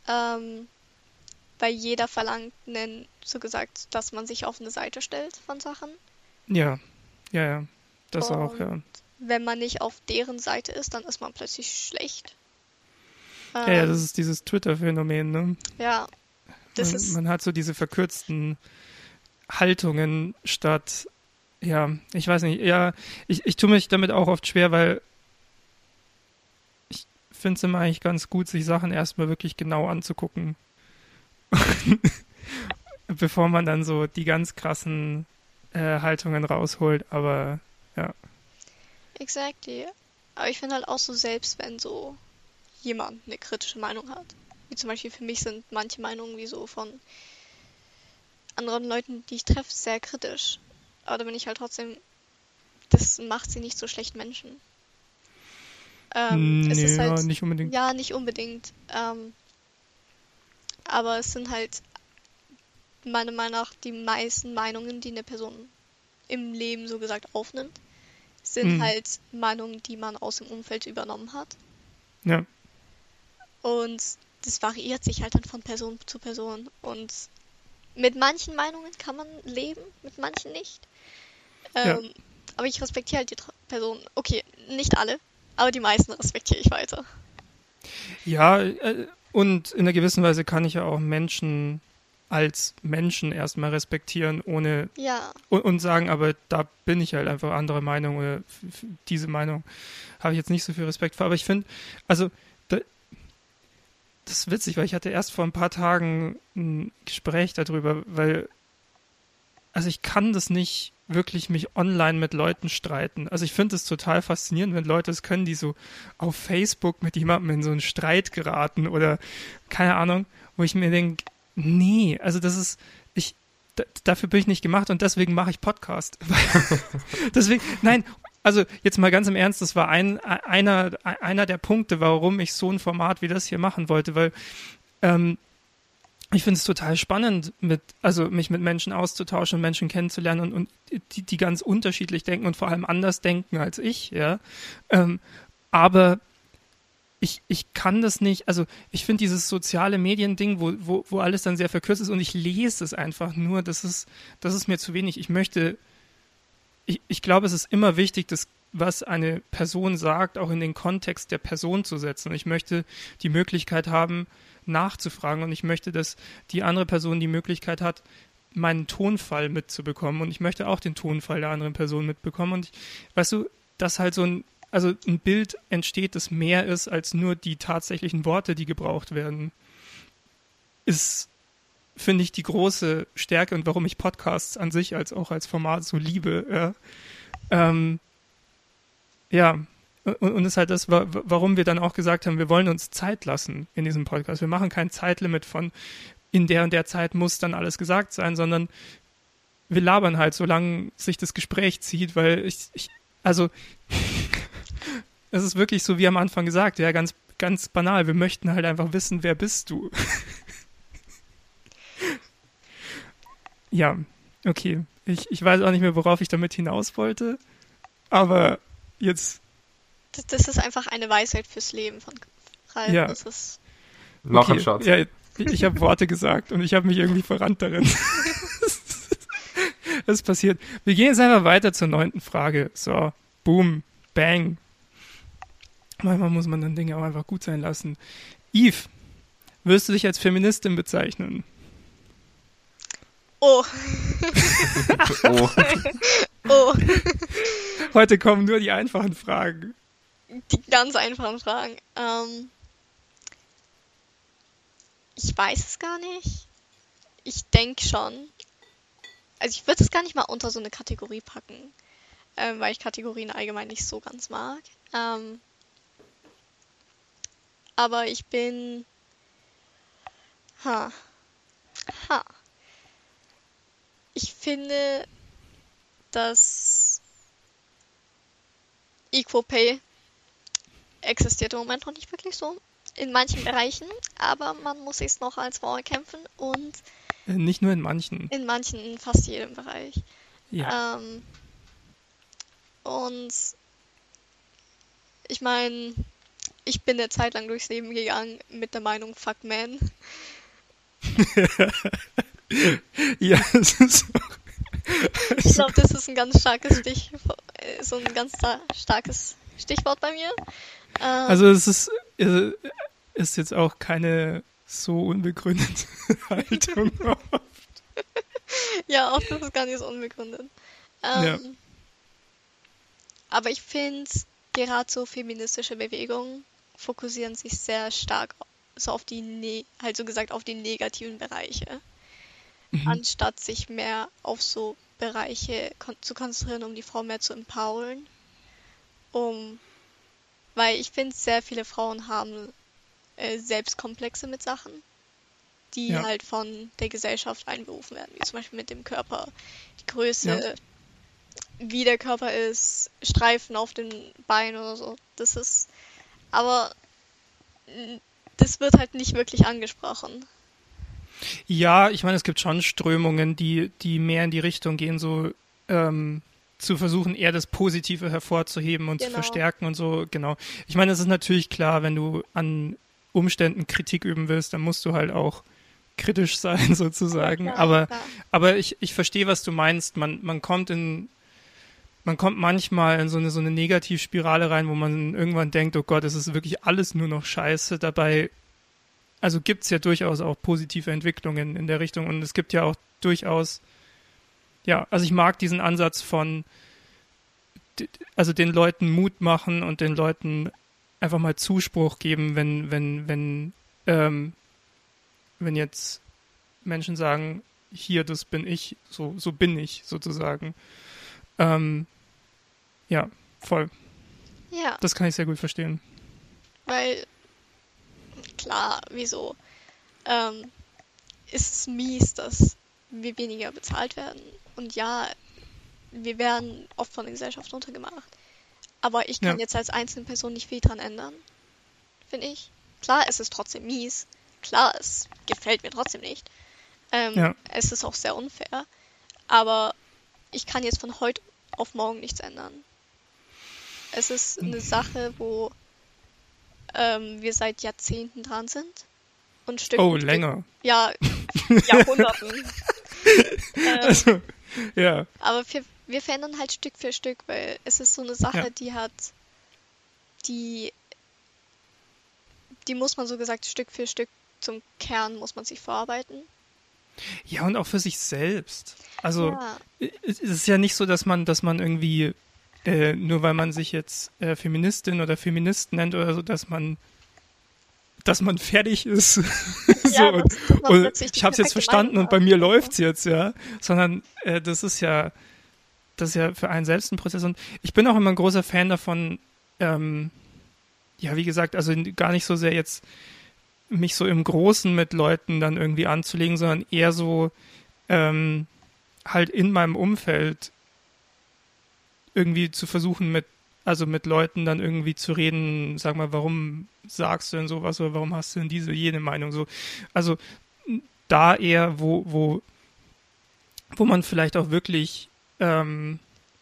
weil jeder verlangt, so gesagt, dass man sich auf eine Seite stellt von Sachen. Ja, das auch, ja. Und wenn man nicht auf deren Seite ist, dann ist man plötzlich schlecht. Ja, das ist dieses Twitter-Phänomen, ne? Ja, das ist, Man hat so diese verkürzten Haltungen statt, ja, ich weiß nicht, ja, ich tue mich damit auch oft schwer, weil ich finde es immer eigentlich ganz gut, sich Sachen erstmal wirklich genau anzugucken, bevor man dann so die ganz krassen Haltungen rausholt, aber ja. exactly. Aber ich finde halt auch so, selbst wenn so jemand eine kritische Meinung hat, wie zum Beispiel für mich sind manche Meinungen wie so von anderen Leuten, die ich treffe, sehr kritisch. Aber da bin ich halt trotzdem, das macht sie nicht so schlecht Menschen. Es ist halt, ja, nicht unbedingt. ja, nicht unbedingt. Aber es sind halt meiner Meinung nach die meisten Meinungen, die eine Person im Leben so gesagt aufnimmt, sind halt Meinungen, die man aus dem Umfeld übernommen hat. Ja. Und das variiert sich halt dann von Person zu Person. Und mit manchen Meinungen kann man leben, mit manchen nicht. Ja. Aber ich respektiere halt die Person. Okay, nicht alle, aber die meisten respektiere ich weiter. Ja, und in einer gewissen Weise kann ich ja auch Menschen als Menschen erstmal respektieren, ohne Ja, und sagen, aber da bin ich halt einfach anderer Meinung oder diese Meinung habe ich jetzt nicht so viel Respekt vor. Aber ich finde, also das ist witzig, weil ich hatte erst vor ein paar Tagen ein Gespräch darüber, weil also ich kann das nicht wirklich mich online mit Leuten streiten. Also ich finde es total faszinierend, wenn Leute es können, die so auf Facebook mit jemandem in so einen Streit geraten oder keine Ahnung, wo ich mir denke, nee, also das ist, dafür bin ich nicht gemacht und deswegen mache ich Podcast. Deswegen, nein, also jetzt mal ganz im Ernst, das war einer der Punkte, warum ich so ein Format wie das hier machen wollte, weil ich finde es total spannend, mich mit Menschen auszutauschen und Menschen kennenzulernen und die ganz unterschiedlich denken und vor allem anders denken als ich, ja. Aber ich kann das nicht, also ich finde dieses soziale Medien-Ding, wo alles dann sehr verkürzt ist und ich lese es einfach nur, das ist mir zu wenig. Ich glaube, es ist immer wichtig, das, was eine Person sagt, auch in den Kontext der Person zu setzen. Und ich möchte die Möglichkeit haben, nachzufragen und ich möchte, dass die andere Person die Möglichkeit hat, meinen Tonfall mitzubekommen und ich möchte auch den Tonfall der anderen Person mitbekommen und weißt du, dass halt ein Bild entsteht, das mehr ist als nur die tatsächlichen Worte, die gebraucht werden, ist, finde ich, die große Stärke und warum ich Podcasts an sich auch als Format so liebe. Ja, und ist halt das, warum wir dann auch gesagt haben, wir wollen uns Zeit lassen in diesem Podcast. Wir machen kein Zeitlimit von in der und der Zeit muss dann alles gesagt sein, sondern wir labern halt, solange sich das Gespräch zieht, weil also es ist wirklich so wie am Anfang gesagt, ja, ganz, ganz banal. Wir möchten halt einfach wissen, wer bist du? Ja, okay. Ich weiß auch nicht mehr, worauf ich damit hinaus wollte, aber jetzt... das ist einfach eine Weisheit fürs Leben von Ralf. Ja. Das ist, Noch okay. ein Shot. Ja, ich habe Worte gesagt und ich habe mich irgendwie verrannt darin. Das passiert. Wir gehen jetzt einfach weiter zur 9. Frage. So, boom, bang. Manchmal muss man dann Dinge auch einfach gut sein lassen. Yves, wirst du dich als Feministin bezeichnen? Oh. Oh. Oh. Heute kommen nur die einfachen Fragen. Die ganz einfachen Fragen. Ich weiß es gar nicht. Ich denke schon. Also ich würde es gar nicht mal unter so eine Kategorie packen, weil ich Kategorien allgemein nicht so ganz mag. Aber ich bin... Ich finde, dass Equal Pay existiert im Moment noch nicht wirklich so. In manchen Bereichen, aber man muss sich noch als Frau erkämpfen und Nicht nur in manchen. in manchen, in fast jedem Bereich. Ja. Und ich meine, ich bin eine Zeit lang durchs Leben gegangen mit der Meinung, fuck man. Ja, es ist Ich glaube, das ist ein ganz starkes starkes Stichwort bei mir. Also es ist jetzt auch keine so unbegründete Haltung. Ja, auch das ist gar nicht so unbegründet. Ja. Aber ich finde, gerade so feministische Bewegungen fokussieren sich sehr stark so auf die, halt so gesagt, auf die negativen Bereiche, anstatt sich mehr auf so Bereiche zu konzentrieren, um die Frau mehr zu empowern. Weil ich finde, sehr viele Frauen haben Selbstkomplexe mit Sachen, die halt von der Gesellschaft einberufen werden, wie zum Beispiel mit dem Körper, die Größe, wie der Körper ist, Streifen auf den Beinen oder so. Aber das wird halt nicht wirklich angesprochen. Ja, ich meine, es gibt schon Strömungen, die mehr in die Richtung gehen, so zu versuchen, eher das Positive hervorzuheben und zu verstärken und so, genau. Ich meine, es ist natürlich klar, wenn du an Umständen Kritik üben willst, dann musst du halt auch kritisch sein, sozusagen. Ja, klar, aber ich verstehe, was du meinst. Man kommt manchmal in so eine Negativspirale rein, wo man irgendwann denkt, oh Gott, es ist wirklich alles nur noch Scheiße. Dabei, also gibt's ja durchaus auch positive Entwicklungen in der Richtung und es gibt ja auch durchaus, ja, also ich mag diesen Ansatz von, also den Leuten Mut machen und den Leuten einfach mal Zuspruch geben, wenn jetzt Menschen sagen, hier, das bin ich, so bin ich sozusagen. Ja, voll. Ja. Das kann ich sehr gut verstehen. Weil, klar, wieso ist es mies, dass wir weniger bezahlt werden. Und ja, wir werden oft von der Gesellschaft runtergemacht. Aber ich kann jetzt als einzelne Person nicht viel dran ändern, finde ich. Klar, es ist trotzdem mies. Klar, es gefällt mir trotzdem nicht. Es ist auch sehr unfair. Aber ich kann jetzt von heute auf morgen nichts ändern. Es ist eine Sache, wo wir seit Jahrzehnten dran sind. Und Stück für Stück, länger. Ja, Jahrhunderten. Also, ja. Aber wir verändern halt Stück für Stück, weil es ist so eine Sache, die muss man so gesagt Stück für Stück zum Kern muss man sich vorarbeiten. Ja, und auch für sich selbst. Also es ist ja nicht so, dass man irgendwie, nur weil man sich jetzt Feministin oder Feminist nennt oder so, dass man fertig ist. So, und ich habe es jetzt verstanden und bei mir läuft's jetzt, ja. Sondern das ist ja für einen selbst ein Prozess. Und ich bin auch immer ein großer Fan davon, ja, wie gesagt, also gar nicht so sehr jetzt mich so im Großen mit Leuten dann irgendwie anzulegen, sondern eher so halt in meinem Umfeld irgendwie zu versuchen, mit Leuten dann irgendwie zu reden, sag mal, warum sagst du denn sowas oder warum hast du denn jene Meinung so? Also da eher, wo man vielleicht auch wirklich einen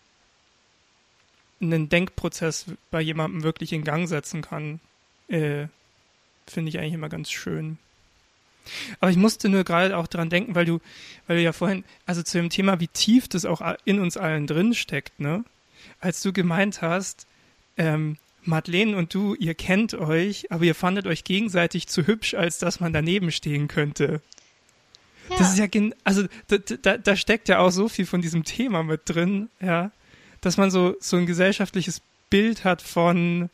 Denkprozess bei jemandem wirklich in Gang setzen kann, finde ich eigentlich immer ganz schön. Aber ich musste nur gerade auch dran denken, weil du ja vorhin, also zu dem Thema, wie tief das auch in uns allen drin steckt, ne? Als du gemeint hast, Madeleine und du, ihr kennt euch, aber ihr fandet euch gegenseitig zu hübsch, als dass man daneben stehen könnte. Ja. Das ist ja, also da steckt ja auch so viel von diesem Thema mit drin, ja, dass man so ein gesellschaftliches Bild hat von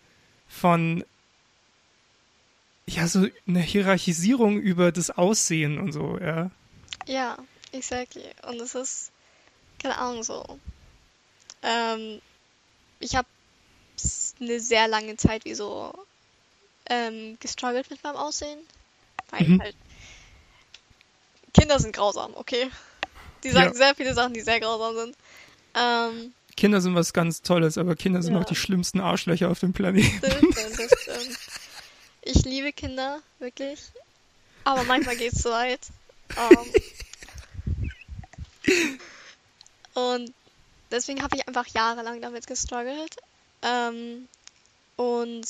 ja, so eine Hierarchisierung über das Aussehen und so, ja. Ja, exactly. Und es ist, keine Ahnung, so. Ich habe eine sehr lange Zeit wie so gestruggelt mit meinem Aussehen. Weil halt Kinder sind grausam, okay? Die sagen sehr viele Sachen, die sehr grausam sind. Kinder sind was ganz Tolles, aber Kinder sind auch die schlimmsten Arschlöcher auf dem Planeten. Das stimmt. Ich liebe Kinder, wirklich. Aber manchmal geht's zu weit. Und deswegen habe ich einfach jahrelang damit gestruggelt. Und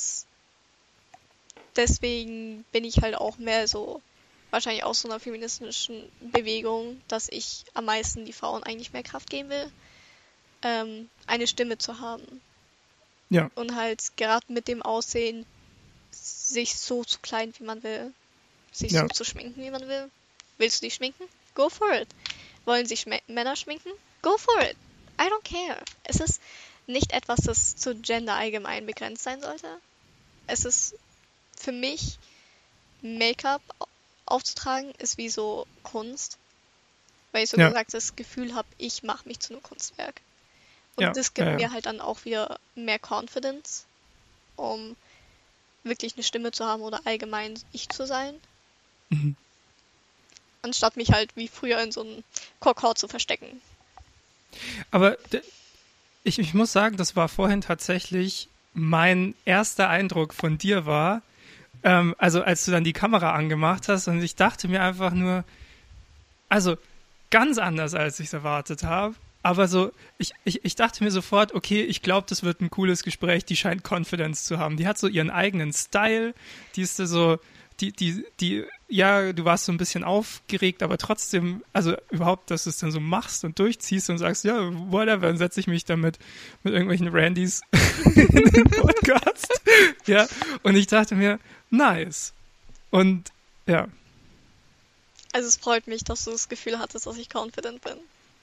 deswegen bin ich halt auch mehr so, wahrscheinlich aus so einer feministischen Bewegung, dass ich am meisten die Frauen eigentlich mehr Kraft geben will, eine Stimme zu haben. Ja. Und halt gerade mit dem Aussehen sich so zu kleiden, wie man will. Sich so zu schminken, wie man will. Willst du dich schminken? Go for it. Wollen sich Männer schminken? Go for it. I don't care. Es ist nicht etwas, das zu Gender allgemein begrenzt sein sollte. Es ist für mich, Make-up aufzutragen, ist wie so Kunst. Weil ich so gesagt das Gefühl habe, ich mache mich zu einem Kunstwerk. Und das gibt mir halt dann auch wieder mehr Confidence, um wirklich eine Stimme zu haben oder allgemein ich zu sein. Mhm. Anstatt mich halt wie früher in so einem Kokord zu verstecken. Aber ich muss sagen, das war vorhin tatsächlich mein erster Eindruck von dir war, also als du dann die Kamera angemacht hast und ich dachte mir einfach nur, also ganz anders, als ich es erwartet habe. Aber so, ich dachte mir sofort, okay, ich glaube, das wird ein cooles Gespräch, die scheint Confidence zu haben. Die hat so ihren eigenen Style, die ist so, ja, du warst so ein bisschen aufgeregt, aber trotzdem, also überhaupt, dass du es dann so machst und durchziehst und sagst, ja, whatever, dann setze ich mich damit mit irgendwelchen Randys in den Podcast. Ja, und ich dachte mir, nice. Und, ja. Also es freut mich, dass du das Gefühl hattest, dass ich confident bin.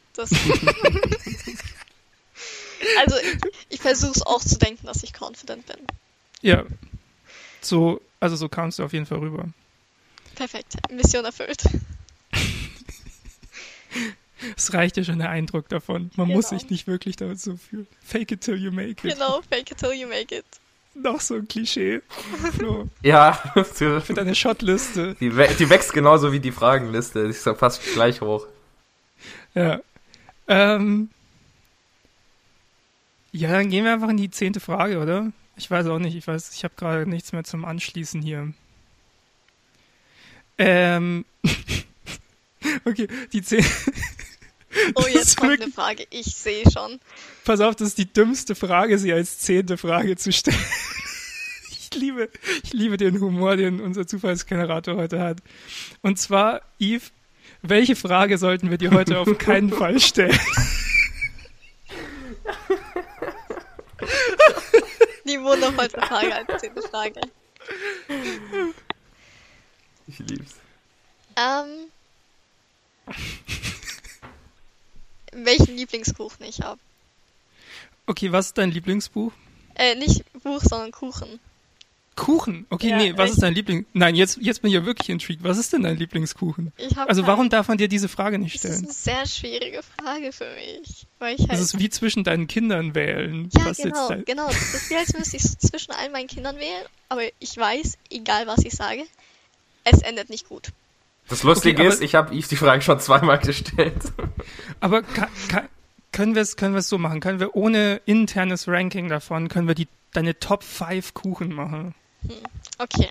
Also ich versuche es auch zu denken, dass ich confident bin. Ja, so kamst du auf jeden Fall rüber. Perfekt, Mission erfüllt. Es reicht ja schon der Eindruck davon. Man muss sich nicht wirklich damit so fühlen. Fake it till you make it. Genau, fake it till you make it. Noch so ein Klischee. So. Ja. Für deine Shotliste. Die wächst genauso wie die Fragenliste. Die ist ja fast gleich hoch. Ja. Ja, dann gehen wir einfach in die 10. Frage, oder? Ich weiß auch nicht, ich habe gerade nichts mehr zum Anschließen hier. Okay, die 10. Oh, jetzt kommt eine Frage, ich sehe schon. Pass auf, das ist die dümmste Frage, sie als 10. Frage zu stellen. Ich liebe den Humor, den unser Zufallsgenerator heute hat. Und zwar, Yves, welche Frage sollten wir dir heute auf keinen Fall stellen? Die wundervollste Frage als 10. Frage. Ich lieb's. Welchen Lieblingskuchen ich habe? Okay, was ist dein Lieblingsbuch? Nicht Buch, sondern Kuchen. Kuchen? Okay, ja, nee, was ist dein Liebling... Nein, jetzt bin ich ja wirklich intrigued. Was ist denn dein Lieblingskuchen? Also warum darf man dir diese Frage nicht stellen? Das ist eine sehr schwierige Frage für mich. Weil ich halt... Das ist wie zwischen deinen Kindern wählen. Ja, genau. Das ist wie, als müsste ich so zwischen all meinen Kindern wählen. Aber ich weiß, egal was ich sage, es endet nicht gut. Das Lustige ist, ich habe Yves die Frage schon zweimal gestellt. Aber können wir es so machen? Können wir ohne internes Ranking davon, können wir deine Top 5 Kuchen machen? Okay.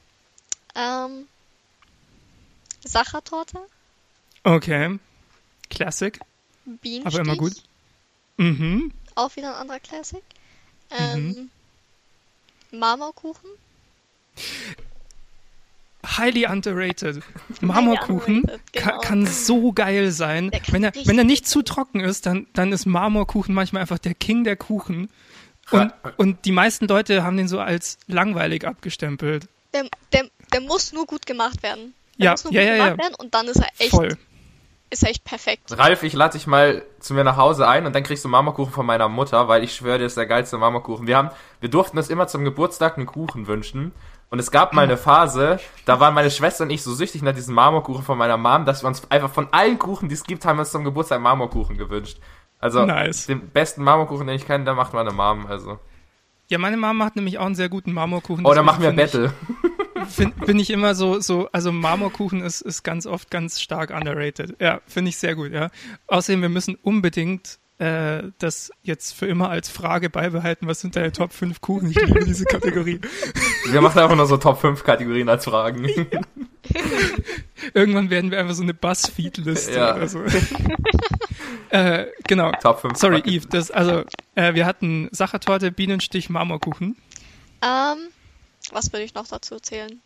Sachertorte. Okay. Classic. Bienenstich. Aber immer gut. Mhm. Auch wieder ein anderer Classic. Marmorkuchen. highly underrated. Marmorkuchen underrated, genau. kann so geil sein. Der kann Wenn er richtig nicht zu trocken ist, dann ist Marmorkuchen manchmal einfach der King der Kuchen. Und die meisten Leute haben den so als langweilig abgestempelt. Der muss nur gut gemacht werden. Ja, muss nur gut gemacht werden und dann ist er echt, voll. Perfekt. Ralf, ich lade dich mal zu mir nach Hause ein und dann kriegst du Marmorkuchen von meiner Mutter, weil ich schwöre, das ist der geilste Marmorkuchen. Wir durften uns immer zum Geburtstag einen Kuchen wünschen und es gab mal eine Phase, da waren meine Schwester und ich so süchtig nach diesem Marmorkuchen von meiner Mom, dass wir uns einfach von allen Kuchen, die es gibt, haben wir uns zum Geburtstag Marmorkuchen gewünscht. Also Nice. Den besten Marmorkuchen, den ich kenne, da macht meine Mom, also. Ja, meine Mama macht nämlich auch einen sehr guten Marmorkuchen. Oh, dann machen deswegen wir Battle. Bin ich immer so, also Marmorkuchen ist ganz oft ganz stark underrated. Ja, finde ich sehr gut, ja. Außerdem, wir müssen unbedingt das jetzt für immer als Frage beibehalten, was sind deine Top 5 Kuchen? Ich liebe diese Kategorie. Wir machen einfach nur so Top 5 Kategorien als Fragen. Irgendwann werden wir einfach so eine Buzzfeed-Liste Ja. oder so. Genau. Top 5 Sorry, Fragen. Eve, wir hatten Sachertorte, Bienenstich, Marmorkuchen. Was würde ich noch dazu erzählen?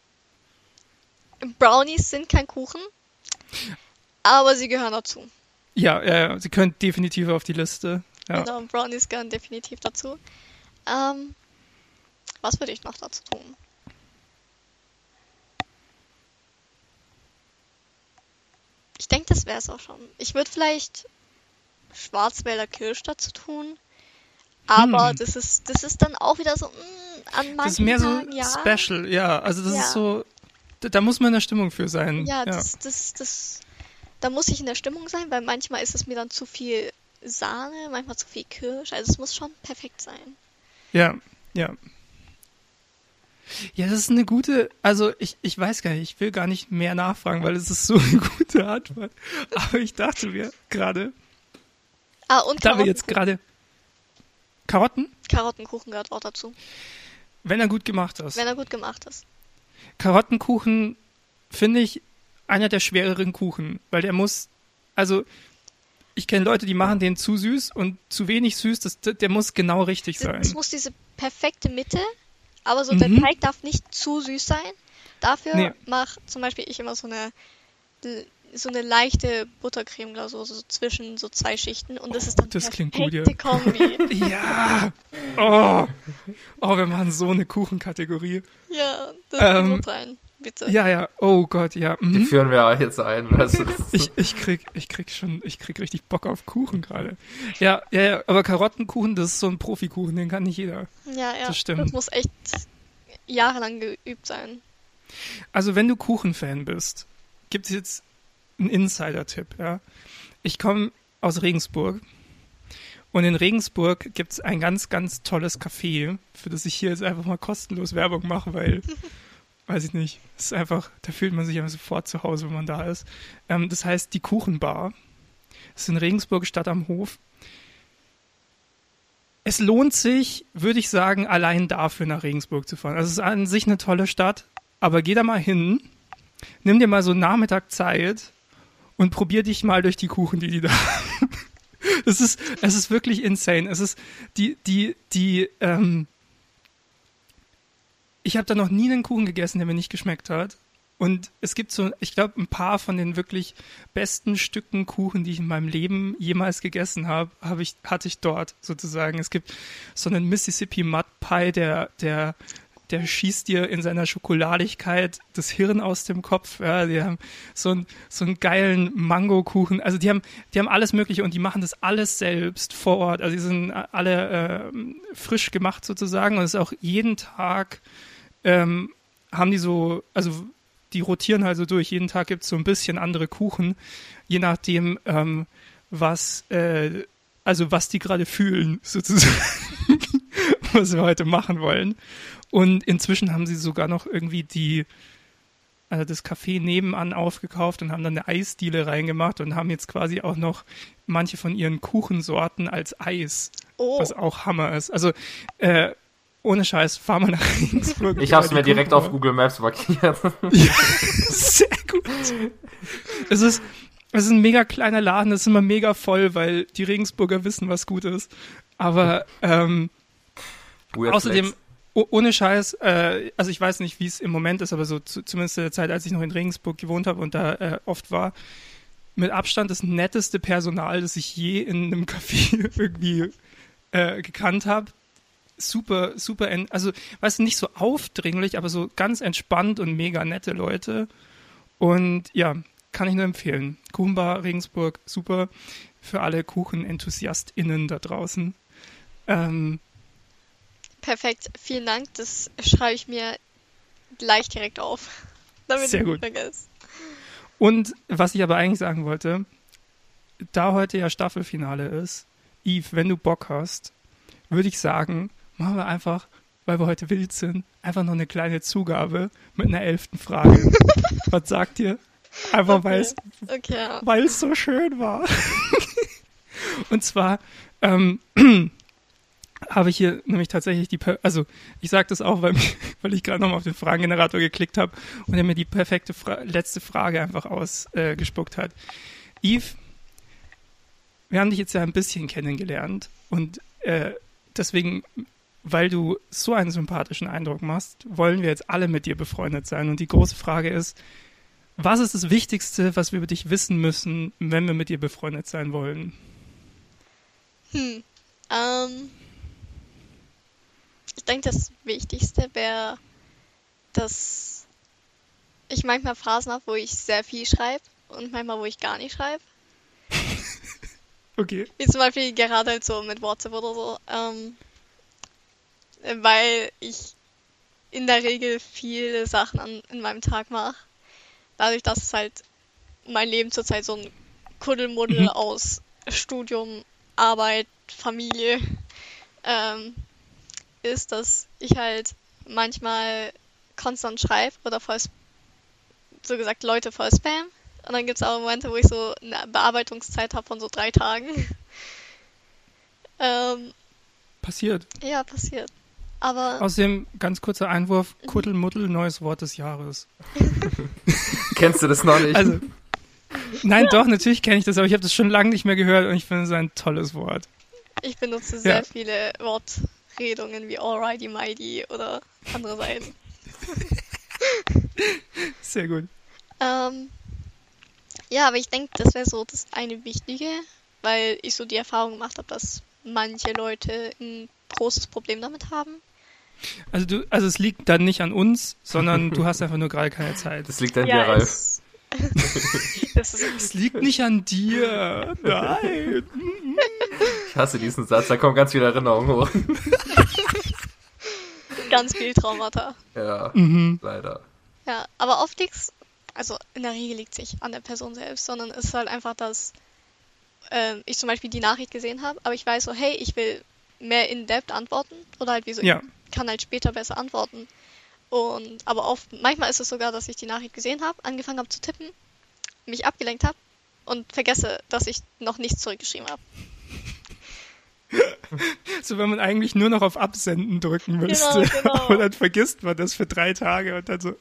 Brownies sind kein Kuchen, aber sie gehören dazu. Ja, sie können definitiv auf die Liste. Ja. Genau, Brownies gehören definitiv dazu. Was würde ich noch dazu tun? Ich denke, das wäre es auch schon. Ich würde vielleicht Schwarzwälder Kirsch dazu tun, aber das ist dann auch wieder so an manchen Das ist mehr Tagen, so ja. special, ja. Also das Ja. ist so, da muss man in der Stimmung für sein. Ja, da muss ich in der Stimmung sein, weil manchmal ist es mir dann zu viel Sahne, manchmal zu viel Kirsch. Also es muss schon perfekt sein. Ja. Ja, das ist eine gute, also ich weiß gar nicht, ich will gar nicht mehr nachfragen, weil es ist so eine gute Antwort. Aber ich dachte mir gerade, Und da wir jetzt gerade Karotten, Karottenkuchen gehört auch dazu, wenn er gut gemacht ist. wenn er gut gemacht ist. Karottenkuchen finde ich einer der schwereren Kuchen, weil der muss, also ich kenne Leute, die machen den zu süß und zu wenig süß, der muss genau richtig sein. Es muss diese perfekte Mitte, aber so der Teig darf nicht zu süß sein. Dafür mache zum Beispiel ich immer so eine leichte Buttercreme-Glasur so zwischen so zwei Schichten und das ist dann Das klingt perfekte gut, ja. Kombi. Ja! Oh, wir machen so eine Kuchenkategorie. Ja, das muss sein, bitte. Ja, oh Gott, ja. Die führen wir jetzt ein. Also, Ich krieg richtig Bock auf Kuchen gerade. Ja, aber Karottenkuchen, das ist so ein Profikuchen, den kann nicht jeder. Ja, Das stimmt. das muss echt jahrelang geübt sein. Also wenn du Kuchenfan bist, gibt es jetzt einen Insider-Tipp, ja. Ich komme aus Regensburg und in Regensburg gibt es ein ganz, ganz tolles Café, für das ich hier jetzt einfach mal kostenlos Werbung mache, weil, weiß ich nicht, es ist einfach, da fühlt man sich einfach sofort zu Hause, wenn man da ist. Das heißt die Kuchenbar. Das ist in Regensburg, Stadt am Hof. Es lohnt sich, würde ich sagen, allein dafür nach Regensburg zu fahren. Also es ist an sich eine tolle Stadt, aber geh da mal hin, nimm dir mal so einen Nachmittag Zeit und probier dich mal durch die Kuchen, die da haben. Es ist wirklich insane. Es ist ich habe da noch nie einen Kuchen gegessen, der mir nicht geschmeckt hat. Und es gibt so, ich glaube, ein paar von den wirklich besten Stücken Kuchen, die ich in meinem Leben jemals gegessen habe, hatte ich dort sozusagen. Es gibt so einen Mississippi Mud Pie, der schießt dir in seiner Schokoladigkeit das Hirn aus dem Kopf. Ja, die haben so einen geilen Mangokuchen. Also die haben alles Mögliche und die machen das alles selbst vor Ort. Also die sind alle frisch gemacht sozusagen und es ist auch jeden Tag haben die so, also die rotieren halt so durch. Jeden Tag gibt es so ein bisschen andere Kuchen, je nachdem, was die gerade fühlen, sozusagen, was wir heute machen wollen. Und inzwischen haben sie sogar noch irgendwie das Café nebenan aufgekauft und haben dann eine Eisdiele reingemacht und haben jetzt quasi auch noch manche von ihren Kuchensorten als Eis, was auch Hammer ist. Also, ohne Scheiß, fahr mal nach Regensburg. ich hab's mir direkt auf Google Maps markiert. Ja, sehr gut. Es ist ein mega kleiner Laden, es ist immer mega voll, weil die Regensburger wissen, was gut ist. Aber außerdem, ohne Scheiß, also ich weiß nicht, wie es im Moment ist, aber so zumindest in der Zeit, als ich noch in Regensburg gewohnt habe und da oft war, mit Abstand das netteste Personal, das ich je in einem Café irgendwie gekannt habe. Super, also, weißt du, nicht so aufdringlich, aber so ganz entspannt und mega nette Leute. Und ja, kann ich nur empfehlen. Kuchenbar Regensburg, super für alle KuchenenthusiastInnen da draußen. Perfekt, vielen Dank. Das schreibe ich mir gleich direkt auf, damit Sehr ich gut. nicht vergesse. Und was ich aber eigentlich sagen wollte, da heute ja Staffelfinale ist, Yves, wenn du Bock hast, würde ich sagen, machen wir einfach, weil wir heute wild sind, einfach noch eine kleine Zugabe mit einer 11. Frage. Was sagt ihr? Einfach Okay, ja. weil es so schön war. Und zwar habe ich hier nämlich tatsächlich also ich sage das auch, weil ich gerade nochmal auf den Fragengenerator geklickt habe und er mir die perfekte letzte Frage einfach ausgespuckt hat. Yves, wir haben dich jetzt ja ein bisschen kennengelernt und deswegen, weil du so einen sympathischen Eindruck machst, wollen wir jetzt alle mit dir befreundet sein. Und die große Frage ist, was ist das Wichtigste, was wir über dich wissen müssen, wenn wir mit dir befreundet sein wollen? Ich denke, das Wichtigste wäre, dass ich manchmal Phasen habe, wo ich sehr viel schreibe und manchmal, wo ich gar nicht schreibe. Okay. Wie zum Beispiel gerade halt so mit WhatsApp oder so. Weil ich in der Regel viele Sachen in meinem Tag mache. Dadurch, dass es halt mein Leben zurzeit so ein Kuddelmuddel aus Studium, Arbeit, Familie ist, dass ich halt manchmal konstant schreibe oder so gesagt Leute voll Spam. Und dann gibt es auch Momente, wo ich so eine Bearbeitungszeit habe von so 3 Tagen. Passiert. Ja, passiert. Aber Außerdem, ganz kurzer Einwurf, Kuddelmuddel, neues Wort des Jahres. Kennst du das noch nicht? Also, nein, doch, natürlich kenne ich das, aber ich habe das schon lange nicht mehr gehört und ich finde es ein tolles Wort. ich benutze sehr viele Wortredungen wie alrighty, mighty oder andere Seiten. Sehr gut. Ja, aber ich denke, das wäre so das eine Wichtige, weil ich so die Erfahrung gemacht habe, dass manche Leute ein großes Problem damit haben. Also es liegt dann nicht an uns, sondern du hast einfach nur gerade keine Zeit. Das liegt an dir, Ralf. Es liegt nicht an dir. Nein. Ich hasse diesen Satz, da kommen ganz viele Erinnerungen hoch. Ganz viel Traumata. Ja, leider. Ja, aber oft liegt's, also in der Regel liegt es nicht an der Person selbst, sondern es ist halt einfach, dass ich zum Beispiel die Nachricht gesehen habe, aber ich weiß so, hey, ich will mehr in-depth antworten oder halt wieso, ich kann halt später besser antworten. Aber manchmal ist es sogar, dass ich die Nachricht gesehen habe, angefangen habe zu tippen, mich abgelenkt habe und vergesse, dass ich noch nichts zurückgeschrieben habe. So, wenn man eigentlich nur noch auf Absenden drücken müsste. Genau. Und dann vergisst man das für 3 Tage und dann so,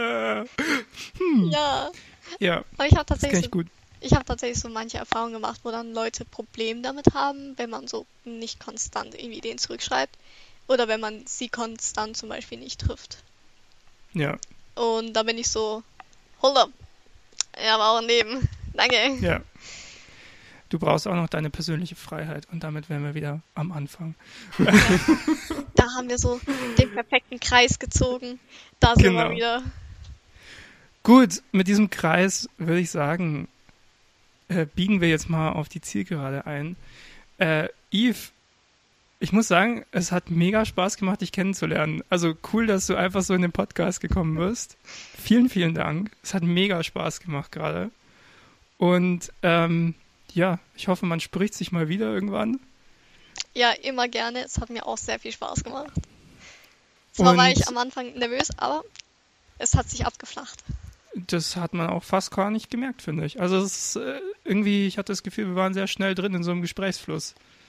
Ja. Ja, Aber ich habe das kenn ich gut. tatsächlich so manche Erfahrungen gemacht, wo dann Leute Probleme damit haben, wenn man so nicht konstant irgendwie den zurückschreibt. Oder wenn man sie konstant zum Beispiel nicht trifft. Ja. Und da bin ich so, hold up. Ja, war auch ein Leben. Danke. Ja. Du brauchst auch noch deine persönliche Freiheit und damit wären wir wieder am Anfang. Da haben wir so den perfekten Kreis gezogen. Da sind wir wieder. Gut, mit diesem Kreis würde ich sagen, biegen wir jetzt mal auf die Zielgerade ein. Yves, ich muss sagen, es hat mega Spaß gemacht, dich kennenzulernen. Also cool, dass du einfach so in den Podcast gekommen bist. Vielen, vielen Dank. Es hat mega Spaß gemacht gerade. Und ja, ich hoffe, man spricht sich mal wieder irgendwann. Ja, immer gerne. Es hat mir auch sehr viel Spaß gemacht. Zwar war ich am Anfang nervös, aber es hat sich abgeflacht. Das hat man auch fast gar nicht gemerkt, finde ich. Also es ist irgendwie, ich hatte das Gefühl, wir waren sehr schnell drin in so einem Gesprächsfluss.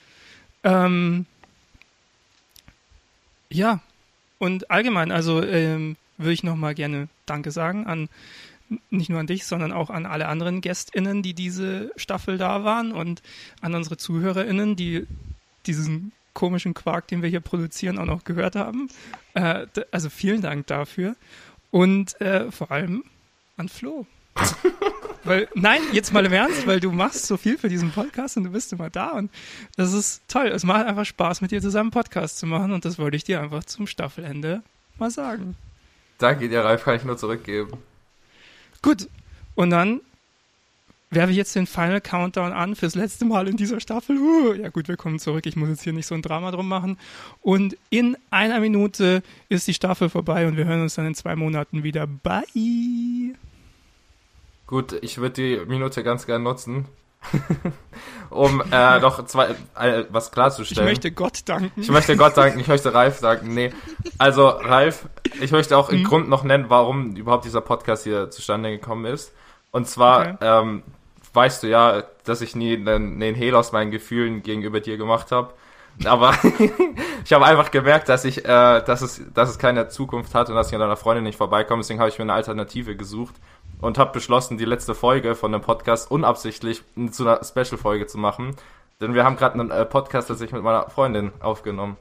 Ja, und allgemein, also würde ich nochmal gerne Danke sagen nicht nur an dich, sondern auch an alle anderen GästInnen, die diese Staffel da waren und an unsere ZuhörerInnen, die diesen komischen Quark, den wir hier produzieren, auch noch gehört haben. Also vielen Dank dafür. Und vor allem an Flo. Weil, nein, jetzt mal im Ernst, weil du machst so viel für diesen Podcast und du bist immer da und das ist toll. Es macht einfach Spaß, mit dir zusammen einen Podcast zu machen und das wollte ich dir einfach zum Staffelende mal sagen. Danke dir, Ralf, kann ich nur zurückgeben. Gut, und dann werfe ich jetzt den Final Countdown an fürs letzte Mal in dieser Staffel. Ja gut, wir kommen zurück. Ich muss jetzt hier nicht so ein Drama drum machen. Und in 1 Minute ist die Staffel vorbei und wir hören uns dann in 2 Monaten wieder. Bye! Gut, ich würde die Minute ganz gern nutzen, um noch was klarzustellen. Ich möchte Gott danken. Ich möchte Gott danken, ich möchte Ralf danken. Nee, also Ralf, ich möchte auch einen Grund noch nennen, warum überhaupt dieser Podcast hier zustande gekommen ist. Und zwar weißt du ja, dass ich nie einen Hehl aus meinen Gefühlen gegenüber dir gemacht habe. Aber ich habe einfach gemerkt, dass es keine Zukunft hat und dass ich an deiner Freundin nicht vorbeikomme. Deswegen habe ich mir eine Alternative gesucht und habe beschlossen, die letzte Folge von dem Podcast unabsichtlich zu einer Special-Folge zu machen. Denn wir haben gerade einen Podcast tatsächlich mit meiner Freundin aufgenommen.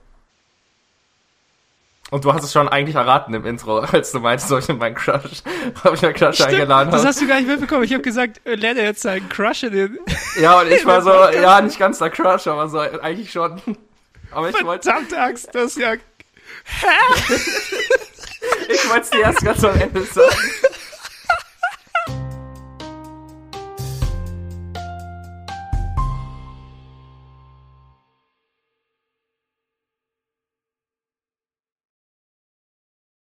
Und du hast es schon eigentlich erraten im Intro, als du meinst, soll ich meinen Crush eingeladen das habe. hast du gar nicht mitbekommen. Ich habe gesagt, lerne jetzt seinen Crush in den... Ja, und ich war so, ja, nicht ganz der Crush, aber so eigentlich schon. Aber ich wollte... Verdammte Axt, das ist ja... Ich wollte es dir erst ganz am Ende sagen.